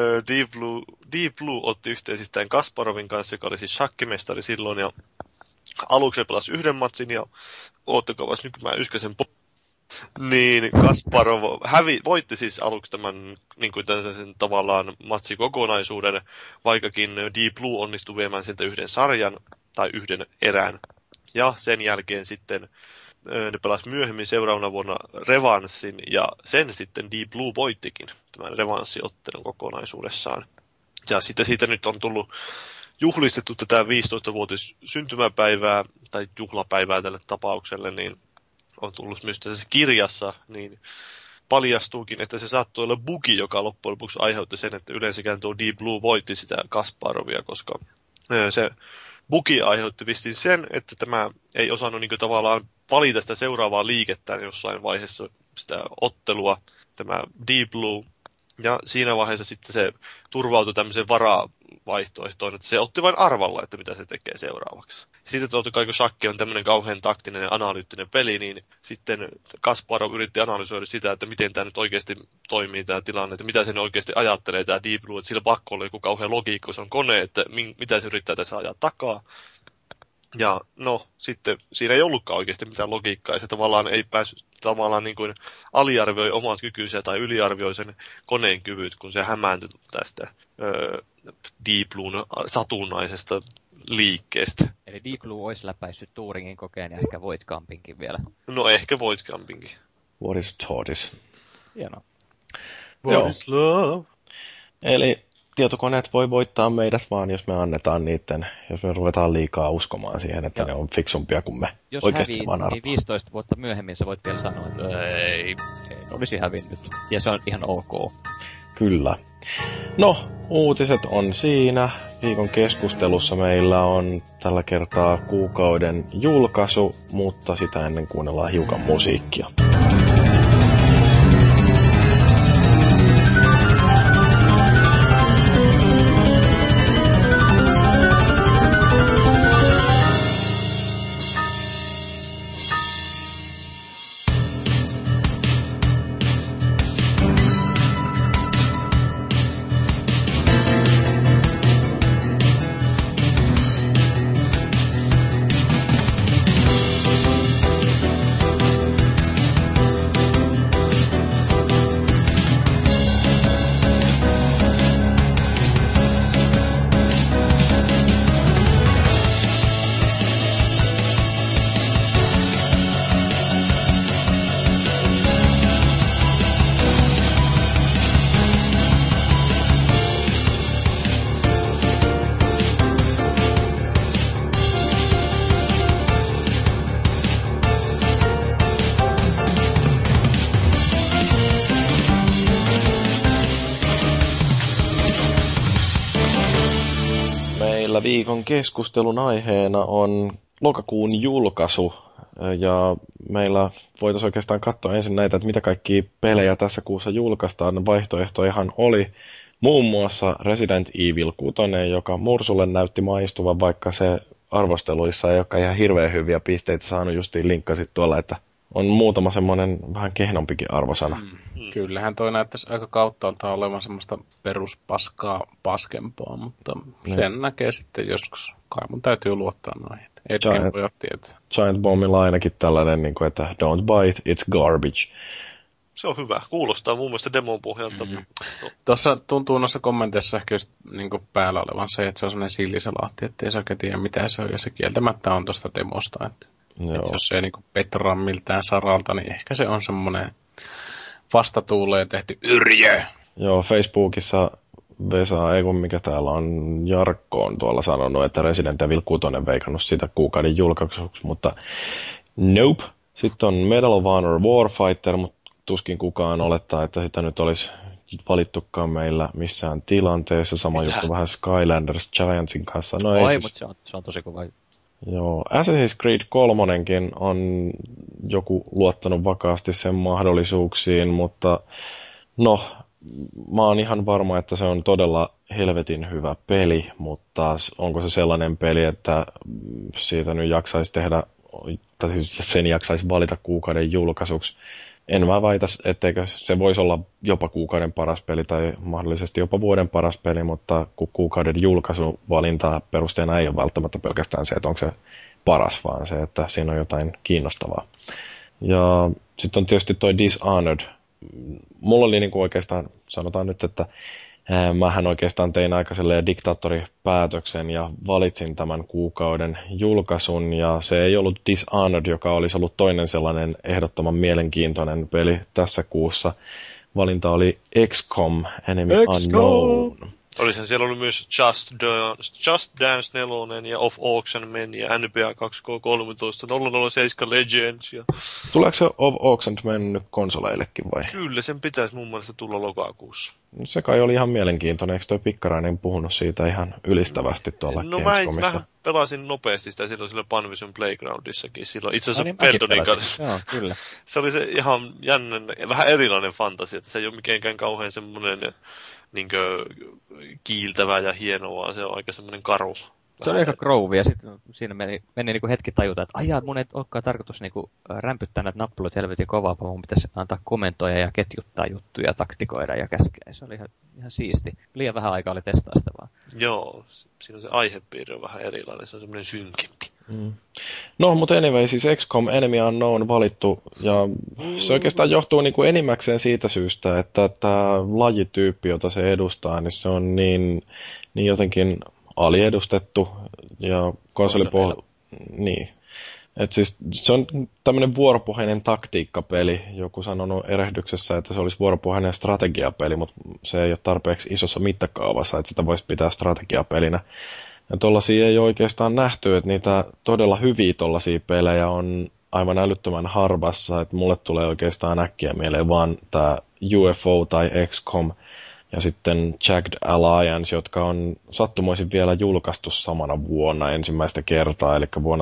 Deep Blue otti yhteen siis tämän Kasparovin kanssa, joka oli siis shakkimestari silloin. Ja aluksi ne pelasi yhden matsin ja oottakaa nyt kun mä yskäsen niin Kasparov voitti siis aluksi tämän niin kuin sen tavallaan matsikokonaisuuden, vaikkakin Deep Blue onnistui viemään sieltä yhden sarjan tai yhden erän. Ja sen jälkeen sitten ne pelasi myöhemmin seuraavana vuonna revanssin, ja sen sitten Deep Blue voittikin, tämän revanssiottelun kokonaisuudessaan. Ja sitten siitä nyt on tullut juhlistettu tätä 15-vuotis syntymäpäivää, tai juhlapäivää tälle tapaukselle, niin on tullut myös tässä kirjassa, niin paljastuukin, että se saattoi olla bugi, joka loppujen lopuksi aiheutti sen, että yleensäkään tuo Deep Blue voitti sitä Kasparovia, koska se bugi aiheutti vissiin sen, että tämä ei osannut niin kuin tavallaan valita sitä seuraavaa liikettään jossain vaiheessa sitä ottelua, tämä Deep Blue. Ja siinä vaiheessa sitten se turvautui tämmöiseen varavaihtoehtoon, että se otti vain arvalla, että mitä se tekee seuraavaksi. Sitten totta kai kun shakki on tämmöinen kauhean taktinen ja analyyttinen peli, niin sitten Kasparov yritti analysoida sitä, että miten tämä nyt oikeasti toimii tämä tilanne, että mitä se oikeasti ajattelee tämä Deep Blue, että sillä pakko olla joku kauhean logiikka, kun se on kone, että mitä se yrittää tässä ajaa takaa. Ja no, sitten siinä ei ollutkaan oikeasti mitään logiikkaa, ja se tavallaan ei päässyt tavallaan niin kuin aliarvioi omat kykynsä tai yliarvioi sen koneen kyvyt, kun se hämääntyi tästä Deep Bluun satunnaisesta liikkeestä. Eli Deep Blue olisi läpäissyt Turingin kokeen ja ehkä Voigtkampinkin vielä. No ehkä Voigtkampinkin. What is TOTIS? Hienoa. What is love? Eli tietokoneet voi voittaa meidät vaan, jos me annetaan niiden, jos me ruvetaan liikaa uskomaan siihen, että ne on fiksumpia kuin me. Jos oikeasti häviit, niin 15 vuotta myöhemmin sä voit vielä sanoa, että ei olisi hävinnyt. Ja se on ihan ok. Kyllä. No, uutiset on siinä. Viikon keskustelussa meillä on tällä kertaa kuukauden julkaisu, mutta sitä ennen kuunnellaan hiukan musiikkia. Viikon keskustelun aiheena on lokakuun julkaisu Ja meillä voitaisiin oikeastaan katsoa ensin näitä, että mitä kaikkia pelejä tässä kuussa julkaistaan. Vaihtoehtojahan oli muun muassa Resident Evil 6, joka Mursulle näytti maistuvan, vaikka se arvosteluissa ei olekaan ihan hirveän hyviä pisteitä saanut, justiin linkkasit tuolla, että on muutama semmoinen vähän kehnompikin arvosana. Kyllähän toi näyttäisi aika kauttaalta olevan semmoista peruspaskaa paskempaa, mutta sen näkee sitten joskus. Kai mun täytyy luottaa noihin. Etken voi tietää. Giant Bombilla ainakin tällainen, että don't buy it, it's garbage. Se on hyvä. Kuulostaa mun mielestä demon pohjalta. Tuossa tuntuu noissa kommenteissa ehkä just päällä olevan se, että se on sellainen sillisalaatti, ettei se oikein tiedä mitä se on. Ja se kieltämättä on tuosta demosta. Että jos se ei petraa miltään saralta, niin ehkä se on semmoinen vastatuuleen tehty yrjö. Joo, Facebookissa Vesa, ei kun mikä täällä on, Jarkko on tuolla sanonut, että Resident Evil 6 veikannut sitä kuukauden julkaisuksi, mutta nope. Sitten on Medal of Honor Warfighter, mutta tuskin kukaan olettaa, että sitä nyt olisi valittukaan meillä missään tilanteessa. Sama juttu vähän Skylanders Giantsin kanssa. No ei mutta se on tosi kova. Joo, Assassin's Creed 3:nkin on joku luottanut vakaasti sen mahdollisuuksiin, mutta no, mä oon ihan varma, että se on todella helvetin hyvä peli, mutta onko se sellainen peli, että siitä nyt jaksaisi tehdä, tai sen jaksaisi valita kuukauden julkaisuksi. En mä väitä, etteikö se voisi olla jopa kuukauden paras peli tai mahdollisesti jopa vuoden paras peli, mutta kun kuukauden julkaisuvalintaa perusteena ei ole välttämättä pelkästään se, että onko se paras, vaan se, että siinä on jotain kiinnostavaa. Ja sitten on tietysti toi Dishonored. Mulla oli niinku oikeastaan, sanotaan nyt, että mähän oikeastaan tein aika diktaattoripäätöksen ja valitsin tämän kuukauden julkaisun, ja se ei ollut Dishonored, joka olisi ollut toinen sellainen ehdottoman mielenkiintoinen peli tässä kuussa. Valinta oli XCOM, Enemy Unknown. Olisin siellä ollut myös Just Dance 4 ja Off Auction Men ja NBA 2K13, 007 Legends. Ja... Tuleeko se Off Auction Men nyt konsoleillekin vai? Kyllä, sen pitäisi mun mielestä tulla lokakuussa. Se kai oli ihan mielenkiintoinen, eikö toi Pikkarainen puhunut siitä ihan ylistävästi tuolla Gamescomissa? Mä pelasin nopeasti sitä silloin sillä Panvision Playgroundissakin, silloin itse asiassa Ferdonin kanssa. Joo, kyllä. Se oli se ihan jännän, vähän erilainen fantasia, että se ei ole mikään kauhean semmoinen niinkö kiiltävää ja hienoa, vaan se on aika semmoinen karu. Se oli aika groovy, ja sitten siinä meni niinku hetki tajuta, että ajaa, mun ei olekaan tarkoitus niinku rämpyttää näitä nappuloita helvetin kovaa, vaan mun pitäisi antaa komentoja ja ketjuttaa juttuja, taktikoida ja käskeä. Se oli ihan siisti. Liian vähän aikaa oli testaa sitä vaan. Joo, siinä on se aihepiiri on vähän erilainen, se on semmoinen synkempi. No, mutta anyway, siis XCOM Enemy Unknown valittu, ja se oikeastaan johtuu niinku enimmäkseen siitä syystä, että tämä lajityyppi, jota se edustaa, niin se on niin jotenkin aliedustettu, ja konsolipohja... Niin. Et siis se on tämmöinen vuoropohjainen taktiikkapeli. Joku sanonut erehdyksessä, että se olisi vuoropohjainen strategiapeli, mutta se ei ole tarpeeksi isossa mittakaavassa, että sitä voisi pitää strategiapelinä. Ja tollaisia ei oikeastaan nähty, että niitä todella hyviä tollaisia pelejä on aivan älyttömän harvassa, että mulle tulee oikeastaan äkkiä mieleen vaan tämä UFO tai XCOM ja sitten Jagged Alliance, jotka on sattumoisin vielä julkaistu samana vuonna ensimmäistä kertaa, eli vuonna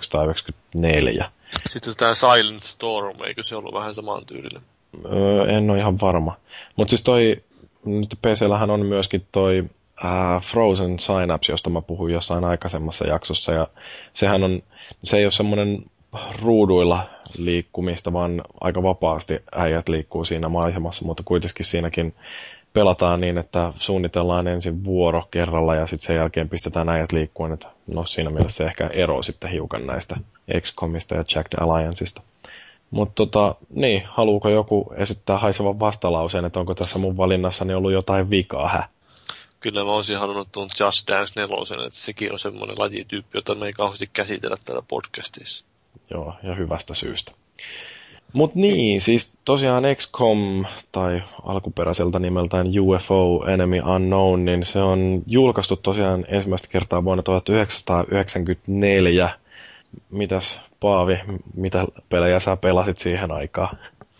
1994. Sitten tämä Silent Storm, eikö se ollut vähän saman tyylinen? En ole ihan varma. Mutta siis nyt PC:llähän on myöskin toi Frozen Synapse, josta mä puhuin jossain aikaisemmassa jaksossa, ja se ei ole semmoinen ruuduilla liikkumista, vaan aika vapaasti äijät liikkuu siinä maisemassa, mutta kuitenkin siinäkin pelataan niin, että suunnitellaan ensin vuoro kerralla ja sitten sen jälkeen pistetään äijät liikkuun, että no siinä mielessä se ehkä eroo sitten hiukan näistä XCOMista ja Jagged Allianceista. Mutta niin, haluuko joku esittää haisevan vastalauseen, että onko tässä mun valinnassani ollut jotain vikaa, Kyllä mä olisin halunnut tuon Just Dance 4, että sekin on semmoinen lajityyppi, jota me ei kauheasti käsitellä täällä podcastissa. Joo, ja hyvästä syystä. Mut niin, siis tosiaan XCOM, tai alkuperäiseltä nimeltään UFO Enemy Unknown, niin se on julkaistu tosiaan ensimmäistä kertaa vuonna 1994. Mitäs Paavi, mitä pelejä sä pelasit siihen aikaan?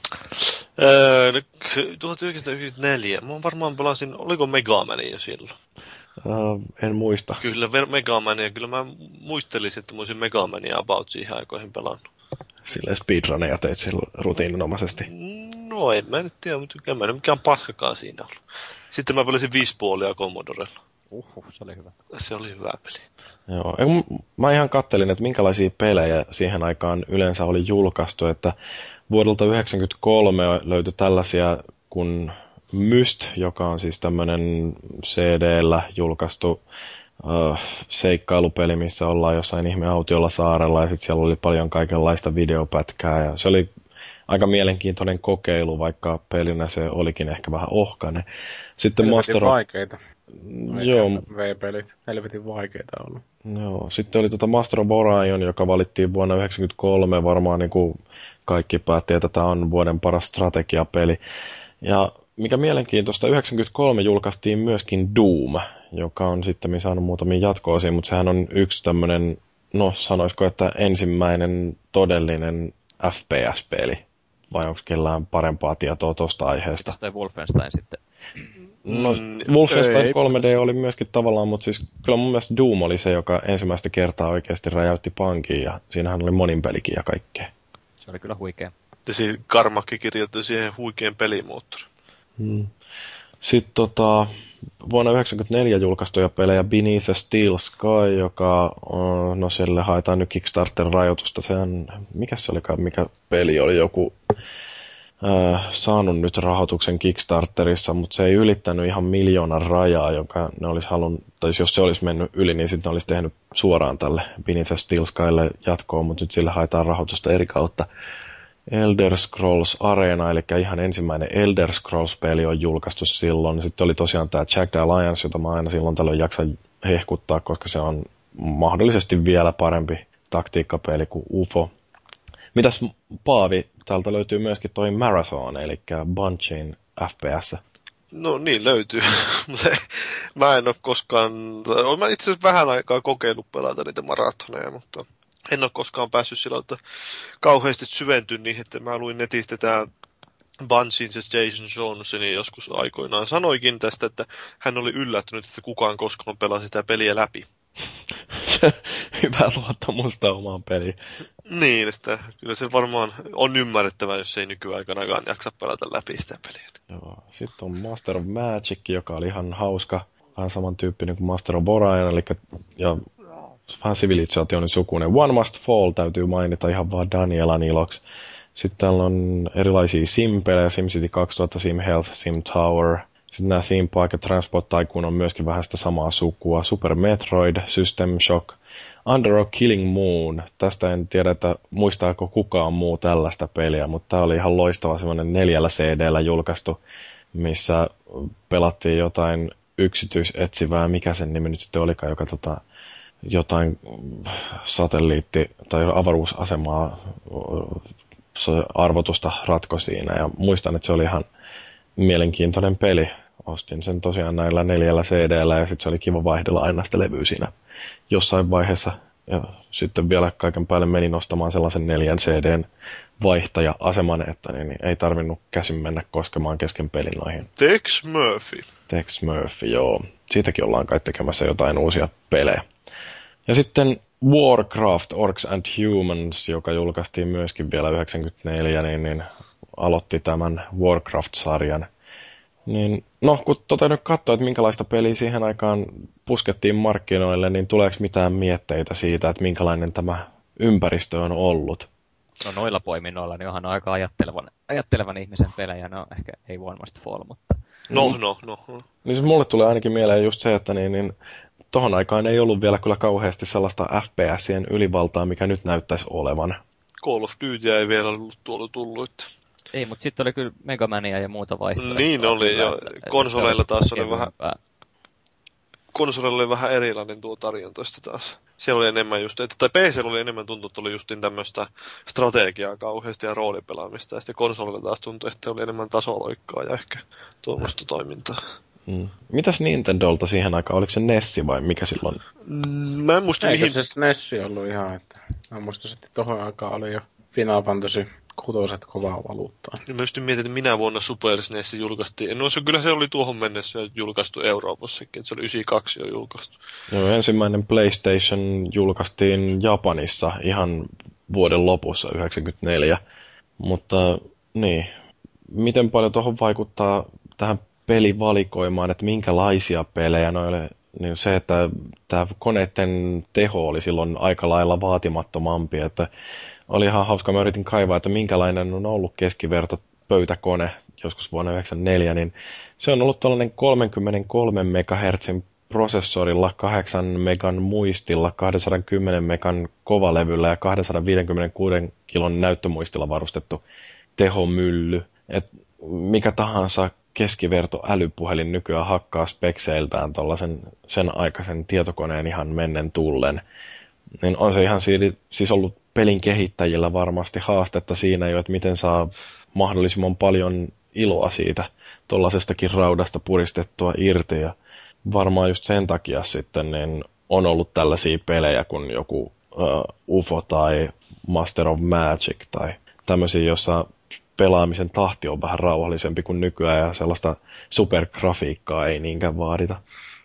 1994. Mä varmaan pelasin, oliko Mega Man jo silloin? En muista. Kyllä Mega Man, ja kyllä mä muistelisin, että mä olisin Mega Mania about siihen aikoihin pelannut. silleen speedruneja teit silloin rutiininomaisesti? No en mä nyt tiedä, mutta en mä nyt mikään paskakaan siinä ollut. Sitten mä pelasin 5 puolia Commodorella. Se oli hyvä. Se oli hyvä peli. Joo, mä ihan kattelin, että minkälaisia pelejä siihen aikaan yleensä oli julkaistu, että vuodelta 1993 löytyi tällaisia kuin Myst, joka on siis tämmöinen CD-llä julkaistu seikkailupeli, missä ollaan jossain ihme autiolla saarella ja sitten siellä oli paljon kaikenlaista videopätkää ja se oli aika mielenkiintoinen kokeilu, vaikka pelinä se olikin ehkä vähän ohkainen. Sitten Helvetin vaikeita. Joo. V-pelit. Helvetin vaikeita ollut. Joo. Sitten oli Master of Orion, joka valittiin vuonna 1993. Varmaan niin kuin kaikki päätti, että tämä on vuoden paras strategiapeli. Ja mikä mielenkiintoista, 1993 julkaistiin myöskin Doom, joka on sitten saanut muutamia jatko-osia, mutta sehän on yksi tämmöinen, no sanoisiko, että ensimmäinen todellinen FPS-peli. Vai onko kellään parempaa tietoa tuosta aiheesta? Mitäs toi Wolfenstein sitten? No, Wolfenstein 3D oli myöskin tavallaan, mutta siis kyllä mun mielestä Doom oli se, joka ensimmäistä kertaa oikeasti räjäytti pankin, ja siinähän oli monin pelikin ja kaikkea. Se oli kyllä huikea. Ja siinä Karmakki kirjoitti siihen huikean pelimoottorin. Sitten vuonna 1994 julkaistuja pelejä Beneath a Steel Sky, joka, no sille haetaan nyt Kickstarter-rajoitusta. Sehän, mikä se olikaan, mikä peli oli joku saanut nyt rahoituksen Kickstarterissa, mutta se ei ylittänyt ihan 1 000 000 rajaa, jonka ne olisi halunnut, tai jos se olisi mennyt yli, niin sitten ne olisi tehnyt suoraan tälle Beneath a Steel Skylle jatkoon, mutta nyt sille haetaan rahoitusta eri kautta. Elder Scrolls Arena, eli ihan ensimmäinen Elder Scrolls-peli on julkaistu silloin. Sitten oli tosiaan tämä Jagged Alliance, jota mä aina silloin tällöin jaksan hehkuttaa, koska se on mahdollisesti vielä parempi taktiikkapeli kuin UFO. Mitäs Paavi, täältä löytyy myöskin toi Marathon, eli Bungien FPS. No niin löytyy, mutta mä en ole koskaan, mä itse asiassa vähän aikaa kokeillut pelata niitä marathoneja, mutta en ole koskaan päässyt sillä että kauheasti syventyä niihin, että mä luin netistä tämä Bungien se Jason Jones, niin joskus aikoinaan sanoikin tästä, että hän oli yllättynyt, että kukaan koskaan pelasi sitä peliä läpi. Hyvä luottamusta omaan peliin. Niin, että kyllä se varmaan on ymmärrettävää, jos ei nykyaikanakaan jaksa pelata läpi sitä peliä. Joo. Sitten on Master of Magic, joka oli ihan hauska, vähän samantyyppinen kuin Master of Orion, eli ja vähän Civilizationin sukuinen. One Must Fall täytyy mainita ihan vaan Danielan iloksi. Sitten täällä on erilaisia sim-pelejä, SimCity 2000, Sim Health, Sim Tower. Sitten nämä Theme Park ja Transport Tycoon on myöskin vähän sitä samaa sukua. Super Metroid, System Shock, Underdog Killing Moon. Tästä en tiedä, että muistaako kukaan muu tällaista peliä, mutta tämä oli ihan loistava semmoinen 4 CD-llä julkaistu, missä pelattiin jotain yksityisetsivää, mikä sen nimi nyt sitten olikaan, joka jotain satelliitti- tai avaruusasemaa arvotusta ratko siinä. Ja muistan, että se oli ihan mielenkiintoinen peli. Ostin sen tosiaan näillä 4 CD-llä ja sitten se oli kiva vaihdella aina sitä levyä siinä jossain vaiheessa. Ja sitten vielä kaiken päälle menin ostamaan sellaisen 4 CDn vaihtaja-aseman, että niin ei tarvinnut käsin mennä koskemaan kesken pelin noihin. Tex Murphy, joo. Siitäkin ollaan kai tekemässä jotain uusia pelejä. Ja sitten Warcraft, Orcs and Humans, joka julkaistiin myöskin vielä 1994, niin aloitti tämän Warcraft-sarjan. Niin, no, kun nyt katsoo, että minkälaista peliä siihen aikaan puskettiin markkinoille, niin tuleeko mitään mietteitä siitä, että minkälainen tämä ympäristö on ollut? No noilla poiminnoilla niin onhan aika ajattelevan ihmisen pelejä, no ehkä ei One Must Fall, mutta... No. Niin se mulle tulee ainakin mieleen just se, että niin tohon aikaan ei ollut vielä kyllä kauheasti sellaista FPSien ylivaltaa, mikä nyt näyttäisi olevan. Call of Duty ei vielä ollut tuolla tullut. Ei, mutta sitten oli kyllä Megamania ja muuta vaihtoehtoja. Niin oli, ja konsoleilla taas oli vähän... Konsoleilla oli vähän erilainen tuo tarjontoista taas. Siellä oli enemmän just, tai PC oli enemmän tuntuu, että oli justin tämmöistä strategiaa kauheasti ja roolipelaamista. Ja sitten konsolilla taas tuntui, että oli enemmän tasoloikkaa ja ehkä tuommoista toimintaa. Mitäs Nintendolta siihen aikaan? Oliko se Nessi vai mikä silloin? Mä en muista mihin... Eikö se Nessi ollut ihan, että... Mä muistan, että tohon aikaan oli jo Final Fantasy kutoset kovaa valuuttaa. Mä just mietin, että minä vuonna Super SNES julkaistiin. No kyllä se oli tuohon mennessä julkaistu Euroopassakin, että se oli 92 jo julkaistu. Joo, ensimmäinen PlayStation julkaistiin Japanissa ihan vuoden lopussa, 94. Mutta niin, miten paljon tuohon vaikuttaa tähän pelivalikoimaan, että minkälaisia pelejä noille, niin se, että tämä koneiden teho oli silloin aika lailla vaatimattomampi, että oli ihan hauska, mä yritin kaivaa, että minkälainen on ollut keskiverto pöytäkone joskus vuonna 1994, niin se on ollut tällainen 33 MHz prosessorilla, 8 megan muistilla, 210 megan kovalevyllä ja 256 kilon näyttömuistilla varustettu tehomylly. Et mikä tahansa keskiverto älypuhelin nykyään hakkaa spekseiltään tuollaisen sen aikaisen tietokoneen ihan mennen tullen. Niin on se ihan siis ollut pelin kehittäjillä varmasti haastetta siinä jo, että miten saa mahdollisimman paljon iloa siitä tuollaisestakin raudasta puristettua irti. Ja varmaan just sen takia sitten niin on ollut tällaisia pelejä kuin joku UFO tai Master of Magic tai tämmöisiä, jossa pelaamisen tahti on vähän rauhallisempi kuin nykyään ja sellaista supergrafiikkaa ei niinkään vaadita.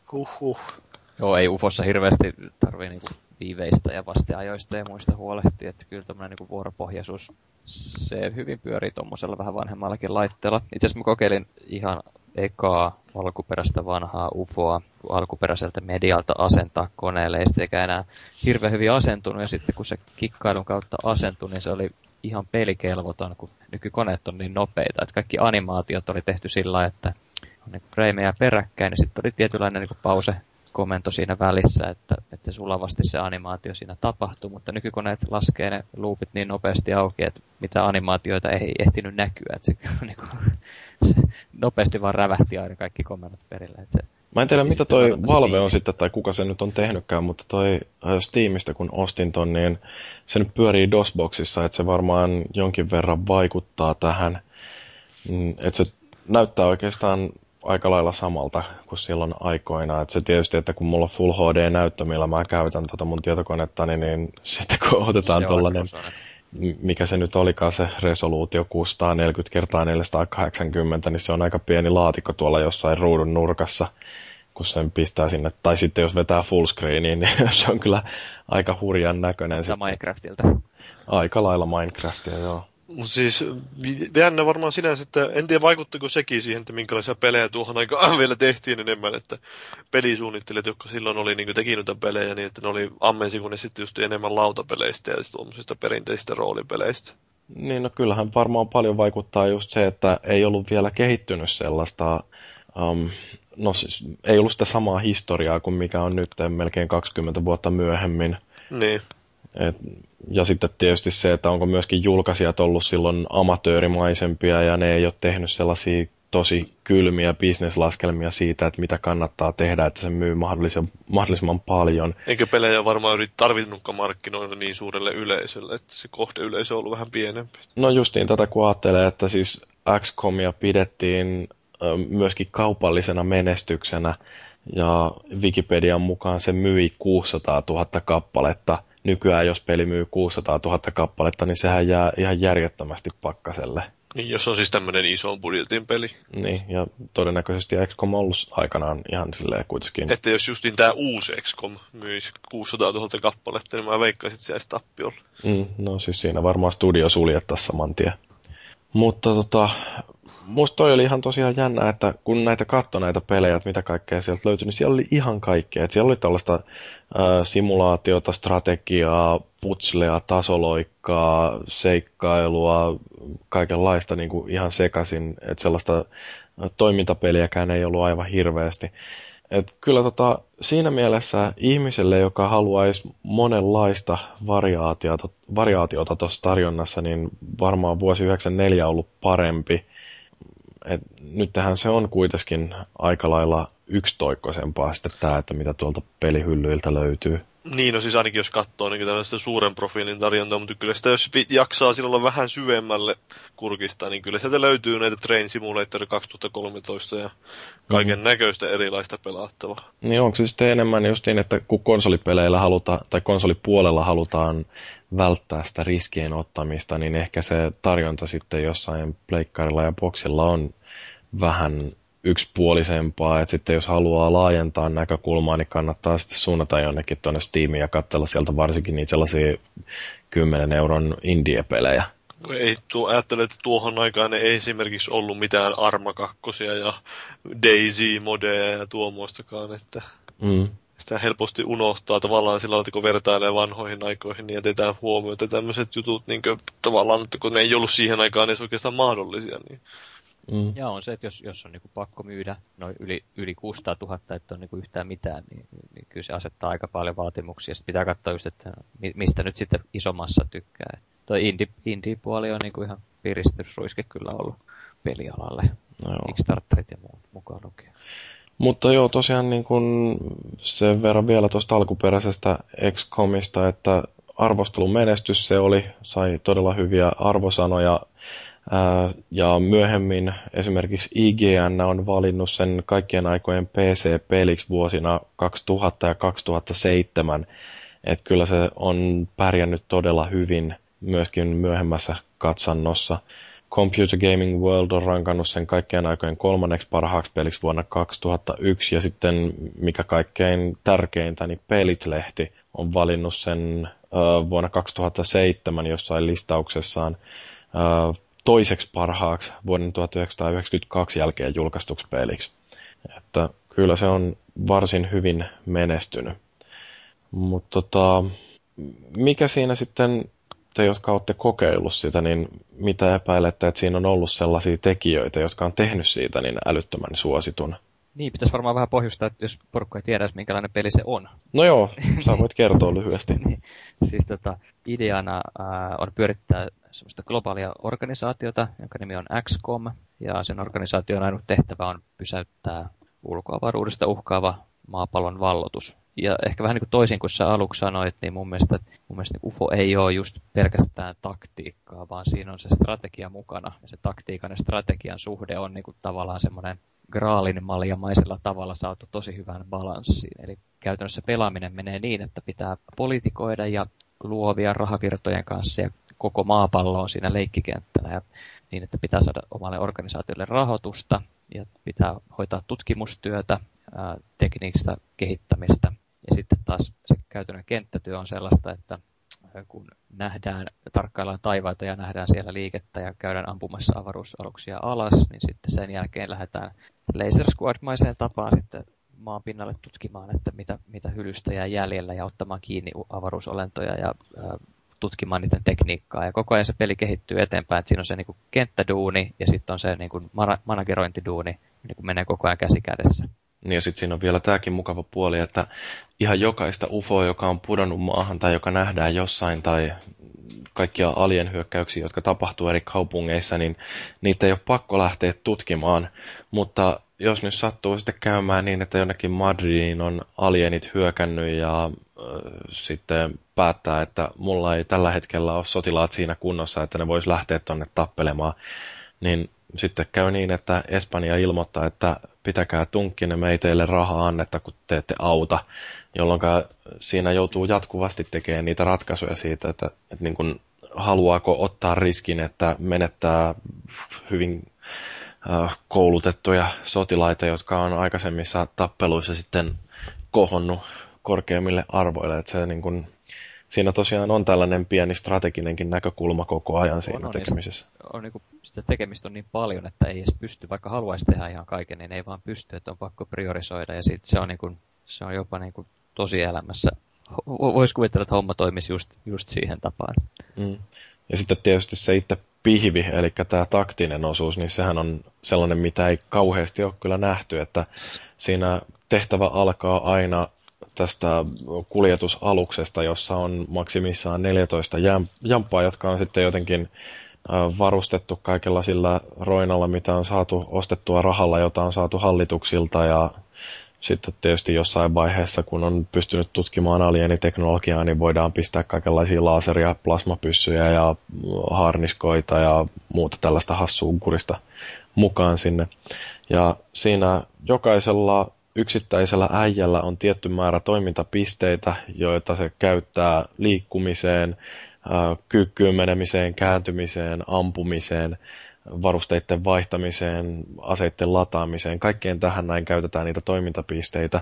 Joo, ei UFOssa hirveästi tarvii niinku viiveistä ja vasteajoista ja muista huolehtia, että kyllä tämmöinen niinku vuoropohjaisuus, se hyvin pyörii tuommoisella vähän vanhemmallakin laitteella. Itse asiassa mä kokeilin ihan ekaa alkuperäistä vanhaa UFOa alkuperäiseltä medialta asentaa koneelle, ei sittenkään enää hirveän hyvin asentunut, ja sitten kun se kikkailun kautta asentui, niin se oli ihan pelikelvoton, kun nykykoneet on niin nopeita, että kaikki animaatiot oli tehty sillä, että on niin freimejä peräkkäin, ja sitten oli tietynlainen niin pause-komento siinä välissä, että sulavasti se animaatio siinä tapahtuu, mutta nykykoneet laskee ne loopit niin nopeasti auki, että mitä animaatioita ei ehtinyt näkyä, että se nopeasti vaan rävähti aina kaikki komennot perille. Että mä en tiedä, mitä toi Valve on sitten, tai kuka se nyt on tehnytkään, mutta toi Steamista, kun ostin ton, niin se nyt pyörii DOSBoxissa, että se varmaan jonkin verran vaikuttaa tähän. Että se näyttää oikeastaan aika lailla samalta kuin silloin aikoina. Että se tietysti, että kun mulla on Full HD-näyttö, millä mä käytän mun tietokonettani, niin sitten kun otetaan tollanen, mikä se nyt olikaan se resoluutio 640x480, niin se on aika pieni laatikko tuolla jossain ruudun nurkassa, kun sen pistää sinne. Tai sitten jos vetää fullscreeniin, niin se on kyllä aika hurjan näköinen. Tämä Minecraftilta. Aika lailla Minecraftia, joo. Mutta siis jännä varmaan sinänsä, että en tiedä vaikuttiko sekin siihen, että minkälaisia pelejä tuohon aikaan vielä tehtiin enemmän, että pelisuunnittelijat, jotka silloin oli niin teki noita pelejä, niin että ne oli ammensi, kun ne sitten just enemmän lautapeleistä ja tuollaisista perinteisistä roolipeleistä. Niin, no kyllähän varmaan paljon vaikuttaa just se, että ei ollut vielä kehittynyt sellaista, no siis ei ollut sitä samaa historiaa kuin mikä on nyt melkein 20 vuotta myöhemmin. Niin. Ja sitten tietysti se, että onko myöskin julkaisijat ollut silloin amatöörimaisempia ja ne ei ole tehnyt sellaisia tosi kylmiä bisneslaskelmia siitä, että mitä kannattaa tehdä, että se myy mahdollisimman paljon. Eikä pelejä varmaan tarvinnutkaan markkinoida niin suurelle yleisölle, että se kohdeyleisö on ollut vähän pienempi. No justiin tätä kun ajattelee, että siis XCOMia pidettiin myöskin kaupallisena menestyksenä ja Wikipedian mukaan se myi 600 000 kappaletta. Nykyään jos peli myy 600 000 kappaletta, niin sehän jää ihan järjettömästi pakkaselle. Niin, jos on siis tämmöinen ison budjetin peli. Niin, ja todennäköisesti XCOM on ollut aikanaan ihan silleen kuitenkin. Että jos justiin tämä uusi XCOM myisi 600 000 kappaletta, niin mä veikkaisin, että se jäisi tappiolla. No siis siinä varmaan studio suljettaisiin saman tien. Mutta musta toi oli ihan tosiaan jännä, että kun näitä katsoi näitä pelejä, että mitä kaikkea sieltä löytyi, niin siellä oli ihan kaikkea. Että siellä oli tällaista simulaatiota, strategiaa, puzzlea, tasoloikkaa, seikkailua, kaikenlaista niin kuin ihan sekaisin. Että sellaista toimintapeliäkään ei ollut aivan hirveästi. Et kyllä siinä mielessä ihmiselle, joka haluaisi monenlaista variaatiota tuossa tarjonnassa, niin varmaan vuosi 1994 on ollut parempi. Nythän se on kuitenkin aika lailla yksitoikkoisempaa sitten tämä, että mitä tuolta pelihyllyiltä löytyy. Niin, no siis ainakin jos katsoo niin tällaista suuren profiilin tarjontaa, mutta kyllä sitä jos jaksaa silloin olla vähän syvemmälle kurkista, niin kyllä sieltä löytyy näitä Train Simulator 2013 ja kaiken näköistä erilaista pelattavaa. Niin onko se sitten enemmän just niin, että kun konsolipeleillä halutaan, tai konsolipuolella halutaan välttää sitä riskien ottamista, niin ehkä se tarjonta sitten jossain pleikkarilla ja boksilla on vähän yksipuolisempaa, että sitten jos haluaa laajentaa näkökulmaa, niin kannattaa sitten suunnata jonnekin tuonne Steamiin ja katsella sieltä varsinkin niitä sellaisia 10 euron indie-pelejä. Ajattelen, että tuohon aikaan ei esimerkiksi ollut mitään Arma 2 ja DayZ-modeja ja tuommoistakaan, että sitä helposti unohtaa tavallaan sillä tavalla, kun vertailee vanhoihin aikoihin, niin jätetään huomioon tämmöiset jutut niin tavallaan, että kun ne ei ollut siihen aikaan edes oikeastaan mahdollisia, niin Ja on se, että jos on niinku pakko myydä noin yli 600 000, että on niinku yhtään mitään, niin kyllä se asettaa aika paljon vaatimuksia. Sitten pitää katsoa just, että mistä nyt sitten iso massa tykkää. Toi indie-puoli on niinku ihan piristysruiske kyllä ollut pelialalle. Kickstarterit ja muut mukaan lukien. Mutta joo, tosiaan niin kun sen verran vielä tuosta alkuperäisestä XCOMista, että arvostelun menestys se oli, sai todella hyviä arvosanoja. Ja myöhemmin esimerkiksi IGN on valinnut sen kaikkien aikojen PC-peliksi vuosina 2000 ja 2007. Että kyllä se on pärjännyt todella hyvin myöskin myöhemmässä katsannossa. Computer Gaming World on rankannut sen kaikkien aikojen 3. parhaaksi peliksi vuonna 2001. Ja sitten mikä kaikkein tärkeintä, niin Pelit-lehti on valinnut sen vuonna 2007 jossain listauksessaan toiseksi parhaaksi vuoden 1992 jälkeen julkaistuksi peliksi. Että kyllä se on varsin hyvin menestynyt. Mutta mikä siinä sitten, te jotka olette kokeillut sitä, niin mitä epäilette, että siinä on ollut sellaisia tekijöitä, jotka on tehnyt siitä niin älyttömän suositun? Niin, pitäisi varmaan vähän pohjustaa, että jos porukka ei tiedä, minkälainen peli se on. No joo, sä voit kertoa lyhyesti. Niin. Siis ideana on pyörittää semmoista globaalia organisaatiota, jonka nimi on XCOM, ja sen organisaation ainut tehtävä on pysäyttää ulkoavaruudesta uhkaava maapallon vallotus. Ja ehkä vähän niin kuin toisin kuin sä aluksi sanoit, niin mun mielestä UFO ei ole just pelkästään taktiikkaa, vaan siinä on se strategia mukana. Ja se taktiikan ja strategian suhde on niin kuin tavallaan semmoinen graalin maljamaisella tavalla saatu tosi hyvään balanssiin. Eli käytännössä pelaaminen menee niin, että pitää politikoida ja luovia rahavirtojen kanssa ja koko maapallo on siinä leikkikenttänä ja niin, että pitää saada omalle organisaatiolle rahoitusta ja pitää hoitaa tutkimustyötä, tekniikistä kehittämistä ja sitten taas se käytännön kenttätyö on sellaista, että kun tarkkaillaan taivaita ja nähdään siellä liikettä ja käydään ampumassa avaruusaluksia alas, niin sitten sen jälkeen lähdetään Laser Squad-maiseen tapaan sitten maan pinnalle tutkimaan, että mitä hylystä jää jäljellä ja ottamaan kiinni avaruusolentoja ja tutkimaan niiden tekniikkaa. Ja koko ajan se peli kehittyy eteenpäin, että siinä on se niin kuin kenttäduuni ja sitten on se niin kuin managerointiduuni, niin kuin menee koko ajan käsi kädessä. Niin ja sitten siinä on vielä tämäkin mukava puoli, että ihan jokaista UFOa, joka on pudonnut maahan tai joka nähdään jossain tai kaikkia alienhyökkäyksiä, jotka tapahtuu eri kaupungeissa, niin niitä ei ole pakko lähteä tutkimaan. Mutta jos nyt sattuu sitten käymään niin, että jonnekin Madridiin on alienit hyökännyt ja sitten päättää, että mulla ei tällä hetkellä ole sotilaat siinä kunnossa, että ne vois lähteä tonne tappelemaan, niin sitten käy niin, että Espanja ilmoittaa, että pitäkää tunkkine, me ei teille rahaa annetta, kun te ette auta, jolloin siinä joutuu jatkuvasti tekemään niitä ratkaisuja siitä, että niin kuin haluaako ottaa riskin, että menettää hyvin koulutettuja sotilaita, jotka on aikaisemmissa tappeluissa sitten kohonnut korkeimmille arvoille. Että se niin kuin, siinä tosiaan on tällainen pieni strateginenkin näkökulma koko ajan siinä tekemisessä. Sitä tekemistä on niin paljon, että ei edes pysty, vaikka haluaisi tehdä ihan kaiken, niin ei vaan pysty, että on pakko priorisoida. Ja sitten se on jopa niin kuin tosielämässä. Voisi kuvitella, että homma toimisi just siihen tapaan. Ja sitten tietysti se itse pihvi, eli tämä taktinen osuus, niin sehän on sellainen, mitä ei kauheasti ole kyllä nähty, että siinä tehtävä alkaa aina tästä kuljetusaluksesta, jossa on maksimissaan 14 jamppaa, jotka on sitten jotenkin varustettu kaikella sillä roinalla, mitä on saatu ostettua rahalla, jota on saatu hallituksilta ja sitten tietysti jossain vaiheessa, kun on pystynyt tutkimaan alieniteknologiaa, niin voidaan pistää kaikenlaisia laseria, plasmapyssyjä ja harniskoita ja muuta tällaista hassuunkurista mukaan sinne. Ja siinä jokaisella yksittäisellä äijällä on tietty määrä toimintapisteitä, joita se käyttää liikkumiseen, kyykkyyn menemiseen, kääntymiseen, ampumiseen, varusteiden vaihtamiseen, aseiden lataamiseen. Kaikkeen tähän näin käytetään niitä toimintapisteitä.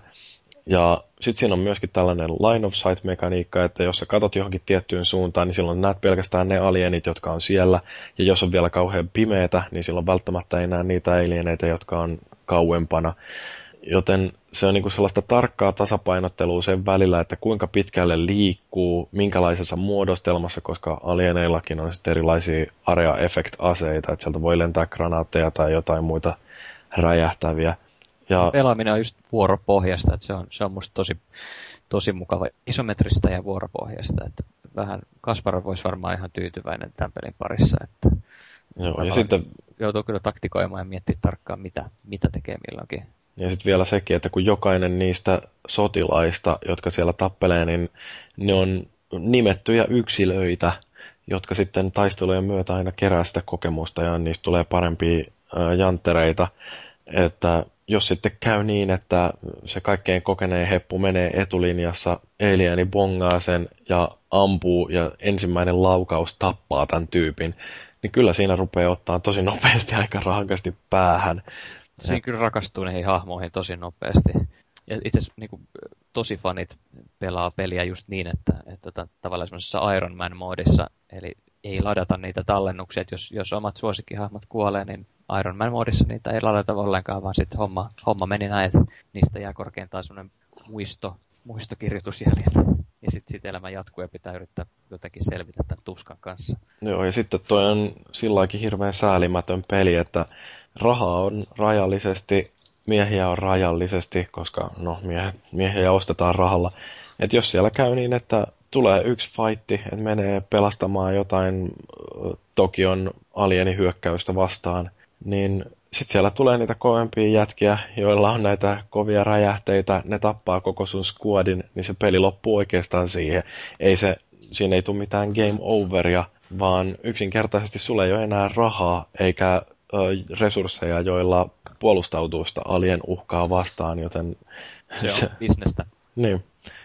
Ja sitten siinä on myöskin tällainen line of sight-mekaniikka, että jos sä katot johonkin tiettyyn suuntaan, niin silloin näet pelkästään ne alienit, jotka on siellä. Ja jos on vielä kauhean pimeätä, niin silloin välttämättä ei näe niitä alieneitä, jotka on kauempana. Joten se on niinku sellaista tarkkaa tasapainottelua sen välillä, että kuinka pitkälle liikkuu, minkälaisessa muodostelmassa, koska alieneillakin on sitten erilaisia area effect-aseita, että sieltä voi lentää granaatteja tai jotain muita räjähtäviä. Ja pelaaminen on just vuoropohjasta, että se on musta tosi mukava isometristä ja vuoropohjasta, että vähän Kaspar voisi varmaan ihan tyytyväinen tämän pelin parissa, että joo, ja sitten joutuu kyllä taktikoimaan ja miettiä tarkkaan, mitä tekee milloinkin. Ja sitten vielä sekin, että kun jokainen niistä sotilaista, jotka siellä tappelee, niin ne on nimettyjä yksilöitä, jotka sitten taistelujen myötä aina kerää sitä kokemusta ja niistä tulee parempia janttereita. Että jos sitten käy niin, että se kaikkein kokeneen heppu menee etulinjassa, alieni bongaa sen ja ampuu ja ensimmäinen laukaus tappaa tämän tyypin, niin kyllä siinä rupeaa ottaa tosi nopeasti aika rankasti päähän. Siinä kyllä rakastuu niihin hahmoihin tosi nopeasti. Ja itse asiassa niin tosi fanit pelaa peliä just niin, että tavallaan semmoisessa Iron Man-moodissa, eli ei ladata niitä tallennuksia, että jos omat suosikkihahmot kuolee, niin Iron Man-moodissa niitä ei ladata ollenkaan, vaan sitten homma meni näin, että niistä jää korkeintaan semmoinen muistokirjoitus jäljellä. Ja sitten elämä jatkuu ja pitää yrittää jotenkin selvitä tämän tuskan kanssa. Joo, ja sitten toi on silläkin hirveän säälimätön peli, että rahaa on rajallisesti, miehiä on rajallisesti, koska no, miehiä ostetaan rahalla. Että jos siellä käy niin, että tulee yksi fightti, että menee pelastamaan jotain Tokion alienihyökkäystä vastaan, niin sitten siellä tulee niitä kovempia jätkiä, joilla on näitä kovia räjähteitä, ne tappaa koko sun squadin, niin se peli loppuu oikeastaan siihen. Siinä ei tule mitään game overia, vaan yksinkertaisesti sulle ei ole enää rahaa eikä resursseja, joilla puolustautuu sitä alien uhkaa vastaan, joten se on bisnestä. Niin.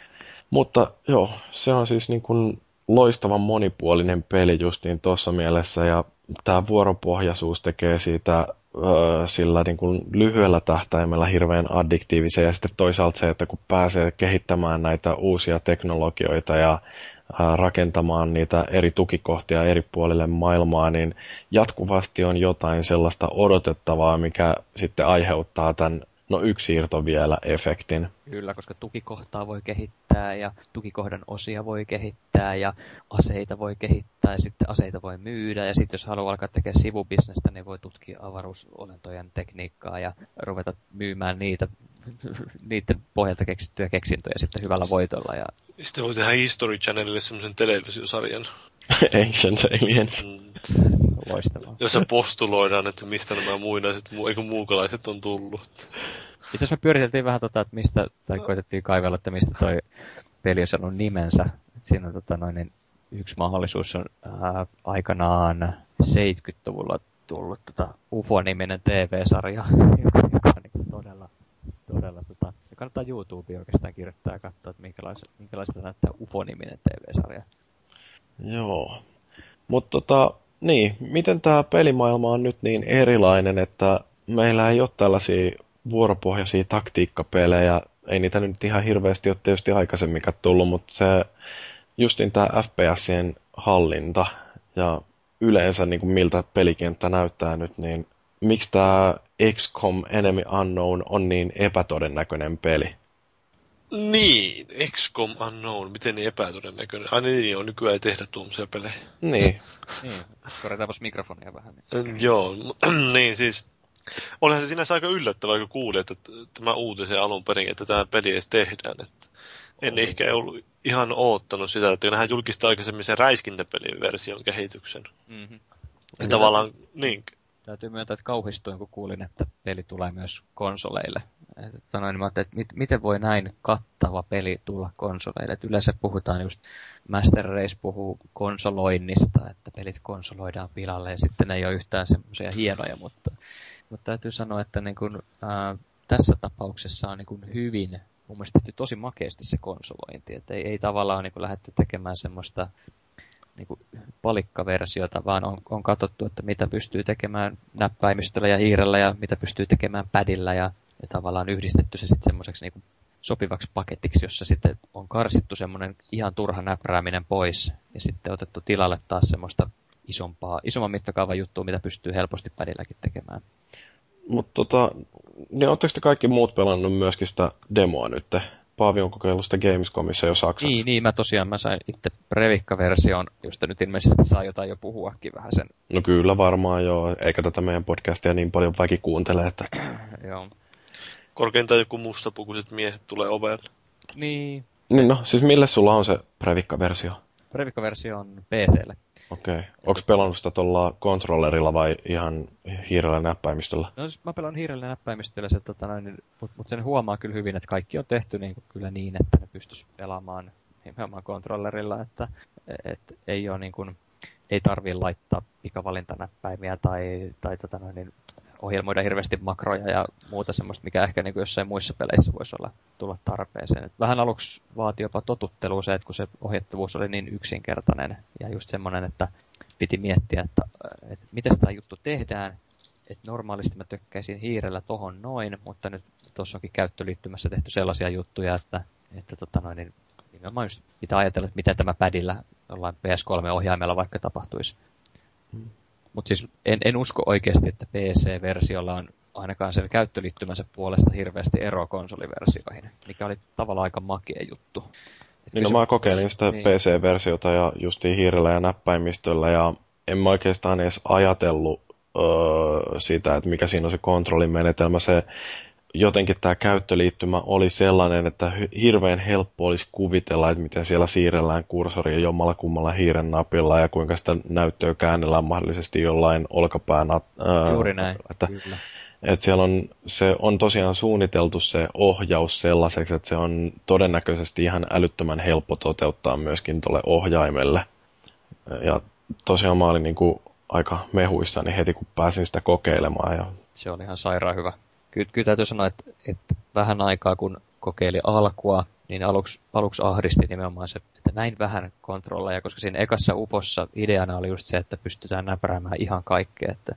Mutta joo, se on siis niin kuin loistavan monipuolinen peli justiin tuossa mielessä, ja tämä vuoropohjaisuus tekee siitä sillä niin kuin lyhyellä tähtäimellä hirveän addiktiivisen, ja sitten toisaalta se, että kun pääsee kehittämään näitä uusia teknologioita ja rakentamaan niitä eri tukikohtia eri puolille maailmaa, niin jatkuvasti on jotain sellaista odotettavaa, mikä sitten aiheuttaa tämän yksi siirto vielä -efektin. Kyllä, koska tukikohtaa voi kehittää ja tukikohdan osia voi kehittää ja aseita voi kehittää ja sitten aseita voi myydä. Ja sitten jos haluaa alkaa tekemään sivubisnestä, niin voi tutkia avaruusolentojen tekniikkaa ja ruveta myymään niiden pohjalta keksittyjä keksintöjä sitten hyvällä voitolla. Ja sitten voi tehdä History Channelille semmoisen televisiosarjan. Ancient Aliens. Loistavaa. Jossa postuloidaan, että mistä nämä muinaiset, eikö muukalaiset on tullut. Itse asiassa me pyöriteltiin vähän tai koitettiin kaivella, että mistä toi peli on saanut nimensä. Siinä on niin yksi mahdollisuus on aikanaan 70-luvulla tullut UFO-niminen TV-sarja, joka on niin todella ja kannattaa YouTubea oikeastaan kirjoittaa ja katsoa, että minkälaista näyttää UFO-niminen TV-sarja. Joo. Mutta niin, miten tämä pelimaailma on nyt niin erilainen, että meillä ei ole tällaisia vuoropohjaisia taktiikkapelejä. Ei niitä nyt ihan hirveästi ole tietysti aikaisemminkaan tullut, mutta se justin tämä FPSien hallinta ja yleensä niin kuin miltä pelikenttä näyttää nyt, niin miksi tämä XCOM Enemy Unknown on niin epätodennäköinen peli? Niin, XCOM Unknown, miten niin epätodennäköinen? Aina niin on, nykyään ei tehdä tuommoisia pelejä. Niin. Korjataanpas mikrofonia vähän. Joo, niin siis, olihan se sinänsä aika yllättävää, kun kuuli, että tämä uutisen alun perin, että tämä peli edes tehdään. Että en ehkä ollut ihan oottanut sitä, että nehän julkisti aikaisemmin sen räiskintäpelin version kehityksen. Mm-hmm. Ja tavallaan, niin. Täytyy myöntää, että kauhistuin, kun kuulin, että peli tulee myös konsoleille. Mä ajattelin, että miten voi näin kattava peli tulla konsoleille. Et yleensä puhutaan just, Master Race puhuu konsoloinnista, että pelit konsoloidaan pilalle ja sitten ne ei ole yhtään semmoisia hienoja, mutta täytyy sanoa, että niin kun, tässä tapauksessa on niin kun hyvin, mun mielestä tehty tosi makeasti se konsolointi, että ei tavallaan niin kun lähdetty tekemään semmoista niin kuin palikkaversiota, vaan on katsottu, että mitä pystyy tekemään näppäimistöllä ja hiirellä ja mitä pystyy tekemään padilla ja tavallaan yhdistetty se sitten semmoiseksi niin kuin sopivaksi paketiksi, jossa sitten on karsittu semmoinen ihan turha näprääminen pois ja sitten otettu tilalle taas semmoista isomman mittakaavan juttua, mitä pystyy helposti padilläkin tekemään. Mutta niin ootteko te kaikki muut pelannut myöskin sitä demoa nyt? Paavi on kokeillut sitä Gamescomissa jo saksaksi. Niin, mä sain itse Previkka-version, josta nyt ilmeisesti saa jotain jo puhuakin vähän sen. No kyllä varmaan joo, eikä tätä meidän podcastia niin paljon väki kuuntele, että... Joo. Korkeintaan joku mustapukuiset miehet tulee ovelle. Niin. Niin no, siis mille sulla on se Previkka-versio? Previkka-versio on PC:lle. Okei. Onko pelannut sitä tuolla kontrollerilla vai ihan hiirellä näppäimistöllä? No siis mä pelaan hiirellä näppäimistöllä, mutta sen huomaa kyllä hyvin, että kaikki on tehty kyllä niin, että ne pystyisi pelaamaan nimenomaan kontrollerilla, että ei ole ei tarvii laittaa pikavalintanäppäimiä tai ohjelmoida hirveästi makroja ja muuta semmoista, mikä ehkä jossain muissa peleissä voisi tulla tarpeeseen. Et vähän aluksi vaati jopa totuttelua se, että kun se ohjattavuus oli niin yksinkertainen ja just semmoinen, että piti miettiä, että miten tämä juttu tehdään. Että normaalisti mä tökkäisin hiirellä tohon noin, mutta nyt tuossa onkin käyttöliittymässä tehty sellaisia juttuja, että nimenomaan just pitää ajatella, että miten tämä padilla jollain PS3-ohjaimella vaikka tapahtuisi. Mutta siis en usko oikeasti, että PC-versiolla on ainakaan sen käyttöliittymänsä puolesta hirveästi eroa konsoliversioihin, mikä oli tavallaan aika makea juttu. Niin, no mä kokeilin sitä niin. PC-versiota ja justiin hiirellä ja näppäimistöllä ja en mä oikeastaan edes ajatellut sitä, että mikä siinä on se kontrollimenetelmä. Se jotenkin tämä käyttöliittymä oli sellainen, että hirveän helppo olisi kuvitella, että miten siellä siirrellään kursoria jommalla kummalla hiiren napilla ja kuinka sitä näyttöä käännellään mahdollisesti jollain olkapään. Juuri näin, kyllä. Että siellä se on tosiaan suunniteltu se ohjaus sellaiseksi, että se on todennäköisesti ihan älyttömän helppo toteuttaa myöskin tuolle ohjaimelle. Ja tosiaan mä olin aika mehuissani heti, kun pääsin sitä kokeilemaan. Ja... Se oli ihan sairaan hyvä. Kyllä täytyy sanoa, että vähän aikaa kun kokeili alkua, niin aluksi ahdisti nimenomaan se, että näin vähän kontrolleja, koska siinä ekassa upossa ideana oli just se, että pystytään näpräämään ihan kaikkea. Että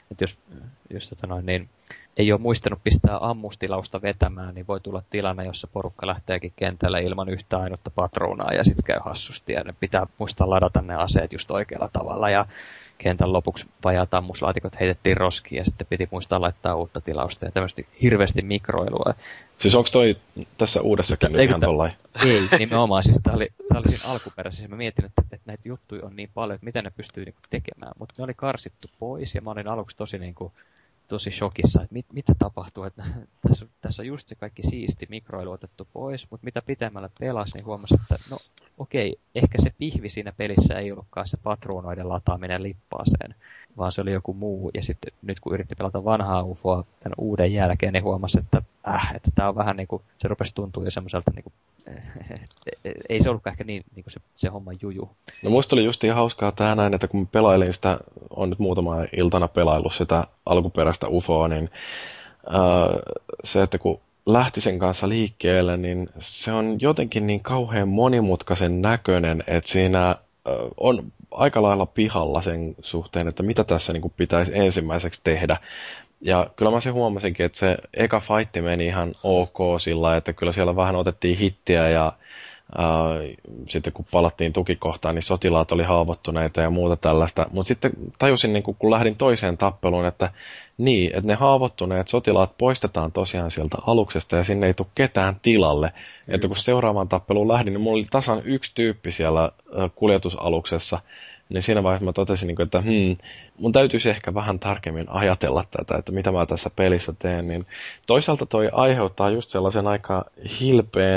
jos niin ei ole muistanut pistää ammustilausta vetämään, niin voi tulla tilanne, jossa porukka lähteekin kentälle ilman yhtä ainutta patruunaa ja sitten käy hassusti. Ja ne pitää muistaa ladata ne aseet just oikealla tavalla ja kentän lopuksi vajaat ammuslaatikot heitettiin roskiin ja sitten piti muistaa laittaa uutta tilausta ja tämmöistä hirveästi mikroilua. Siis onko toi tässä uudessakin nyt ihan tollain? Ei, nimenomaan. Siis tää oli siinä alkuperäisessä. Mä mietin, että näitä juttuja on niin paljon, että miten ne pystyy tekemään. Mutta ne oli karsittu pois ja mä olin aluksi tosi shokissa, että mitä tapahtuu. Että tässä on just se kaikki siisti mikroilu otettu pois, mutta mitä pitemmällä pelasi, niin huomasi, että no okei, ehkä se pihvi siinä pelissä ei ollutkaan se patruunoiden lataaminen lippaaseen, vaan se oli joku muu. Ja sitten nyt kun yritti pelata vanhaa UFOa tämän uuden jälkeen, niin huomasi, että tämä on vähän niin kuin, se rupesi tuntua jo semmoiselta, niin kuin, ei se ollutkaan ehkä niin kuin se homma juju. No musta oli just ihan hauskaa tää näin, että kun mä pelailin sitä, on nyt muutama iltana pelaillut sitä alkuperäistä UFOa, niin se, että kun lähti sen kanssa liikkeelle, niin se on jotenkin niin kauhean monimutkaisen näköinen, että siinä on aika lailla pihalla sen suhteen, että mitä tässä niin kuin pitäisi ensimmäiseksi tehdä. Ja kyllä mä se huomasinkin, että se eka fightti meni ihan ok sillä, että kyllä siellä vähän otettiin hittiä ja sitten kun palattiin tukikohtaan, niin sotilaat oli haavoittuneita ja muuta tällaista. Mutta sitten tajusin, niin kun lähdin toiseen tappeluun, että ne haavoittuneet sotilaat poistetaan tosiaan sieltä aluksesta ja sinne ei tule ketään tilalle. Että kun seuraavaan tappeluun lähdin, niin mulla oli tasan yksi tyyppi siellä kuljetusaluksessa. Niin siinä vaiheessa mä totesin, että mun täytyisi ehkä vähän tarkemmin ajatella tätä, että mitä mä tässä pelissä teen. Niin toisaalta toi aiheuttaa just sellaisen aika hilpeen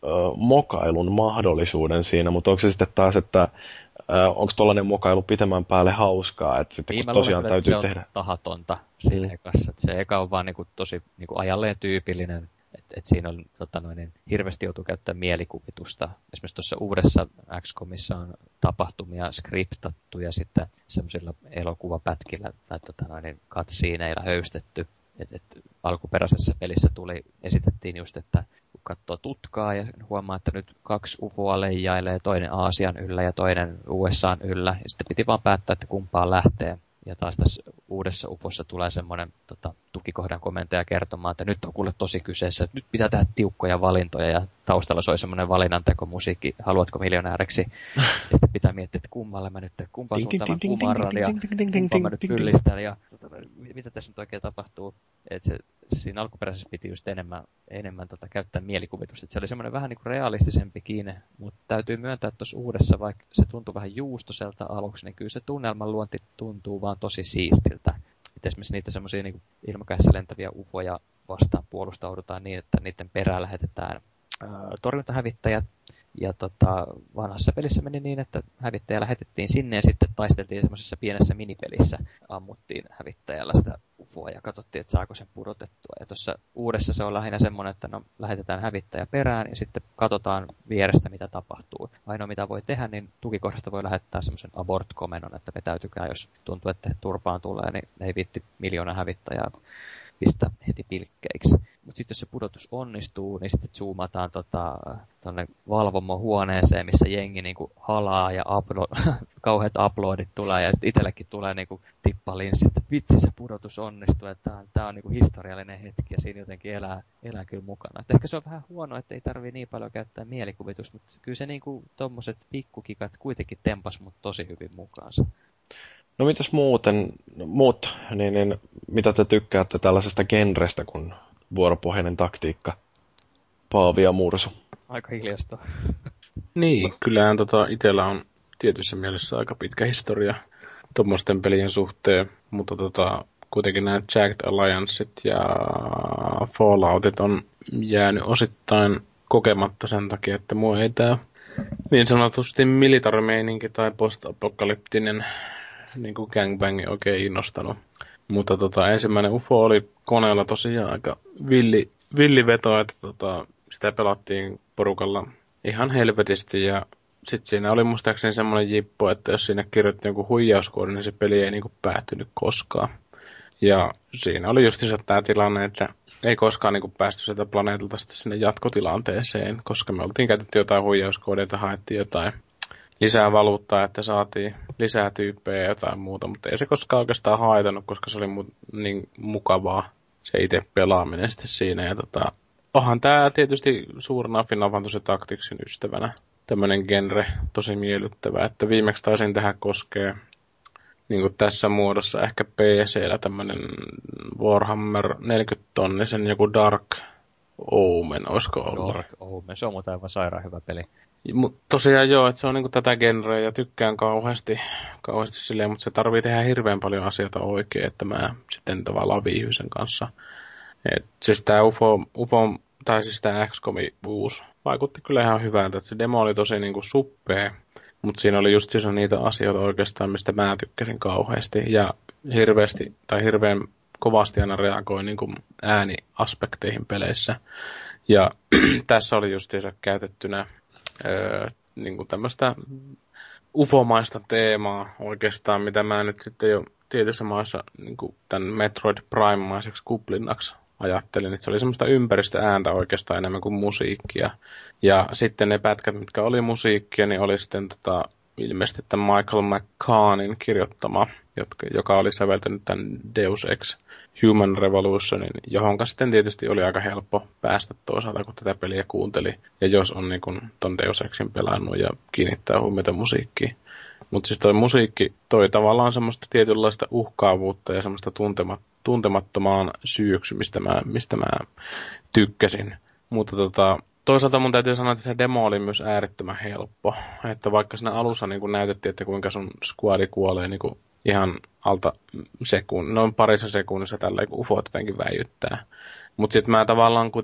mokailun mahdollisuuden siinä, mutta onko se sitten taas, että onko tuollainen mokailu pitemmän päälle hauskaa, että sitten kun tosiaan luulen, täytyy se tehdä... on tahatonta siinä ekassa, että se eka on vaan niinku tosi niinku ajalleen tyypillinen, että siinä on hirveästi joutuu käyttämään mielikuvitusta. Esimerkiksi tuossa uudessa XCOMissa on tapahtumia skriptattu ja sitten semmoisilla elokuvapätkillä tai cutsceneilla höystetty. Alkuperäisessä pelissä esitettiin just, että kun katsoo tutkaa ja huomaa, että nyt 2 UFOa leijailee, toinen Aasian yllä ja toinen USAn yllä. Ja sitten piti vaan päättää, että kumpaan lähtee. Ja taas tässä uudessa UFOssa tulee semmoinen tukikohdan komentaja kertomaan, että nyt on kuule tosi kyseessä, että nyt pitää tehdä tiukkoja valintoja ja taustalla soi semmoinen valinnantekomusiikki, haluatko miljonääriksi? Ja sitten pitää miettiä, että kummalle mä nyt, kumpaan suuntaan mä kumarran ja kumpaan mä nyt pyllistän ja mitä tässä nyt oikein tapahtuu. Että siinä alkuperäisessä piti just enemmän käyttää mielikuvitusta. Että se oli semmoinen vähän niin kuin realistisempi kiine, mutta täytyy myöntää, että tuossa uudessa, vaikka se tuntuu vähän juustoselta aluksi, niin kyllä se tunnelman luonti tuntuu vaan tosi siistiltä. Että esimerkiksi niitä semmoisia niin ilmakehässä lentäviä ufoja vastaan puolustaudutaan niin, että niiden perään lähetetään torjuntahävittäjät. Ja vanhassa pelissä meni niin, että hävittäjä lähetettiin sinne ja sitten taisteltiin semmoisessa pienessä minipelissä. Ammuttiin hävittäjällä sitä ufoa ja katsottiin, että saako sen pudotettua. Ja tuossa uudessa se on lähinnä semmoinen, että lähetetään hävittäjä perään ja sitten katsotaan vierestä, mitä tapahtuu. Ainoa mitä voi tehdä, niin tukikohdasta voi lähettää semmoisen abort-komennon, että vetäytykää, jos tuntuu, että turpaan tulee, niin ei viitti miljoona hävittäjää pistää heti pilkkeiksi. Mutta sitten jos se pudotus onnistuu, niin sitten zoomataan tuonne valvomohuoneeseen, missä jengi niinku halaa ja kauheat uploadit tulee ja sitten itsellekin tulee niinku tippalinssi, että vitsi se pudotus onnistuu, että tämä on niinku historiallinen hetki ja siinä jotenkin elää kyllä mukana. Et ehkä se on vähän huono, että ei tarvii niin paljon käyttää mielikuvitusta, mutta kyllä se niinku tommoset pikkukikat kuitenkin tempas mut tosi hyvin mukaansa. No mitäs muut, niin mitä te tykkäätte tällaisesta genrestä kuin vuoropohjainen taktiikka, Paavi ja Mursu? Aika hiljasta. Niin, kyllähän itsellä on tietyssä mielessä aika pitkä historia tuommoisten pelien suhteen, mutta kuitenkin nämä Jagged Allianceit ja Falloutit on jäänyt osittain kokematta sen takia, että mua ei tää niin sanotusti militarimeininki tai post-apokalyptinen niin kuin gangbangi oikein innostanut. Mutta ensimmäinen UFO oli koneella tosiaan aika villiveto, että sitä pelattiin porukalla ihan helvetisti ja sitten siinä oli muistaakseni semmoinen jippo, että jos siinä kirjoitti jonkun huijauskoodin, niin se peli ei niinku päättynyt koskaan. Ja siinä oli justiinsa tämä tilanne, että ei koskaan niinku päästy sieltä planeetalta sitten sinne jatkotilanteeseen, koska me oltiin käytetty jotain huijauskoodeita, haettiin jotain lisää valuuttaa, että saatiin lisää tyyppejä ja jotain muuta, mutta ei se koskaan oikeastaan haitannut, koska se oli niin mukavaa se itse pelaaminen sitten siinä. Ja onhan tämä tietysti suurena Final Fantasy Tacticsin ystävänä tämmöinen genre tosi miellyttävä, että viimeksi taisin tähän koskee niin kuin tässä muodossa ehkä PC:llä tämmöinen Warhammer 40-tonnisen joku Dark Omen, olisiko ollut? Dark Omen, se on muuten aivan sairaan hyvä peli. Tosiaan joo, että se on niinku tätä genreä ja tykkään kauheasti silleen, mutta se tarvii tehdä hirveän paljon asioita oikein, että mä sitten tavallaan viihdyn sen kanssa. Et siis tää UFO tai siis tää XCOM uusi vaikutti kyllä ihan hyvältä, että se demo oli tosi niinku suppea, mutta siinä oli just niitä asioita oikeastaan, mistä mä tykkäsin kauheasti ja hirveän kovasti aina reagoin niinku ääniaspekteihin peleissä. Ja tässä oli justiinsa käytettynä niin kuin tämmöistä ufomaista teemaa oikeastaan, mitä mä nyt sitten jo tietyissä maissa niin kuin tämän Metroid Prime-maiseksi kuplinnaksi ajattelin, että se oli semmoista ympäristöääntä oikeastaan enemmän kuin musiikkia. Ja sitten ne pätkät, mitkä oli musiikkia, niin oli sitten ilmeisesti tämän Michael McCannin kirjoittama, joka oli säveltänyt tämän Deus Ex Human Revolutionin, johonka sitten tietysti oli aika helppo päästä toisaalta, kun tätä peliä kuunteli. Ja jos on niin kun ton Deus Exin pelannut ja kiinnittää huomiota musiikkiin. Mutta siis toi musiikki toi tavallaan semmoista tietynlaista uhkaavuutta ja semmoista tuntemattomaan syöksymistä, mistä mä tykkäsin. Mutta toisaalta mun täytyy sanoa, että se demo oli myös äärettömän helppo. Että vaikka siinä alussa niin kun näytettiin, että kuinka sun squadi kuolee niin kun ihan alta noin parissa sekunnissa tällä kun ufot jotenkin väijyttää. Mutta sitten mä tavallaan kuitenkin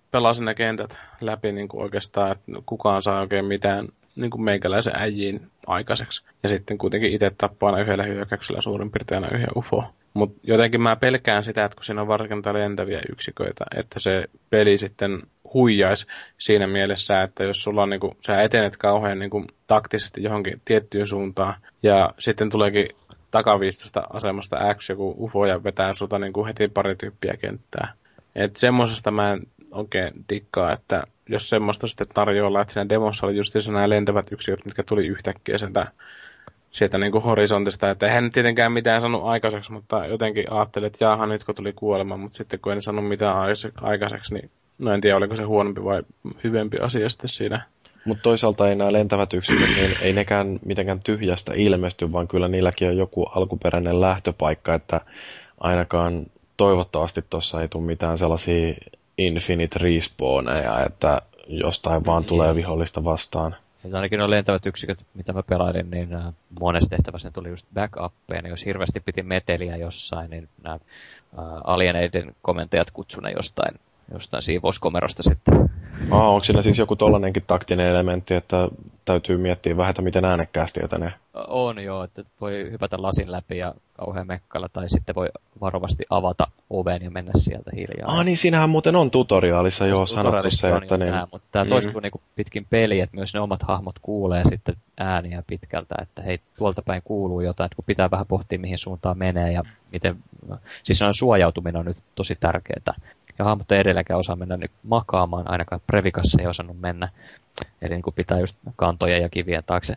pelasin ne kentät läpi niin kuin oikeastaan, että kukaan saa oikein mitään niin kuin meikäläisen äijiin aikaiseksi. Ja sitten kuitenkin itse tappaa aina yhdellä hyökkäyksellä suurin piirtein aina yhden UFO. Mutta jotenkin mä pelkään sitä, että kun siinä on varsinkin lentäviä yksiköitä, että se peli sitten huijaisi siinä mielessä, että jos sulla on niinku, sä etenet kauhean niinku taktisesti johonkin tiettyyn suuntaan, ja sitten tuleekin takaviistosta asemasta X joku UFO ja vetää sulta niinku heti pari tyyppiä kenttää. Et semmosesta mä en oikein dikkaa, että jos semmoista sitten tarjolla, että siinä demossa oli just nämä lentävät yksiköt, mitkä tuli yhtäkkiä sieltä niinku horisontista, että eihän tietenkään mitään saanut aikaiseksi, mutta jotenkin ajattelin, että jaaha, nyt kun tuli kuolema, mutta sitten kun en saanut mitään aikaiseksi, niin no en tiedä, oliko se huonompi vai hyvempi asia sitten siinä. Mutta toisaalta ei nämä lentävät yksiköt, niin ei nekään mitenkään tyhjästä ilmesty, vaan kyllä niilläkin on joku alkuperäinen lähtöpaikka, että ainakaan toivottavasti tuossa ei tule mitään sellaisia infinite respawneja, että jostain vaan tulee vihollista vastaan. Ja ainakin nuo lentävät yksiköt, mitä mä pelailin, niin monessa tehtävässä ne tuli just backuppeja, niin jos hirveästi piti meteliä jossain, niin nämä alieneiden komentajat kutsu ne jostain siivouskomerosta sitten. Onko siinä siis joku tollanenkin taktinen elementti, että täytyy miettiä vähän, että miten äänekkäästi ne? On joo, että voi hypätä lasin läpi ja kauhean mekkalla, tai sitten voi varovasti avata oven ja mennä sieltä hiljaa. Niin siinähän muuten on tutoriaalissa jo sanottu se, että ne... Mutta tämä toistuu niinku pitkin peliä, että myös ne omat hahmot kuulee sitten ääniä pitkältä, että hei, tuolta päin kuuluu jotain, että kun pitää vähän pohtia, mihin suuntaan menee ja miten... Siis suojautuminen on nyt tosi tärkeää. Ja hahmot ei edelleenkään osaa mennä nyt makaamaan, ainakaan Previkassa ei osannut mennä. Eli niin kuin pitää just kantoja ja kivien taakse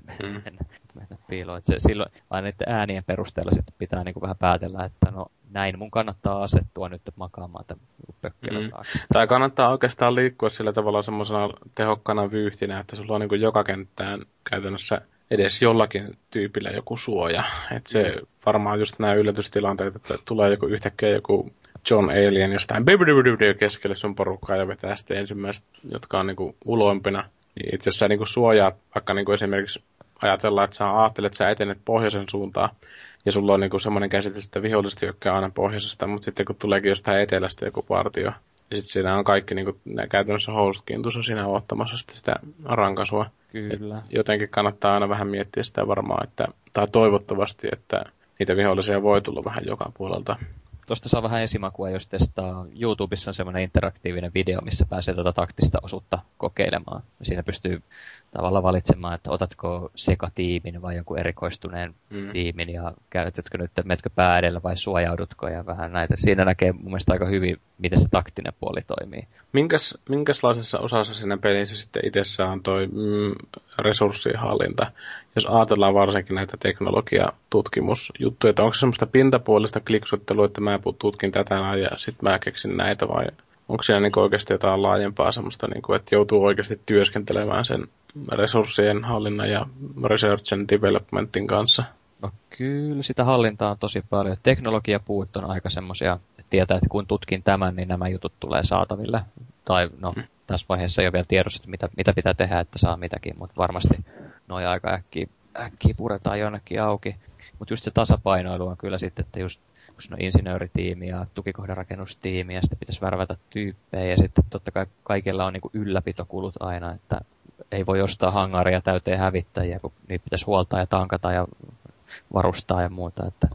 mennä piiloon. Että silloin aina niiden äänien perusteella sitten pitää niin kuin vähän päätellä, että no näin mun kannattaa asettua nyt makaamaan tämän pökkelön taakse. Tai kannattaa oikeastaan liikkua sillä tavalla semmoisena tehokkana vyyhtinä, että sulla on niin kuin joka kenttään käytännössä edes jollakin tyypillä joku suoja. Että se varmaan just nämä yllätystilanteet, että tulee joku yhtäkkiä joku John Alien jostain keskelle sun porukkaa ja vetää sitten ensimmäiset, jotka on niinku uloimpina. Niin jos sä niinku suojaat, vaikka niinku esimerkiksi ajatellaan, että sä ajattelet, että sä etenet pohjoisen suuntaan, ja sulla on niinku semmoinen käsitys, että vihollisesti hyökkää aina pohjoisesta, mutta sitten kun tuleekin jostain etelästä joku partio, ja sitten siinä on kaikki niinku, käytännössä housutkin tuossa siinä odottamassa sitä rankasua. Kyllä. Et jotenkin kannattaa aina vähän miettiä sitä varmaan, tai toivottavasti, että niitä vihollisia voi tulla vähän joka puolelta. Tuosta saa vähän esimakua, jos testaa. YouTubessa on semmoinen interaktiivinen video, missä pääsee tuota taktista osuutta kokeilemaan. Siinä pystyy tavallaan valitsemaan, että otatko sekatiimin vai jonkun erikoistuneen tiimin ja käytätkö nyt, metkö pää edellä vai suojaudutko ja vähän näitä. Siinä näkee mun mielestä aika hyvin, miten se taktinen puoli toimii. Minkälaisessa osassa siinä pelissä sitten itsessään on toi resurssien hallinta? Jos ajatellaan varsinkin näitä teknologiatutkimusjuttuja, että onko se semmoista pintapuolista kliksuttelua, että mä tutkin tätä ja sitten mä keksin näitä, vai onko siinä niin oikeasti jotain laajempaa semmoista, niin kuin, että joutuu oikeasti työskentelemään sen resurssien hallinnan ja research and developmentin kanssa? No kyllä, sitä hallintaa on tosi paljon. Teknologiapuut on aika semmoisia, että tietää, että kun tutkin tämän, niin nämä jutut tulee saataville. Tai no, tässä vaiheessa ei ole vielä tiedossa, että mitä pitää tehdä, että saa mitäkin, mutta varmasti noin aika äkkiä puretaan jonnekin auki. Mutta just se tasapainoilu on kyllä sitten, että just kun on insinööritiimi ja tukikohdarakennustiimi ja sitten pitäisi värvätä tyyppejä ja sitten totta kai kaikilla on niinku ylläpitokulut aina, että ei voi ostaa hangaria täyteen hävittäjiä, kun niitä pitäisi huoltaa ja tankata ja varustaa ja muuta. Että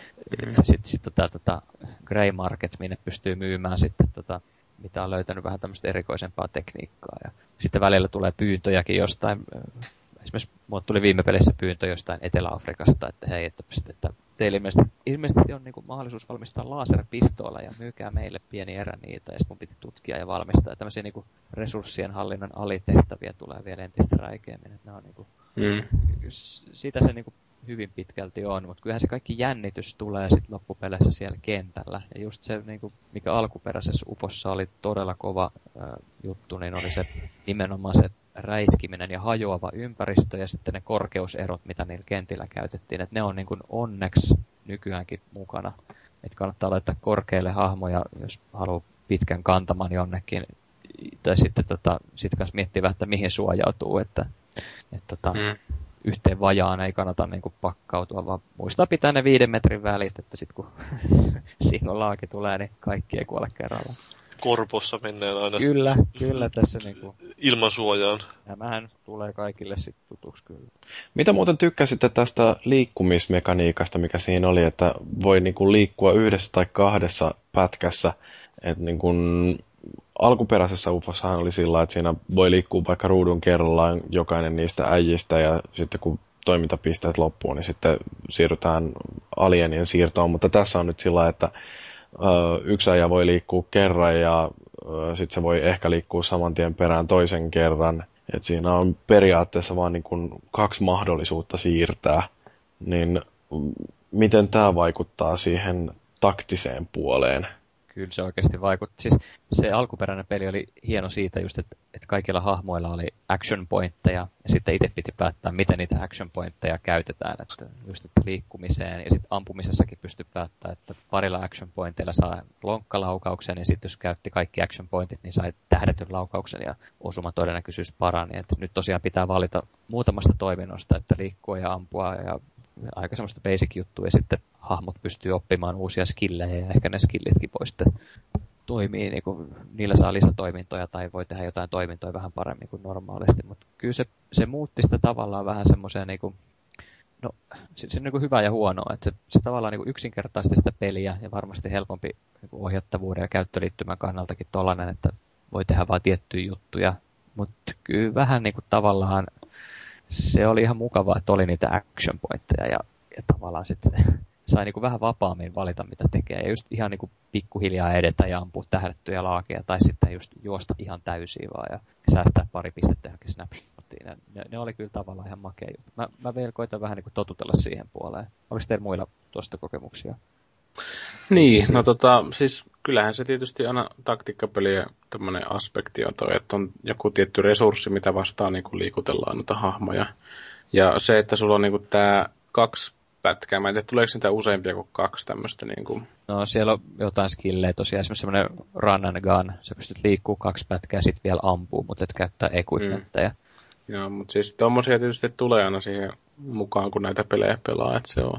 sitten Grey Market, minne pystyy myymään sitten mitä on löytänyt vähän tämmöistä erikoisempaa tekniikkaa. Ja sitten välillä tulee pyyntöjäkin jostain, esimerkiksi mulle tuli viime pelissä pyyntö jostain Etelä-Afrikasta, että hei, että teillä ilmeisesti on niinku mahdollisuus valmistaa laserpistoola ja myykää meille pieni erä niitä. Ja mun piti tutkia ja valmistaa. Ja tämmöisiä niinku resurssien hallinnan alitehtäviä tulee vielä entistä räikeämmin. Että nämä on niinku, sitä se niinku hyvin pitkälti on, mutta kyllähän se kaikki jännitys tulee sitten loppupeleissä siellä kentällä. Ja just se, niinku, mikä alkuperäisessä UFOssa oli todella kova juttu, niin oli se nimenomaan se räiskiminen ja hajoava ympäristö ja sitten ne korkeuserot, mitä niillä kentillä käytettiin. Että ne on niin kuin onneksi nykyäänkin mukana. Että kannattaa laittaa korkeille hahmoja, jos haluaa pitkän kantaman jonnekin. Tai sitten sit kanssa miettiä vähän, että mihin suojautuu. Että yhteen vajaan ei kannata niin kuin pakkautua, vaan muistaa pitää ne 5 metrin välit, että sitten kun siinä laaki tulee, niin kaikki ei kuole kerralla. korpossa mennään aina Kyllä tässä niinku... ilman suojaan. Nämähän tulee kaikille sitten tutuksi kyllä. Mitä muuten tykkäsitte tästä liikkumismekaniikasta, mikä siinä oli, että voi niinku liikkua yhdessä tai kahdessa pätkässä? Et niinku, alkuperäisessä UFOssahan oli sillä, että siinä voi liikkua vaikka ruudun kerrallaan jokainen niistä äijistä, ja sitten kun toimintapisteet loppuu, niin sitten siirrytään alienien siirtoon. Mutta tässä on nyt sillä, että yksi äijä voi liikkua kerran, ja sitten se voi ehkä liikkua saman tien perään toisen kerran. Et siinä on periaatteessa vaan niin kuin 2 mahdollisuutta siirtää. Niin miten tämä vaikuttaa siihen taktiseen puoleen? Kyllä se oikeasti vaikutti. Siis se alkuperäinen peli oli hieno siitä just, että kaikilla hahmoilla oli action pointteja, ja sitten itse piti päättää, miten niitä action pointteja käytetään. Että just että liikkumiseen, ja sitten ampumisessakin pystyi päättämään, että parilla action pointteilla saa lonkkalaukauksen, ja sitten jos käytti kaikki action pointit, niin sai tähdetyn laukauksen, ja osumatodennäköisyys parani. Et nyt tosiaan pitää valita muutamasta toiminnosta, että liikkua ja ampua, ja aika semmoista basic juttua, ja sitten hahmot pystyy oppimaan uusia skillejä, ja ehkä ne skillitkin voi sitten toimii, niin kuin, niillä saa lisätoimintoja, tai voi tehdä jotain toimintoja vähän paremmin kuin normaalisti, mutta kyllä se muutti sitä tavallaan vähän semmoiseen, niin kuin, no, se on niin kuin hyvä ja huono, että se tavallaan niin kuin yksinkertaisti sitä peliä, ja varmasti helpompi niin kuin ohjattavuuden ja käyttöliittymän kannaltakin tollainen, että voi tehdä vaan tiettyjä juttuja, mutta kyllä vähän niin kuin tavallaan se oli ihan mukavaa, että oli niitä action pointteja, ja tavallaan sitten sai niinku vähän vapaammin valita, mitä tekee. Ja just ihan niinku pikkuhiljaa edetä ja ampua tähdettyjä laakeja. Tai sitten just juosta ihan täysiä vaan ja säästää pari pistettä johonkin snapshottiin. Ne oli kyllä tavallaan ihan makea juttu. Mä vielä koitan vähän niinku totutella siihen puoleen. Oliko teillä muilla tuosta kokemuksia? Niin, no siis kyllähän se tietysti aina taktiikkapeliä tämmöinen aspekti on toi, että on joku tietty resurssi, mitä vastaan niinku liikutellaan noita hahmoja. Ja se, että sulla on niinku tää 2 pätkää. Mä en tiedä, tuleeko niitä useampia kuin 2 tämmöistä niinku... No siellä on jotain skillejä tosiaan. Esimerkiksi semmoinen run and gun. Sä pystyt liikkuu 2 pätkää ja sit vielä ampuu, mutta et käyttää equipmentteja. Joo, mutta siis tommosia tietysti tulee aina siihen mukaan, kun näitä pelejä pelaa. Että se on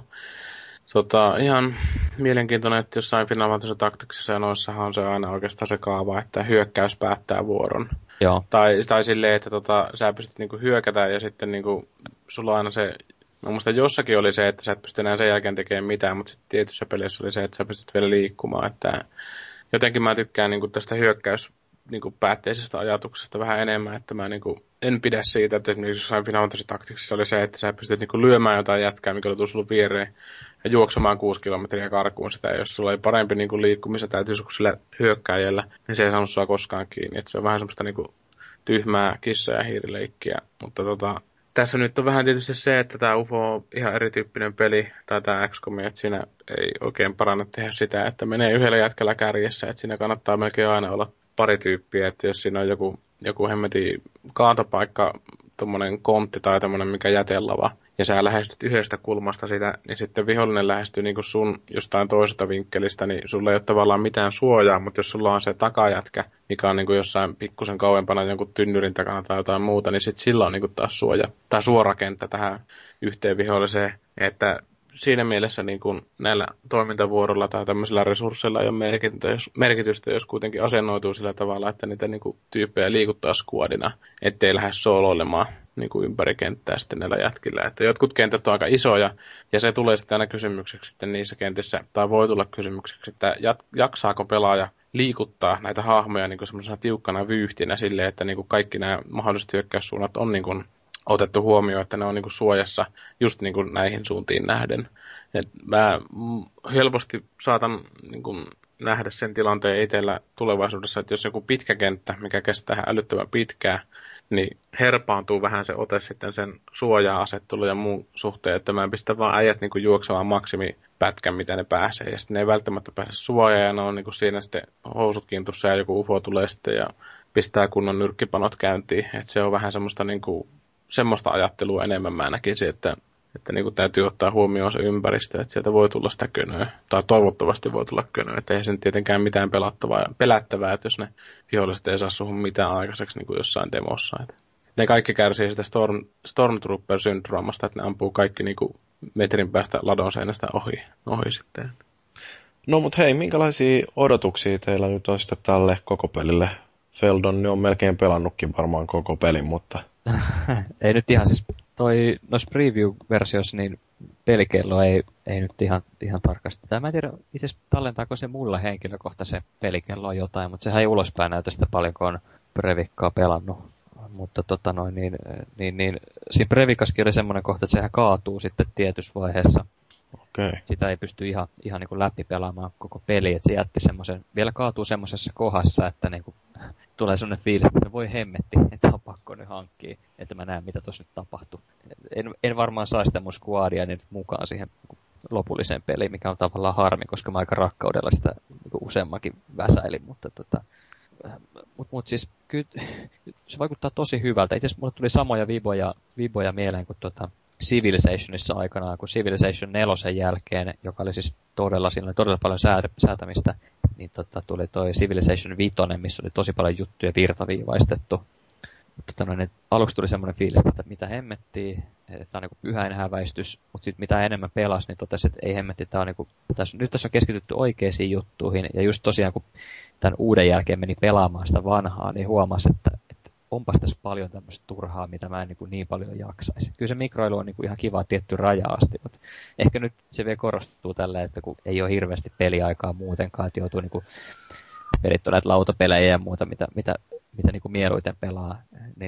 ihan mielenkiintoinen, että jossain Final Fantasy Tacticsissa ja noissahan on se aina oikeastaan se kaava, että hyökkäys päättää vuoron. Joo. Tai silleen, että sä pystyt niinku hyökätä ja sitten niinku, sulla on aina se... Mä muistan jossakin oli se, että sä et pysty enää sen jälkeen tekemään mitään, mutta sitten tietyssä pelissä oli se, että sä pystyt vielä liikkumaan. Että jotenkin mä tykkään niinku tästä hyökkäyspäätteisestä ajatuksesta vähän enemmän, että mä niinku en pidä siitä, että esimerkiksi jossain Final Fantasy Tacticsissa oli se, että sä pystyt niinku lyömään jotain jätkää, mikä oli tullut sulla viereen, ja juoksemaan 6 kilometriä karkuun sitä, ja jos sulla oli parempi niinku liikkumisen täytyy sillä hyökkääjällä, niin se ei saanut sua koskaan kiinni. Et se on vähän semmoista niinku tyhmää kissa- ja hiirileikkiä, mutta tässä nyt on vähän tietysti se, että tämä UFO on ihan erityyppinen peli, tai tämä XCOM, että siinä ei oikein paranna tehdä sitä, että menee yhdellä jätkällä kärjessä, että siinä kannattaa melkein aina olla pari tyyppiä, että jos siinä on joku hemmetin kaatopaikka, tommonen kontti tai tommonen mikä jätelava, ja sä lähestyt yhdestä kulmasta sitä, niin sitten vihollinen lähestyy niin kuin sun jostain toisesta vinkkelistä, niin sulla ei ole tavallaan mitään suojaa, mutta jos sulla on se takajätkä, mikä on niin kuin jossain pikkusen kauempana jonkun tynnyrin takana tai jotain muuta, niin sitten sillä on niin kuin taas suoja tai suorakenttä tähän yhteen viholliseen, että siinä mielessä niin kuin näillä toimintavuorolla tai tämmöisillä resursseilla ei ole merkitystä, jos kuitenkin asennoituu sillä tavalla, että niitä niin kuin tyyppejä liikuttaa skuadina, ettei lähde sooloilemaan niin kuin ympäri kenttää sitten näillä jätkillä. Että jotkut kentät on aika isoja, ja se tulee sitten aina kysymykseksi sitten niissä kentissä, tai voi tulla kysymykseksi, että jaksaako pelaaja liikuttaa näitä hahmoja niin kuin semmoisena tiukkana vyyhtinä silleen, että niin kuin kaikki nämä mahdolliset hyökkäyssuunnat on niin kuin otettu huomioon, että ne on niin kuin suojassa just niin kuin näihin suuntiin nähden. Et mä helposti saatan niin kuin nähdä sen tilanteen itsellä tulevaisuudessa, että jos joku pitkä kenttä, mikä kestää älyttömän pitkään, niin herpaantuu vähän se ote sitten sen suojaa-asettelun ja muun suhteen, että mä en pistä vaan äijät niin kuin juoksemaan maksimipätkän, mitä ne pääsee. Ja sitten ne ei välttämättä pääse suojaan, ja ne on niin kuin siinä sitten housut kintussa, ja joku UFO tulee sitten ja pistää kunnon nyrkkipanot käyntiin. Että se on vähän semmoista, niin kuin, semmoista ajattelua enemmän mä näkisin, että niin kuin täytyy ottaa huomioon se ympäristö, että sieltä voi tulla sitä könöä. Tai toivottavasti voi tulla könöä. Että ei sen tietenkään mitään pelättävää, että jos ne viholliset ei saa suhun mitään aikaiseksi niin kuin jossain demossa. Että ne kaikki kärsii sitä Stormtrooper-syndroomasta, että ne ampuu kaikki niin kuin metrin päästä ladon seinästä ohi sitten. No mut hei, minkälaisia odotuksia teillä nyt on sitten tälle koko pelille? Feldon on melkein pelannutkin varmaan koko pelin, mutta... Ei nyt ihan siis noissa preview-versioissa niin pelikello ei nyt ihan tarkasti. Mä en tiedä itse asiassa tallentaako se mulla henkilökohtaisen pelikelloa jotain, mutta sehän ei ulospäin näytä sitä paljon, kun on Previkkaa pelannut. Mutta siinä Previkaskin oli semmoinen kohta, että sehän kaatuu sitten tietyssä vaiheessa. Okay. Sitä ei pysty ihan niin kuin läpi pelaamaan koko peli, että se jätti semmoisen, vielä kaatuu semmoisessa kohdassa, että niin kuin tulee semmoinen fiilis, että voi hemmetti, että on pakko nyt hankkia, että mä näen mitä tuossa nyt tapahtuu. En varmaan saa sitä mun squadia nyt mukaan siihen lopulliseen peliin, mikä on tavallaan harmi, koska mä aika rakkaudella sitä niin useammankin väsäilin, mutta siis kyllä se vaikuttaa tosi hyvältä. Itse asiassa mulle tuli samoja viboja mieleen kuin Civilizationissa aikanaan, kun Civilization 4 jälkeen, joka oli siis siinä oli todella paljon säätämistä, niin tuli toi Civilization 5, missä oli tosi paljon juttuja virtaviivaistettu. Mutta aluksi tuli semmoinen fiilis, että mitä hemmettiä, että on niinku pyhäinhäväistys, mutta sitten mitä enemmän pelasi, niin totesi, että ei hemmetti, tää on niinku, nyt tässä on keskitytty oikeisiin juttuihin, ja just tosiaan kun tämän uuden jälkeen meni pelaamaan sitä vanhaa, niin huomasi, että onpas tässä paljon tämmöistä turhaa, mitä mä en niin paljon jaksaisi. Kyllä se mikroilu on ihan kiva tietty raja asti, mutta ehkä nyt se vielä korostuu tällä, että kun ei ole hirveästi peliaikaa muutenkaan, että joutuu pelit on näitä lautapelejä ja muuta, mitä mieluiten pelaa, niin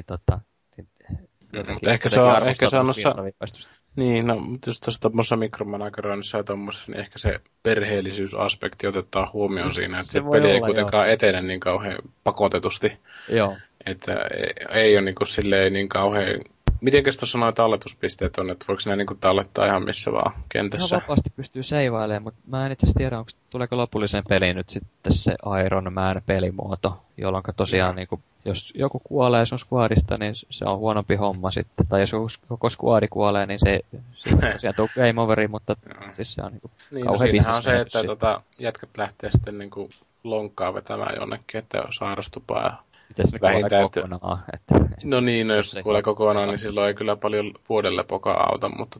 mutta ehkä se on noissa... Niin, no just tuossa tommossa mikromanageroinnissa ja tommosessa, niin ehkä se perheellisyysaspekti otetaan huomioon siinä, että se peli ei kuitenkaan etene niin kauhean pakotetusti. Joo. Että ei ole niinku silleen niin kauhean... Mitenkäs tuossa noita talletuspisteet on, että voiko ne niinku tallettaa ihan missä vaan kentässä? No vapaasti pystyy seivailemaan, mutta mä en itse asiassa tiedä, tuleeko lopulliseen peliin nyt sitten se Iron Man pelimuoto, jolloin tosiaan niinku, jos joku kuolee sun squadista, niin se on huonompi homma sitten. Tai jos koko squadi kuolee, niin se tosiaan tuu game overi, mutta siis se on niinku kauhean bisnes. On se, että jätkät lähtee sitten niinku lonkkaa vetämään jonnekin, että on sairastupaa ja mites ne kuolee kokonaan? No niin, jos kuolee kokonaan, niin silloin ei kyllä paljon vuodelle pokaa auta, mutta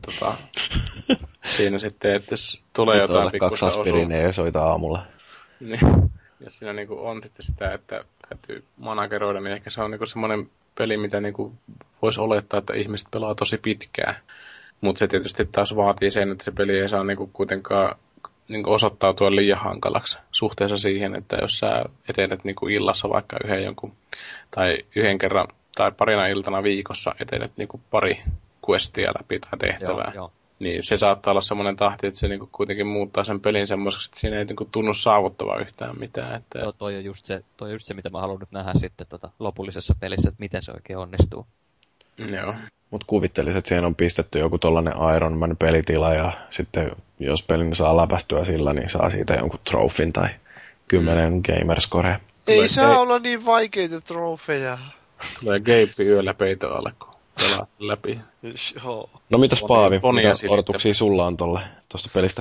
siinä sitten, että jos tulee jotain pikkuista osua... 2 aspiriineja ja soita aamulla. Niin, jos siinä niinku on sitten sitä, että täytyy manageroida, niin ehkä se on niinku semmoinen peli, mitä niinku voisi olettaa, että ihmiset pelaa tosi pitkään. Mutta se tietysti taas vaatii sen, että se peli ei saa niinku kuitenkaan niinku osoittautua liian hankalaksi suhteessa siihen, että jos sä etenet niinku illassa vaikka yhden kerran tai parina iltana viikossa etenet niinku pari questia läpi tai tehtävää, joo. Niin se saattaa olla semmoinen tahti, että se niinku kuitenkin muuttaa sen pelin semmoiseksi, että siinä ei niinku tunnu saavuttavaa yhtään mitään. Että... Joo, toi on just se, mitä mä haluan nyt nähdä sitten lopullisessa pelissä, että miten se oikein onnistuu. Joo. Mut kuvittelisin, että siihen on pistetty joku tollanen Iron Man -pelitila ja sitten jos pelin saa läpästyä sillä, niin saa siitä jonkun trofin tai 10 gamerscore. Ei saa olla niin vaikeita trofeja. Tulee geippi yöllä peito alle, kun pelaa läpi. No mitäs Paavi, mitä odotuksia sulla on tuosta pelistä?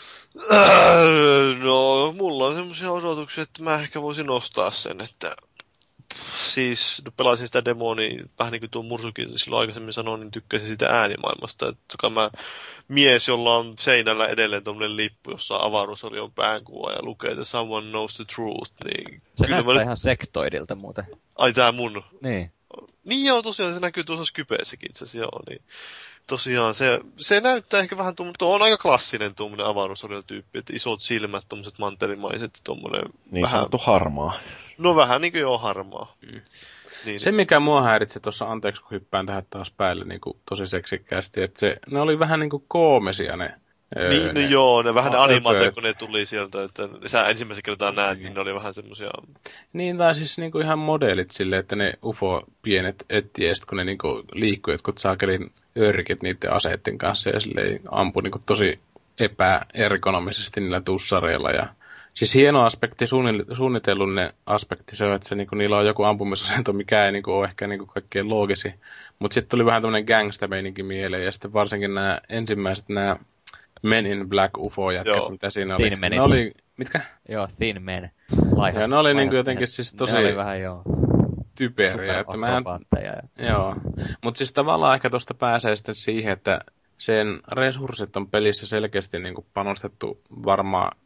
No, mulla on semmoisia odotuksia, että mä ehkä voisin nostaa sen, että siis pelasin sitä demoa, niin vähän niin kuin tuo Mursukin silloin aikaisemmin sanoi, niin tykkäsin sitä äänimaailmasta. Että mä mies, jolla on seinällä edelleen tommonen lippu, jossa avaruusoli on päänkuva ja lukee, että someone knows the truth. Niin se näyttää ihan sektoidilta muuten. Ai tää mun? Niin. Niin joo, tosiaan se näkyy tuossa Skypeessäkin itse asiassa, joo. Niin. Tosiaan se näyttää ehkä vähän tuo on aika klassinen tuommoinen avaruusoliotyyppi, että isot silmät, tommoset mantelimaiset, tommonen niin vähän... sanottu harmaa. No vähän niin kuin joo harmaa. Niin. Se mikä mua häiritsi tuossa, anteeksi kun hyppään tähän taas päälle niin kuin tosi seksikkäästi, että ne oli vähän niin kuin koomisia ne. Niin, no joo, ne vähän ne animaatiot, kun ne tuli sieltä, että sä ensimmäisen kertaa näet, niin ne oli vähän semmosia... Niin, tai siis niinku ihan modeelit silleen, että ne UFO-pienet öttiest, kun ne niinku liikkuu jotkut saakelin örkit niiden aseitten kanssa ja silleen ampui niinku tosi epäergonomisesti niillä tussareilla ja... Siis hieno aspekti, suunnitellun aspekti se on, että se, niinku, niillä on joku ampumisasento, mikä ei niinku, ole ehkä niinku, kaikkein loogisi. Mutta sitten tuli vähän tämmöinen gangsta-meininki mieleen ja sitten varsinkin nämä ensimmäiset Men in Black UFO-jätkät, mitä siinä oli. Ne oli, mitkä? Joo, Thin Men. Ja ne oli niinku jotenkin siis tosi... Ne oli vähän joo. Typeriä. Että joo. Mutta siis tavallaan ehkä tuosta pääsee sitten siihen, että sen resurssit on pelissä selkeästi niinku panostettu varmaan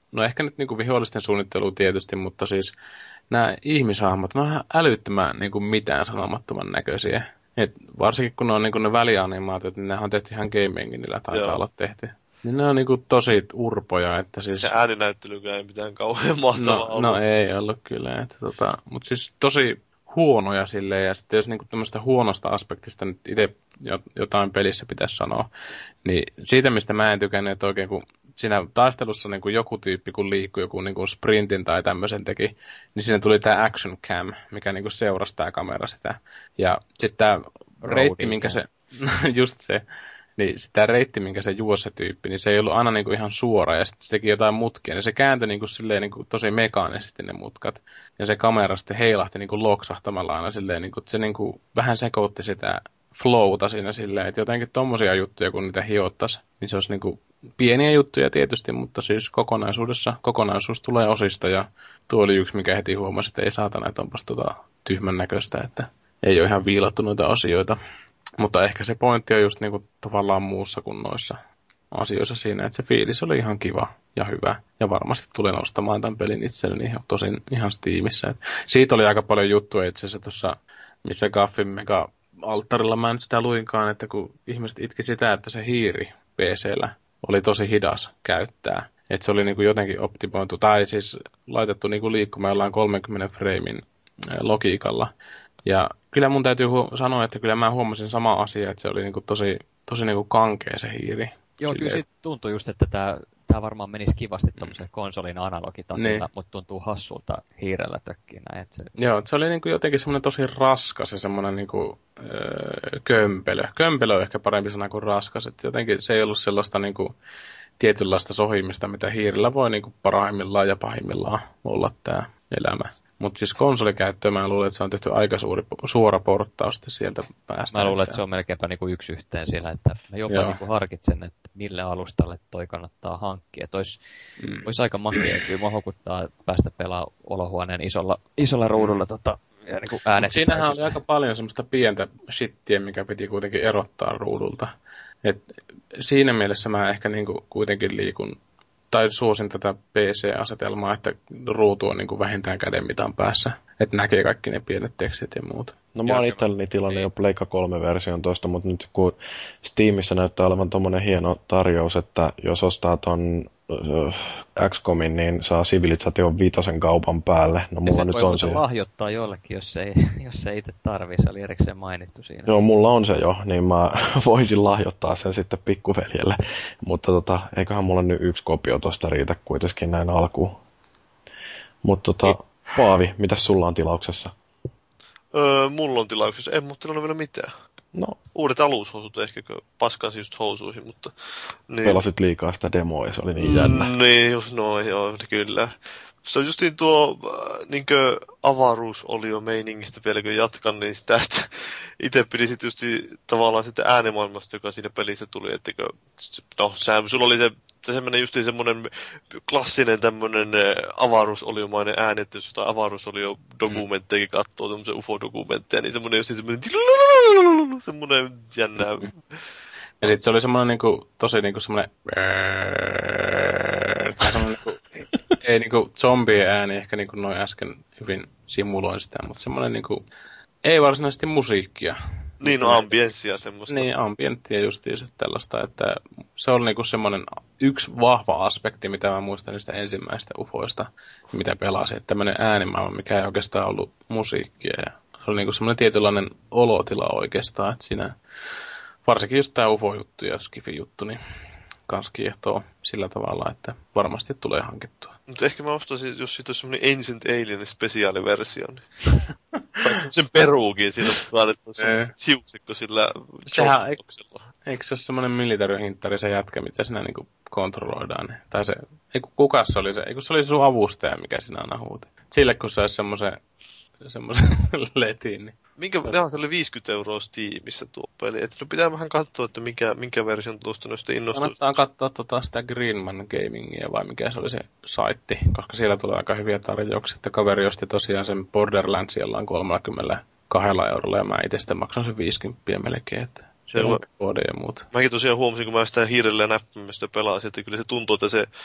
no ehkä nyt niinku vihollisten suunnittelu tietysti, mutta siis nämä ihmishahmot, ne on ihan älyttömän niinku mitään sanomattoman näköisiä. Et varsinkin kun ne on niinku ne välianimaatiot, niin nehän on tehty ihan Game Enginellä, taitaa olla tehty. Niin ne on niinku tosi urpoja, että siis... Se ääninäyttelykään ei mitään kauhean mahtavaa ollut. No ei ollut kyllä, että mutta siis tosi huonoja silleen, ja sitten jos niinku tämmöistä huonosta aspektista nyt itse jotain pelissä pitäisi sanoa, niin siitä mistä mä en tykännyt, että oikein kun siinä taistelussa niinku joku tyyppi kun liikkui, joku niinku sprintin tai tämmöisen teki, niin siinä tuli tää action cam, mikä niinku seurasi tää kamera sitä. Ja sitten tää reitti, minkä se, just se, niin sitä reitti, minkä se juosi se tyyppi, niin se ei ollut aina niinku ihan suora, ja sitten se teki jotain mutkia, niin se kääntyi niinku silleen niinku tosi mekaanisesti ne mutkat, ja se kamera sitten heilahti niinku loksahtamalla aina silleen, niinku, että se niinku vähän sekoitti sitä flowta siinä silleen, että jotenkin tommosia juttuja, kun niitä hiottaisi, niin se olisi niinku pieniä juttuja tietysti, mutta siis kokonaisuus tulee osista, ja tuo oli yksi, mikä heti huomasi, että ei saatana, että onpas tyhmän näköistä, että ei ole ihan viilattu noita asioita. Mutta ehkä se pointti on just niinku tavallaan muussa kuin noissa asioissa siinä, että se fiilis oli ihan kiva ja hyvä. Ja varmasti tulen ostamaan tämän pelin itselleni ihan Steamissa. Et siitä oli aika paljon juttuja itse asiassa tuossa, missä Gaffin Mega-alttarilla mä en sitä luinkaan, että kun ihmiset itki sitä, että se hiiri PC:llä oli tosi hidas käyttää. Että se oli niinku jotenkin optimoitu, tai siis laitettu niinku liikkumaan jollain 30 framein logiikalla. Ja kyllä mun täytyy sanoa, että kyllä mä huomasin sama asia, että se oli niinku tosi niinku kankea se hiiri. Joo, kyllä siitä tuntui just, että tää varmaan menisi kivasti tuollaiselle konsolin analogitakilla, niin. Mutta tuntuu hassulta hiirellä tökkiin näin. Että se... Joo, se oli niinku jotenkin semmoinen tosi raskas ja semmoinen niinku, kömpelö. Kömpelö on ehkä parempi sana kuin raskas, että jotenkin se ei ollut sellaista niinku tietynlaista sohimista, mitä hiirillä voi niinku parhaimmillaan ja pahimmillaan olla tää elämä. Mutta siis konsolikäyttöön mä luulen, että se on tehty aika suora porttaus sitten sieltä päästä. Mä luulen, että se on melkeinpä niinku yksi yhteen siellä, että mä jopa niinku harkitsen, että mille alustalle toi kannattaa hankkia. Että olisi aika makea, kyllä mä hokuttaa päästä pelaamaan olohuoneen isolla ruudulla ja niinku äänestä. Siinähän oli aika paljon semmoista pientä shittiä, mikä piti kuitenkin erottaa ruudulta. Et siinä mielessä mä ehkä niinku kuitenkin liikun tai suosin tätä PC-asetelmaa, että ruutu on niin kuin vähintään kädenmitan päässä. Että näkee kaikki ne pienet tekstit ja muut. No mä oon itselleni tilannut jo Pleikka 3-version tosta, mutta nyt kun Steamissa näyttää olevan tommonen hieno tarjous, että jos ostaa ton XCOMin, niin saa Civilization 5 kaupan päälle. No mulla nyt on se. Se voi lahjoittaa jollekin, jos ei itse tarvii. Se oli erikseen mainittu siinä. Joo, mulla on se jo, niin mä voisin lahjoittaa sen sitten pikkuveljelle. Mutta eiköhän mulla nyt yksi kopio tosta riitä kuitenkin näin alkuun. Mutta Paavi, mitäs sulla on tilauksessa? Mulla on tilauksessa. En mulla tilannut vielä mitään. No. Uudet alushousut ehkä, paskansi just housuihin, mutta... Niin. Pelasit liikaa sitä demoa, se oli niin jännä. Niin, just noin, joo, kyllä. Se on justiin tuo niinkö avaruusolio meiningistä vielä, kun jatkan, niin sitä, että itse pidi sitten just tavallaan sitten äänimaailmasta, joka siinä pelissä tuli, että no, sulla oli se semmoinen justiin semmoinen klassinen tämmöinen avaruusoliomainen ääni, että jos jotain avaruusolio-dokumenttejakin katsoo, semmoisen UFO-dokumentteja, niin semmoinen justiin semmoinen jännää. Ja sitten se oli semmoinen niinku, tosi niinku semmoinen ei niinku zombien ääni, ehkä niinku noin äsken hyvin simuloin sitä, mutta semmoinen niinku, ei varsinaisesti musiikkia. Niin, no ambienssia semmoista. Niin, ambienttia justiinsa tällaista, että se oli niinku semmoinen yksi vahva aspekti, mitä mä muistan niistä ensimmäistä ufoista, mitä pelasin. Että tämmöinen äänimaailma, mikä ei oikeastaan ollut musiikkia. Ja se oli niinku semmoinen tietynlainen olotila oikeastaan, että siinä, varsinkin just tää ufo-juttu ja skifi-juttu, niin kans kiehtoo sillä tavalla, että varmasti tulee hankittua. Mutta ehkä mä ostaisin, jos siitä olisi semmoinen Ancient Alien spesiaaliversio, niin saisin sen peruukin siinä, että on semmoinen hiuksikko sillä showstoksella. Eikö se ole semmoinen military-hinttari se jätkä, mitä siinä niinku kontrolloidaan? Niin? Tai se, kukas se oli se? Eikö se oli se sun avustaja, mikä siinä aina huuti? Sille kun saisi semmoisen letin. Niin. Se oli 50 € Steamissa tuo peli. Et no pitää vähän katsoa, että minkä version tuosta noista innostuu. Kannattaa katsoa sitä Greenman Gamingia vai mikä se oli se saitti, koska siellä tulee aika hyviä tarjouksia. Että kaveri osti tosiaan sen Borderlands jollain 32 € ja mä itse sitten maksan sen 50 melkein. Että se on koodi ja muuta. Mäkin tosiaan huomasin, kun mä sitä hiirellä ja näppäimistä pelasin, että kyllä se tuntuu, että se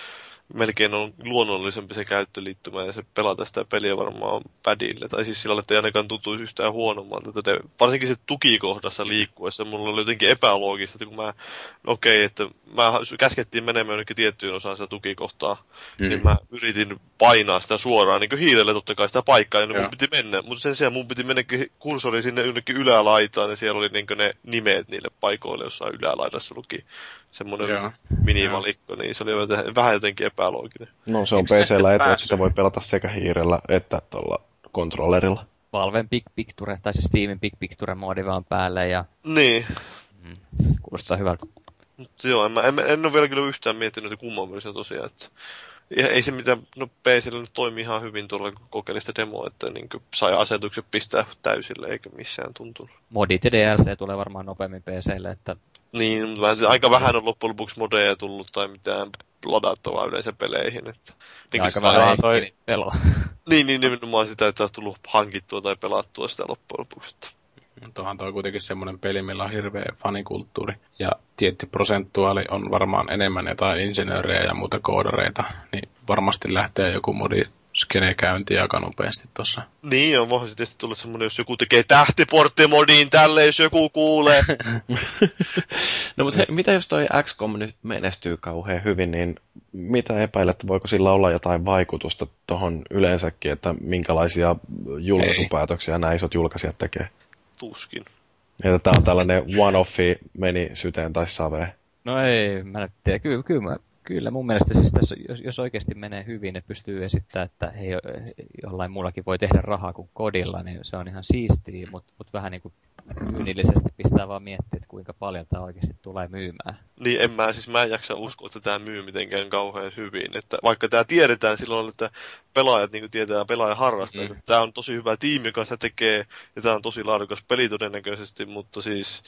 melkein on luonnollisempi se käyttöliittymä ja se pelata sitä peliä varmaan padille. Tai siis sillä että ei ainakaan tuntuisi yhtään huonommalta. Varsinkin se tukikohdassa liikkuessa mulla oli jotenkin epäloogista, että kun että mä käskettiin menemään jonnekin tiettyyn osaan sitä tukikohtaa, niin mä yritin painaa sitä suoraan niin kuin hiilelle totta kai sitä paikkaa, ja mun piti mennä. Mutta sen sijaan mun piti mennä kursori sinne jonnekin ylälaitaan, ja siellä oli niin kuin ne nimet niille paikoille, jossain ylälaidassa luki semmoinen minivalikko, niin se oli vähän jotenkin epälooginen. No se on PC:llä etu, että sitä voi pelata sekä hiirellä että tuolla kontrollerilla. Valven Big Picture, tai siis Steamin Big Picture-moodi vaan päälle ja... Niin. Kuulostaa hyvältä. Mutta joo, en ole vielä kyllä yhtään miettinyt, että kumman versio tosiaan, että... Ei se mitään, no PC:llä nyt toimii ihan hyvin tuolla kokeilista demoa, että niin sai asetukset pistää täysille, eikä missään tuntunut. Modit ja DLC tulee varmaan nopeammin PC:lle, että... Niin, mutta aika vähän on loppujen lopuksi modeja tullut tai mitään ladattavaa yleensä peleihin. Että, niin aika vähän toi pelo. Niin, nimenomaan sitä, että on tullut hankittua tai pelattua sitä loppujen lopuksi. Tuohan toi kuitenkin semmoinen peli, millä on hirveä fanikulttuuri. Ja tietty prosentuaali on varmaan enemmän jotain insinöörejä ja muuta koodareita. Niin varmasti lähtee joku modi skene käyntiin aika nopeasti tossa. Niin on, voisi tietysti tulla semmoinen, jos joku tekee tähtiporttimodiin tälle, jos joku kuulee. No mutta mitä jos toi XCOM nyt menestyy kauhean hyvin, niin mitä epäilet, voiko sillä olla jotain vaikutusta tuohon yleensäkin, että minkälaisia julkaisupäätöksiä nämä isot julkaisijat tekee? Tuskin. Että tää on tällainen one-offi, meni syteen tai saveen. No ei, mä en tiedä. Kyllä mun mielestä siis tässä, jos oikeasti menee hyvin, ne pystyy esittämään, että hei, jollain muullakin voi tehdä rahaa kuin kodilla, niin se on ihan siistiä, mutta vähän niin kuin kyynillisesti pistää vaan miettiä, että kuinka paljon tämä oikeasti tulee myymään. Niin, mä en jaksa uskoa, että tämä myy mitenkään kauhean hyvin. Että vaikka tämä tiedetään silloin, että pelaajat niin tietää pelaajan harrastaa, että tämä on tosi hyvä tiimi, joka sitä tekee, ja tämä on tosi laadukas peli todennäköisesti, mutta siis...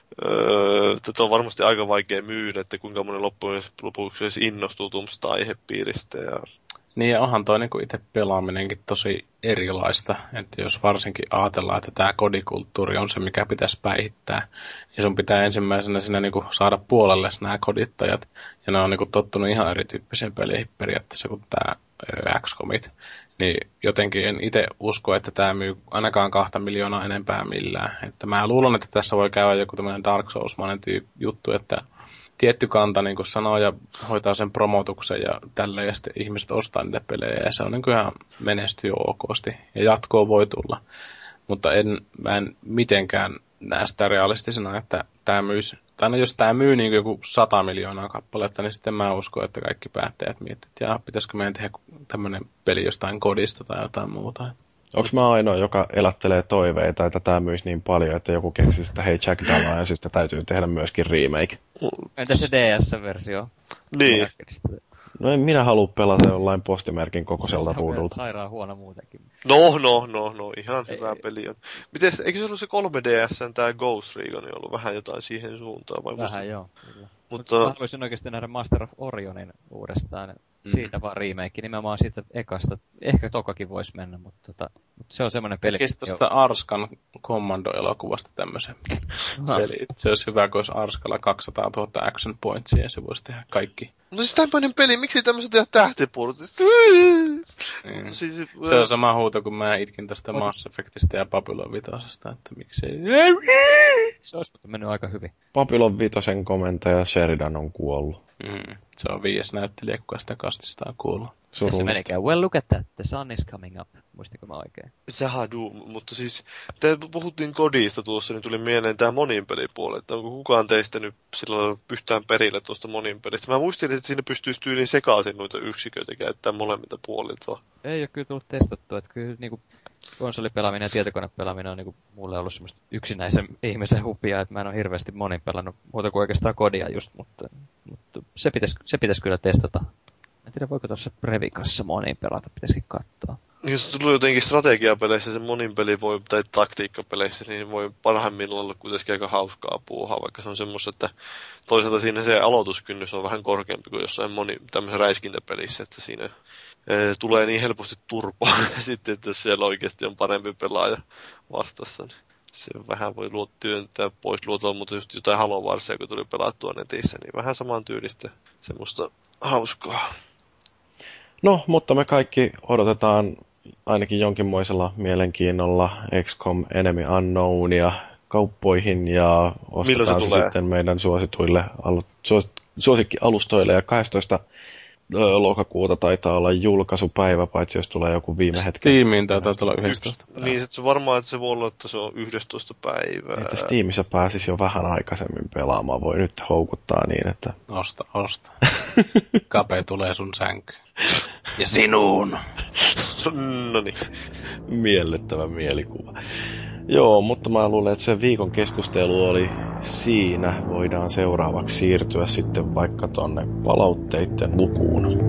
tätä on varmasti aika vaikea myydä, että kuinka monen loppujen lopuksi edes innostuu tuommoisesta aihepiiristä. Ja... Niin ja onhan toi niinku itse pelaaminenkin tosi erilaista, että jos varsinkin ajatellaan, että tämä kodikulttuuri on se, mikä pitäisi päihittää, niin sun pitää ensimmäisenä siinä niinku saada puolelle nämä kodittajat, ja ne on niinku tottunut ihan erityyppiseen peleihin periaatteessa kuin tämä XCOMit. Niin jotenkin en itse usko, että tämä myy ainakaan 2 miljoonaa enempää millään. Että mä luulen, että tässä voi käydä joku tämmöinen Dark Souls-mainen juttu, että tietty kanta niin kuin sanoo ja hoitaa sen promotuksen ja tällä ja sitten ihmiset ostaa niitä pelejä ja se on niin kuin ihan menestyy okosti ja jatkoa voi tulla. Mutta mä en mitenkään näe sitä realistisena, että tämä myisi, tai no jos tämä myy niin joku 100 miljoonaa kappaletta, niin sitten mä uskon, että kaikki päättäjät miettivät, että pitäisikö meidän tehdä tämmöinen peli jostain kodista tai jotain muuta. Onko mä ainoa, joka elättelee toiveita, että tämä myisi niin paljon, että joku keksisi, että hei Jack Dalla, ja siis täytyy tehdä myöskin remake? Entä se DS-versio? Niin. No en minä halua pelata jollain postimerkin kokoiselta ruudulta. Sairaan huono muutenkin. No, ihan hyvä peli on. Mites, eikö se ollut se 3DS:n tää Ghost Recon ollut vähän jotain siihen suuntaan? Vai vähän joo, kyllä. Mutta mä haluaisin oikeasti nähdä Master of Orionin uudestaan. Siitä vaan remake, nimenomaan siitä ekasta. Ehkä tokakin voisi mennä, mutta se on semmoinen peli. Tekisi tuosta Arskan Commando-elokuvasta tämmöisen peli. Se olisi hyvä, kun olisi Arskalla 200 000 action pointsia ja se voisi tehdä kaikki. No siis tämmöinen peli, miksi tämmöisen tehdä tähtipuolut? Siis, se on sama huuto, kun mä itkin tästä Mass Effectistä ja Babylon 5:sta, että miksei... Se olisi mennyt aika hyvin. Babylon 5 komentaja Sheridan on kuollut. Se on 5. näyttelijä, kuka sitä kastista on kuullut. Se menikään. Well, look at that. The sun is coming up. Muistiko mä oikein? Sahadu, mutta siis, te puhuttiin kodista tuossa, niin tuli mieleen tämä moninpelipuoli. Että onko kukaan teistä nyt sillä lailla yhtään perille tuosta moninpelistä? Mä muistin, että siinä pystyisi tyyliin sekaisin noita yksiköitä käyttää molemmilta puolilta. Ei ole kyllä tullut testattua. Että kyllä niinku konsolipelaaminen ja tietokonepelaaminen on niinku mulle ollut semmoista yksinäisen ihmisen hupia, että mä en ole hirveästi monin pelannut muuta kuin oikeastaan kodia just, mutta se pitäisi kyllä testata. En tiedä, voiko tuossa Previkassa monin pelata, pitäisikin katsoa. Jos tullut jotenkin strategiapeleissä se monin peli voi, tai taktiikkapeleissä, niin voi parhaimmillaan olla kuitenkin aika hauskaa puuhaa, vaikka se on semmoista, että toisaalta siinä se aloituskynnys on vähän korkeampi kuin jossain tämmöisessä räiskintäpelissä, että siinä tulee niin helposti turpaa sitten, että jos siellä oikeasti on parempi pelaaja vastassa, niin se vähän voi työntää pois luotoa, mutta just jotain Halo Warsia, kun tuli pelattua netissä, niin vähän saman tyylistä semmoista hauskaa. No, mutta me kaikki odotetaan ainakin jonkinmoisella mielenkiinnolla XCOM Enemy Unknownia kauppoihin ja ostetaan se sitten meidän suosikkialustoille ja 12. lokakuuta taitaa olla julkaisupäivä, paitsi jos tulee joku viime hetken. Steamiin taitaa olla 11. Niin, se varmaan, että se voi olla, että se on 11. päivää. Että Steamissa pääsisi jo vähän aikaisemmin pelaamaan, voi nyt houkuttaa niin, että... Osta. Kape tulee sun sänkyyn. Ja sinuun! Noniin. Miellyttävä mielikuva. Joo, mutta mä luulen, että se viikon keskustelu oli siinä. Voidaan seuraavaksi siirtyä sitten vaikka tonne palautteiden lukuun.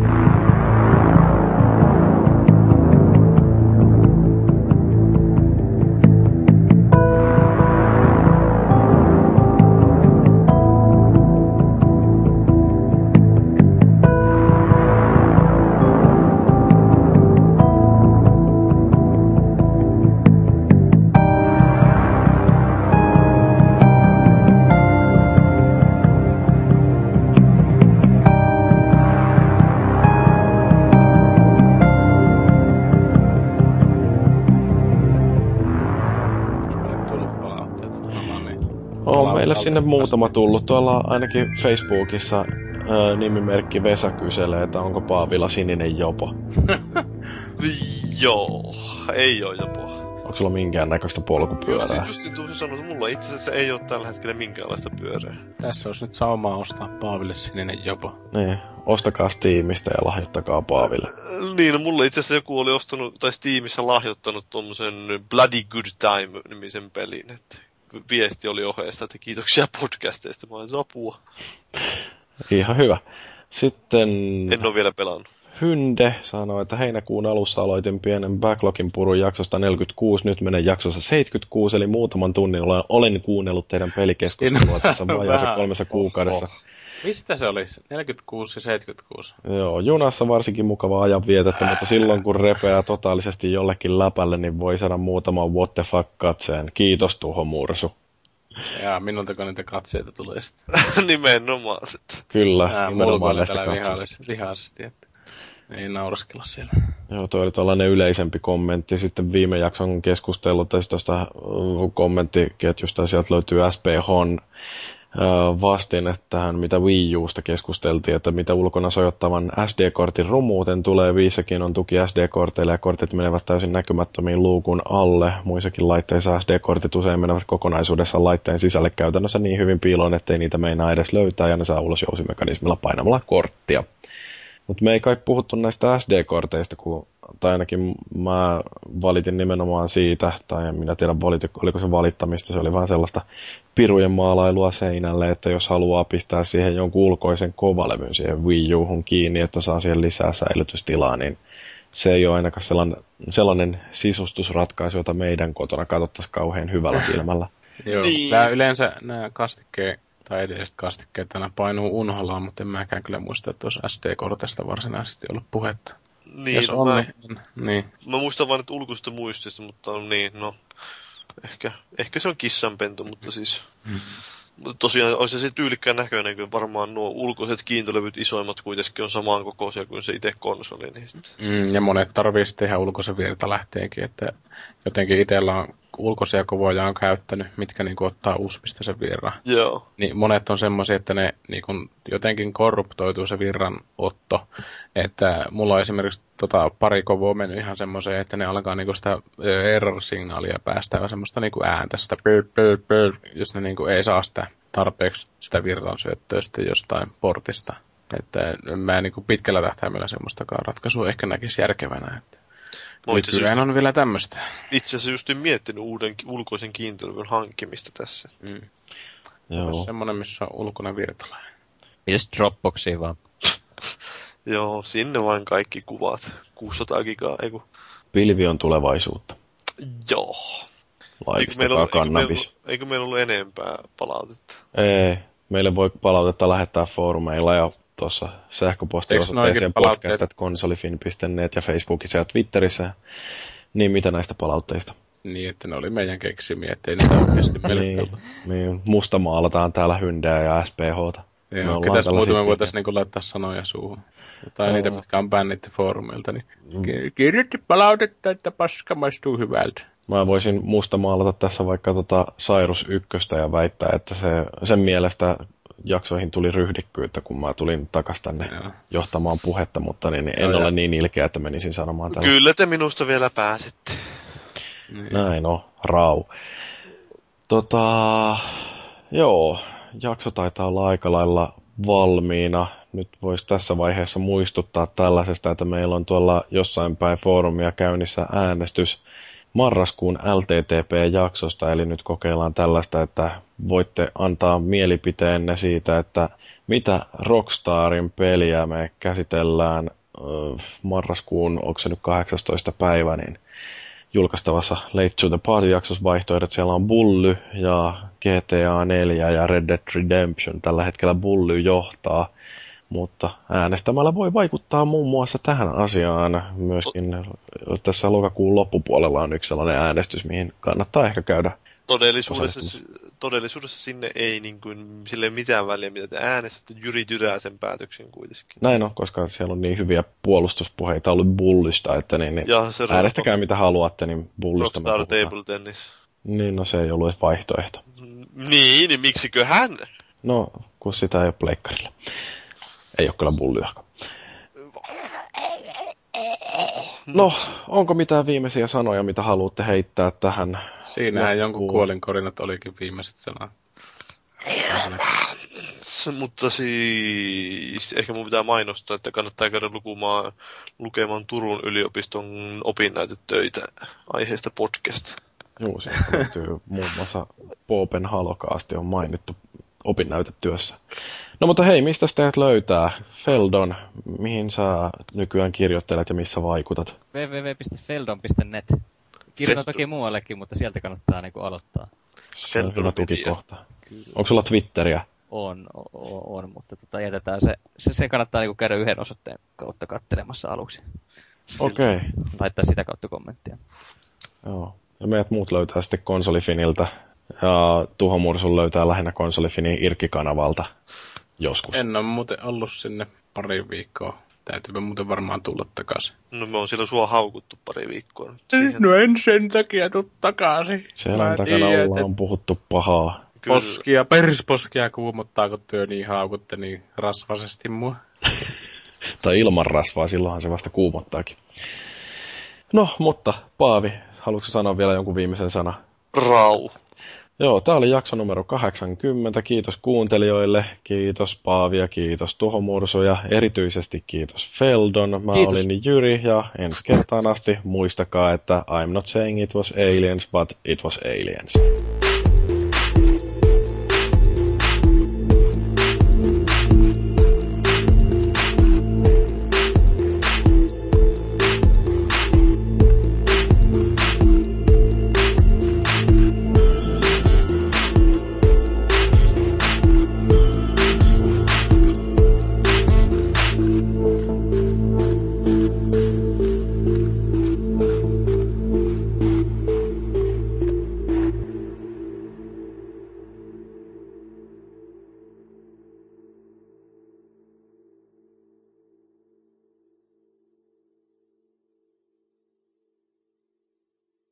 Sinne muutama tullut. Tuolla ainakin Facebookissa nimimerkki Vesa kyselee, että onko Paavilla sininen jopo. Joo, ei oo jopoa. Onko sulla minkäännäköistä polkupyörää? Justin tuossa sanoi, että mulla itse asiassa ei oo tällä hetkellä minkäänlaista pyörää. Tässä olisi nyt saumaa ostaa Paaville sininen jopo. Niin, ostakaa Steamista ja lahjoittakaa Paaville. Niin, no mulla itse asiassa joku oli ostanut, tai Steamissa lahjoittanut tommosen Bloody Good Time-nimisen pelin, että... Viesti oli ohjeesta, että kiitoksia podcasteista. Mä olen apua. Ihan hyvä. Sitten... En ole vielä pelannut. Hynde sanoi, että heinäkuun alussa aloitin pienen backlogin purun jaksosta 46. Nyt menen jaksossa 76, eli muutaman tunnin olen kuunnellut teidän pelikeskustelua tässä vajaassa 3 kuukaudessa. Mistä se olisi? 46 ja 76? Joo, junassa varsinkin mukava ajanvietettä, mutta silloin kun repeää totaalisesti jollekin läpälle, niin voi saada muutaman what the fuck -katseen. Kiitos Tuho Mursu. Jaa, minultako niitä katseita tulee sitten? Nimenomaan. Kyllä, nimenomaan näistä katseista. Vihaisesti, että ei nauraskella siellä. Joo, toi oli tuollainen yleisempi kommentti. Sitten viime jakson keskustelut tuosta kommenttiketjusta, sieltä löytyy SPHn vastin, että mitä Wii Usta keskusteltiin, että mitä ulkona sojottavan SD-kortin rumuuten tulee. Viissäkin on tuki SD-korteille ja kortit menevät täysin näkymättömiin luukun alle. Muissakin laitteissa SD-kortit usein menevät kokonaisuudessaan laitteen sisälle käytännössä niin hyvin piiloon, ettei niitä meinaa edes löytää ja ne saa ulos jousimekanismilla painamalla korttia. Mutta me ei kai puhuttu näistä SD-korteista, tai ainakin mä valitin nimenomaan siitä, tai en minä tiedä oliko se valittamista, se oli vaan sellaista pirujen maalailua seinälle, että jos haluaa pistää siihen jonkun ulkoisen kovalevyn siihen Wii Uhun kiinni, että saa siihen lisää säilytystilaa, niin se ei ole ainakaan sellainen sisustusratkaisu, jota meidän kotona katsottaisiin kauhean hyvällä silmällä. Joo, yleensä nämä kastikkeet, tai edelliset kastikkeet tänään painuu unholaan, mutta en mäkään kyllä muista, että tuossa SD-kortista varsinaisesti ollut puhetta. Niin, jos on, niin. Mä muistan vain, että ulkoisesta muistista, mutta on niin, no, ehkä se on kissanpentu, mutta siis... Tosiaan olisi se tyylikkään näköinen, kun varmaan nuo ulkoiset kiintolevyt isoimmat kuitenkin on samankokoisia kuin se itse konsoli. Niin ja monet tarvii sitten ihan ulkoisen virta lähteenkin, että jotenkin itsellä on ulkoisia kovoja on käyttänyt, mitkä niinku ottaa USB-stä sen virran. Joo. Niin monet on semmoisia, että ne niinku jotenkin korruptoituu se virran otto. Että mulla on esimerkiksi pari kovoa mennyt ihan semmoiseen, että ne alkaa niinku sitä error-signaalia päästää semmoista niinku ääntä, sitä jos ne niinku ei saa sitä tarpeeksi sitä virran syöttöä sitten jostain portista. Että mä en niinku pitkällä tähtäimellä semmoistakaan ratkaisua ehkä näkisi järkevänä. Että nykyään on vielä tämmöistä. Itse asiassa justin miettinyt uuden ulkoisen kiintolevyn hankkimista tässä. Joo. Semmoinen, missä on ulkoinen virtalainen. Mites Dropboxiin vaan? Joo, sinne vain kaikki kuvat. 600 gigaa, eiku. Pilvi on tulevaisuutta. Joo. Laittakaa kannabis. Eikö meillä ollut enempää palautetta? Ei. Meille voi palautetta lähettää foorumeilla ja tuossa sähköpostiosoitteeseen podcast@konsolifin.net ja Facebookissa ja Twitterissä. Niin mitä näistä palautteista? Niin, että ne oli meidän keksimiä, ettei niitä oikeasti meille tullut. Niin, musta maalataan täällä Hyndeä ja SPHta. Joo, ketäs muuten me voitaisiin niinku laittaa sanoja suuhun. Tai niitä, mitkä on bännitty foorumilta, niin kirjoitti palautetta, että paska maistuu hyvältä. Mä voisin mustamaalata tässä vaikka Cyrus 1 ja väittää, että sen mielestä jaksoihin tuli ryhdikkyyttä, kun mä tulin takas tänne johtamaan puhetta, mutta en ole niin ilkeä, että menisin sanomaan tällä. Kyllä te minusta vielä pääsitte. Näin on, rau. Joo, jakso taitaa olla aika lailla valmiina. Nyt voisi tässä vaiheessa muistuttaa tällaisesta, että meillä on tuolla jossain päin foorumia käynnissä äänestys marraskuun LTTP-jaksosta, eli nyt kokeillaan tällaista, että voitte antaa mielipiteenne siitä, että mitä Rockstarin peliä me käsitellään marraskuun, onko se nyt 18. päivä, niin julkaistavassa Late to the Party-jaksossa vaihtoehdot. Siellä on Bully ja GTA 4 ja Red Dead Redemption. Tällä hetkellä Bully johtaa, mutta äänestämällä voi vaikuttaa muun muassa tähän asiaan. Myöskin tässä lokakuun loppupuolella on yksi sellainen äänestys, mihin kannattaa ehkä käydä. Todellisuudessa sinne ei niin kuin, sille mitään väliä, mitä te äänestätte. Jyri tyrää sen päätöksen kuitenkin. Näin on, koska siellä on niin hyviä puolustuspuheita ollut Bullysta, että äänestäkää mitä haluatte, niin Bullysta me puhutaan. Table Tennis. Niin, no se ei ollut edes vaihtoehto. Niin miksikö hän? No, kun sitä ei ole pleikkarilla. Ei ole kyllä Bullyahkaan. No, onko mitään viimeisiä sanoja, mitä haluatte heittää tähän? Siinähän jonkun kuolinkorinat olikin viimeiset sanat. Mutta siis ehkä mun pitää mainostaa, että kannattaa käydä lukemaan Turun yliopiston opinnäytetöitä aiheesta podcast. Joo, se löytyy muun muassa Poopen Holocaasti on mainittu opinnäytetyössä. No mutta hei, mistä teidät löytää? Feldon, mihin sä nykyään kirjoittelet ja missä vaikutat? www.feldon.net. Kirjoitan toki muuallekin, mutta sieltä kannattaa niinku aloittaa. Se on hyvä tukikohta. Onko sulla Twitteriä? On, mutta jätetään se kannattaa niinku käydä yhden osoitteen kautta kattelemassa aluksi. Okei. Laittaa sitä kautta kommenttia. Joo. Ja meidät muut löytää sitten Konsolifiniltä. Ja Tuho Mursun löytää lähinnä Konsolifinin Irkki-kanavalta joskus. En ole muuten ollut sinne pari viikkoa. Täytyypä muuten varmaan tulla takaisin. No me on siellä sua haukuttu pari viikkoa. No en sen takia tuu takaisin. Selän takana ollaan puhuttu pahaa. Persposkia kuumottaa, kun työ niin haukutte niin rasvasesti mua. Tai ilman rasvaa, silloinhan se vasta kuumottaakin. No, mutta Paavi, haluatko sanoa vielä jonkun viimeisen sana? Rau. Joo, tää oli jakso numero 80. Kiitos kuuntelijoille, kiitos Paavi ja kiitos Tuho Mursu ja erityisesti kiitos Feldon. Mä olin Jyri ja ensi kertaan asti muistakaa, että I'm not saying it was aliens, but it was aliens.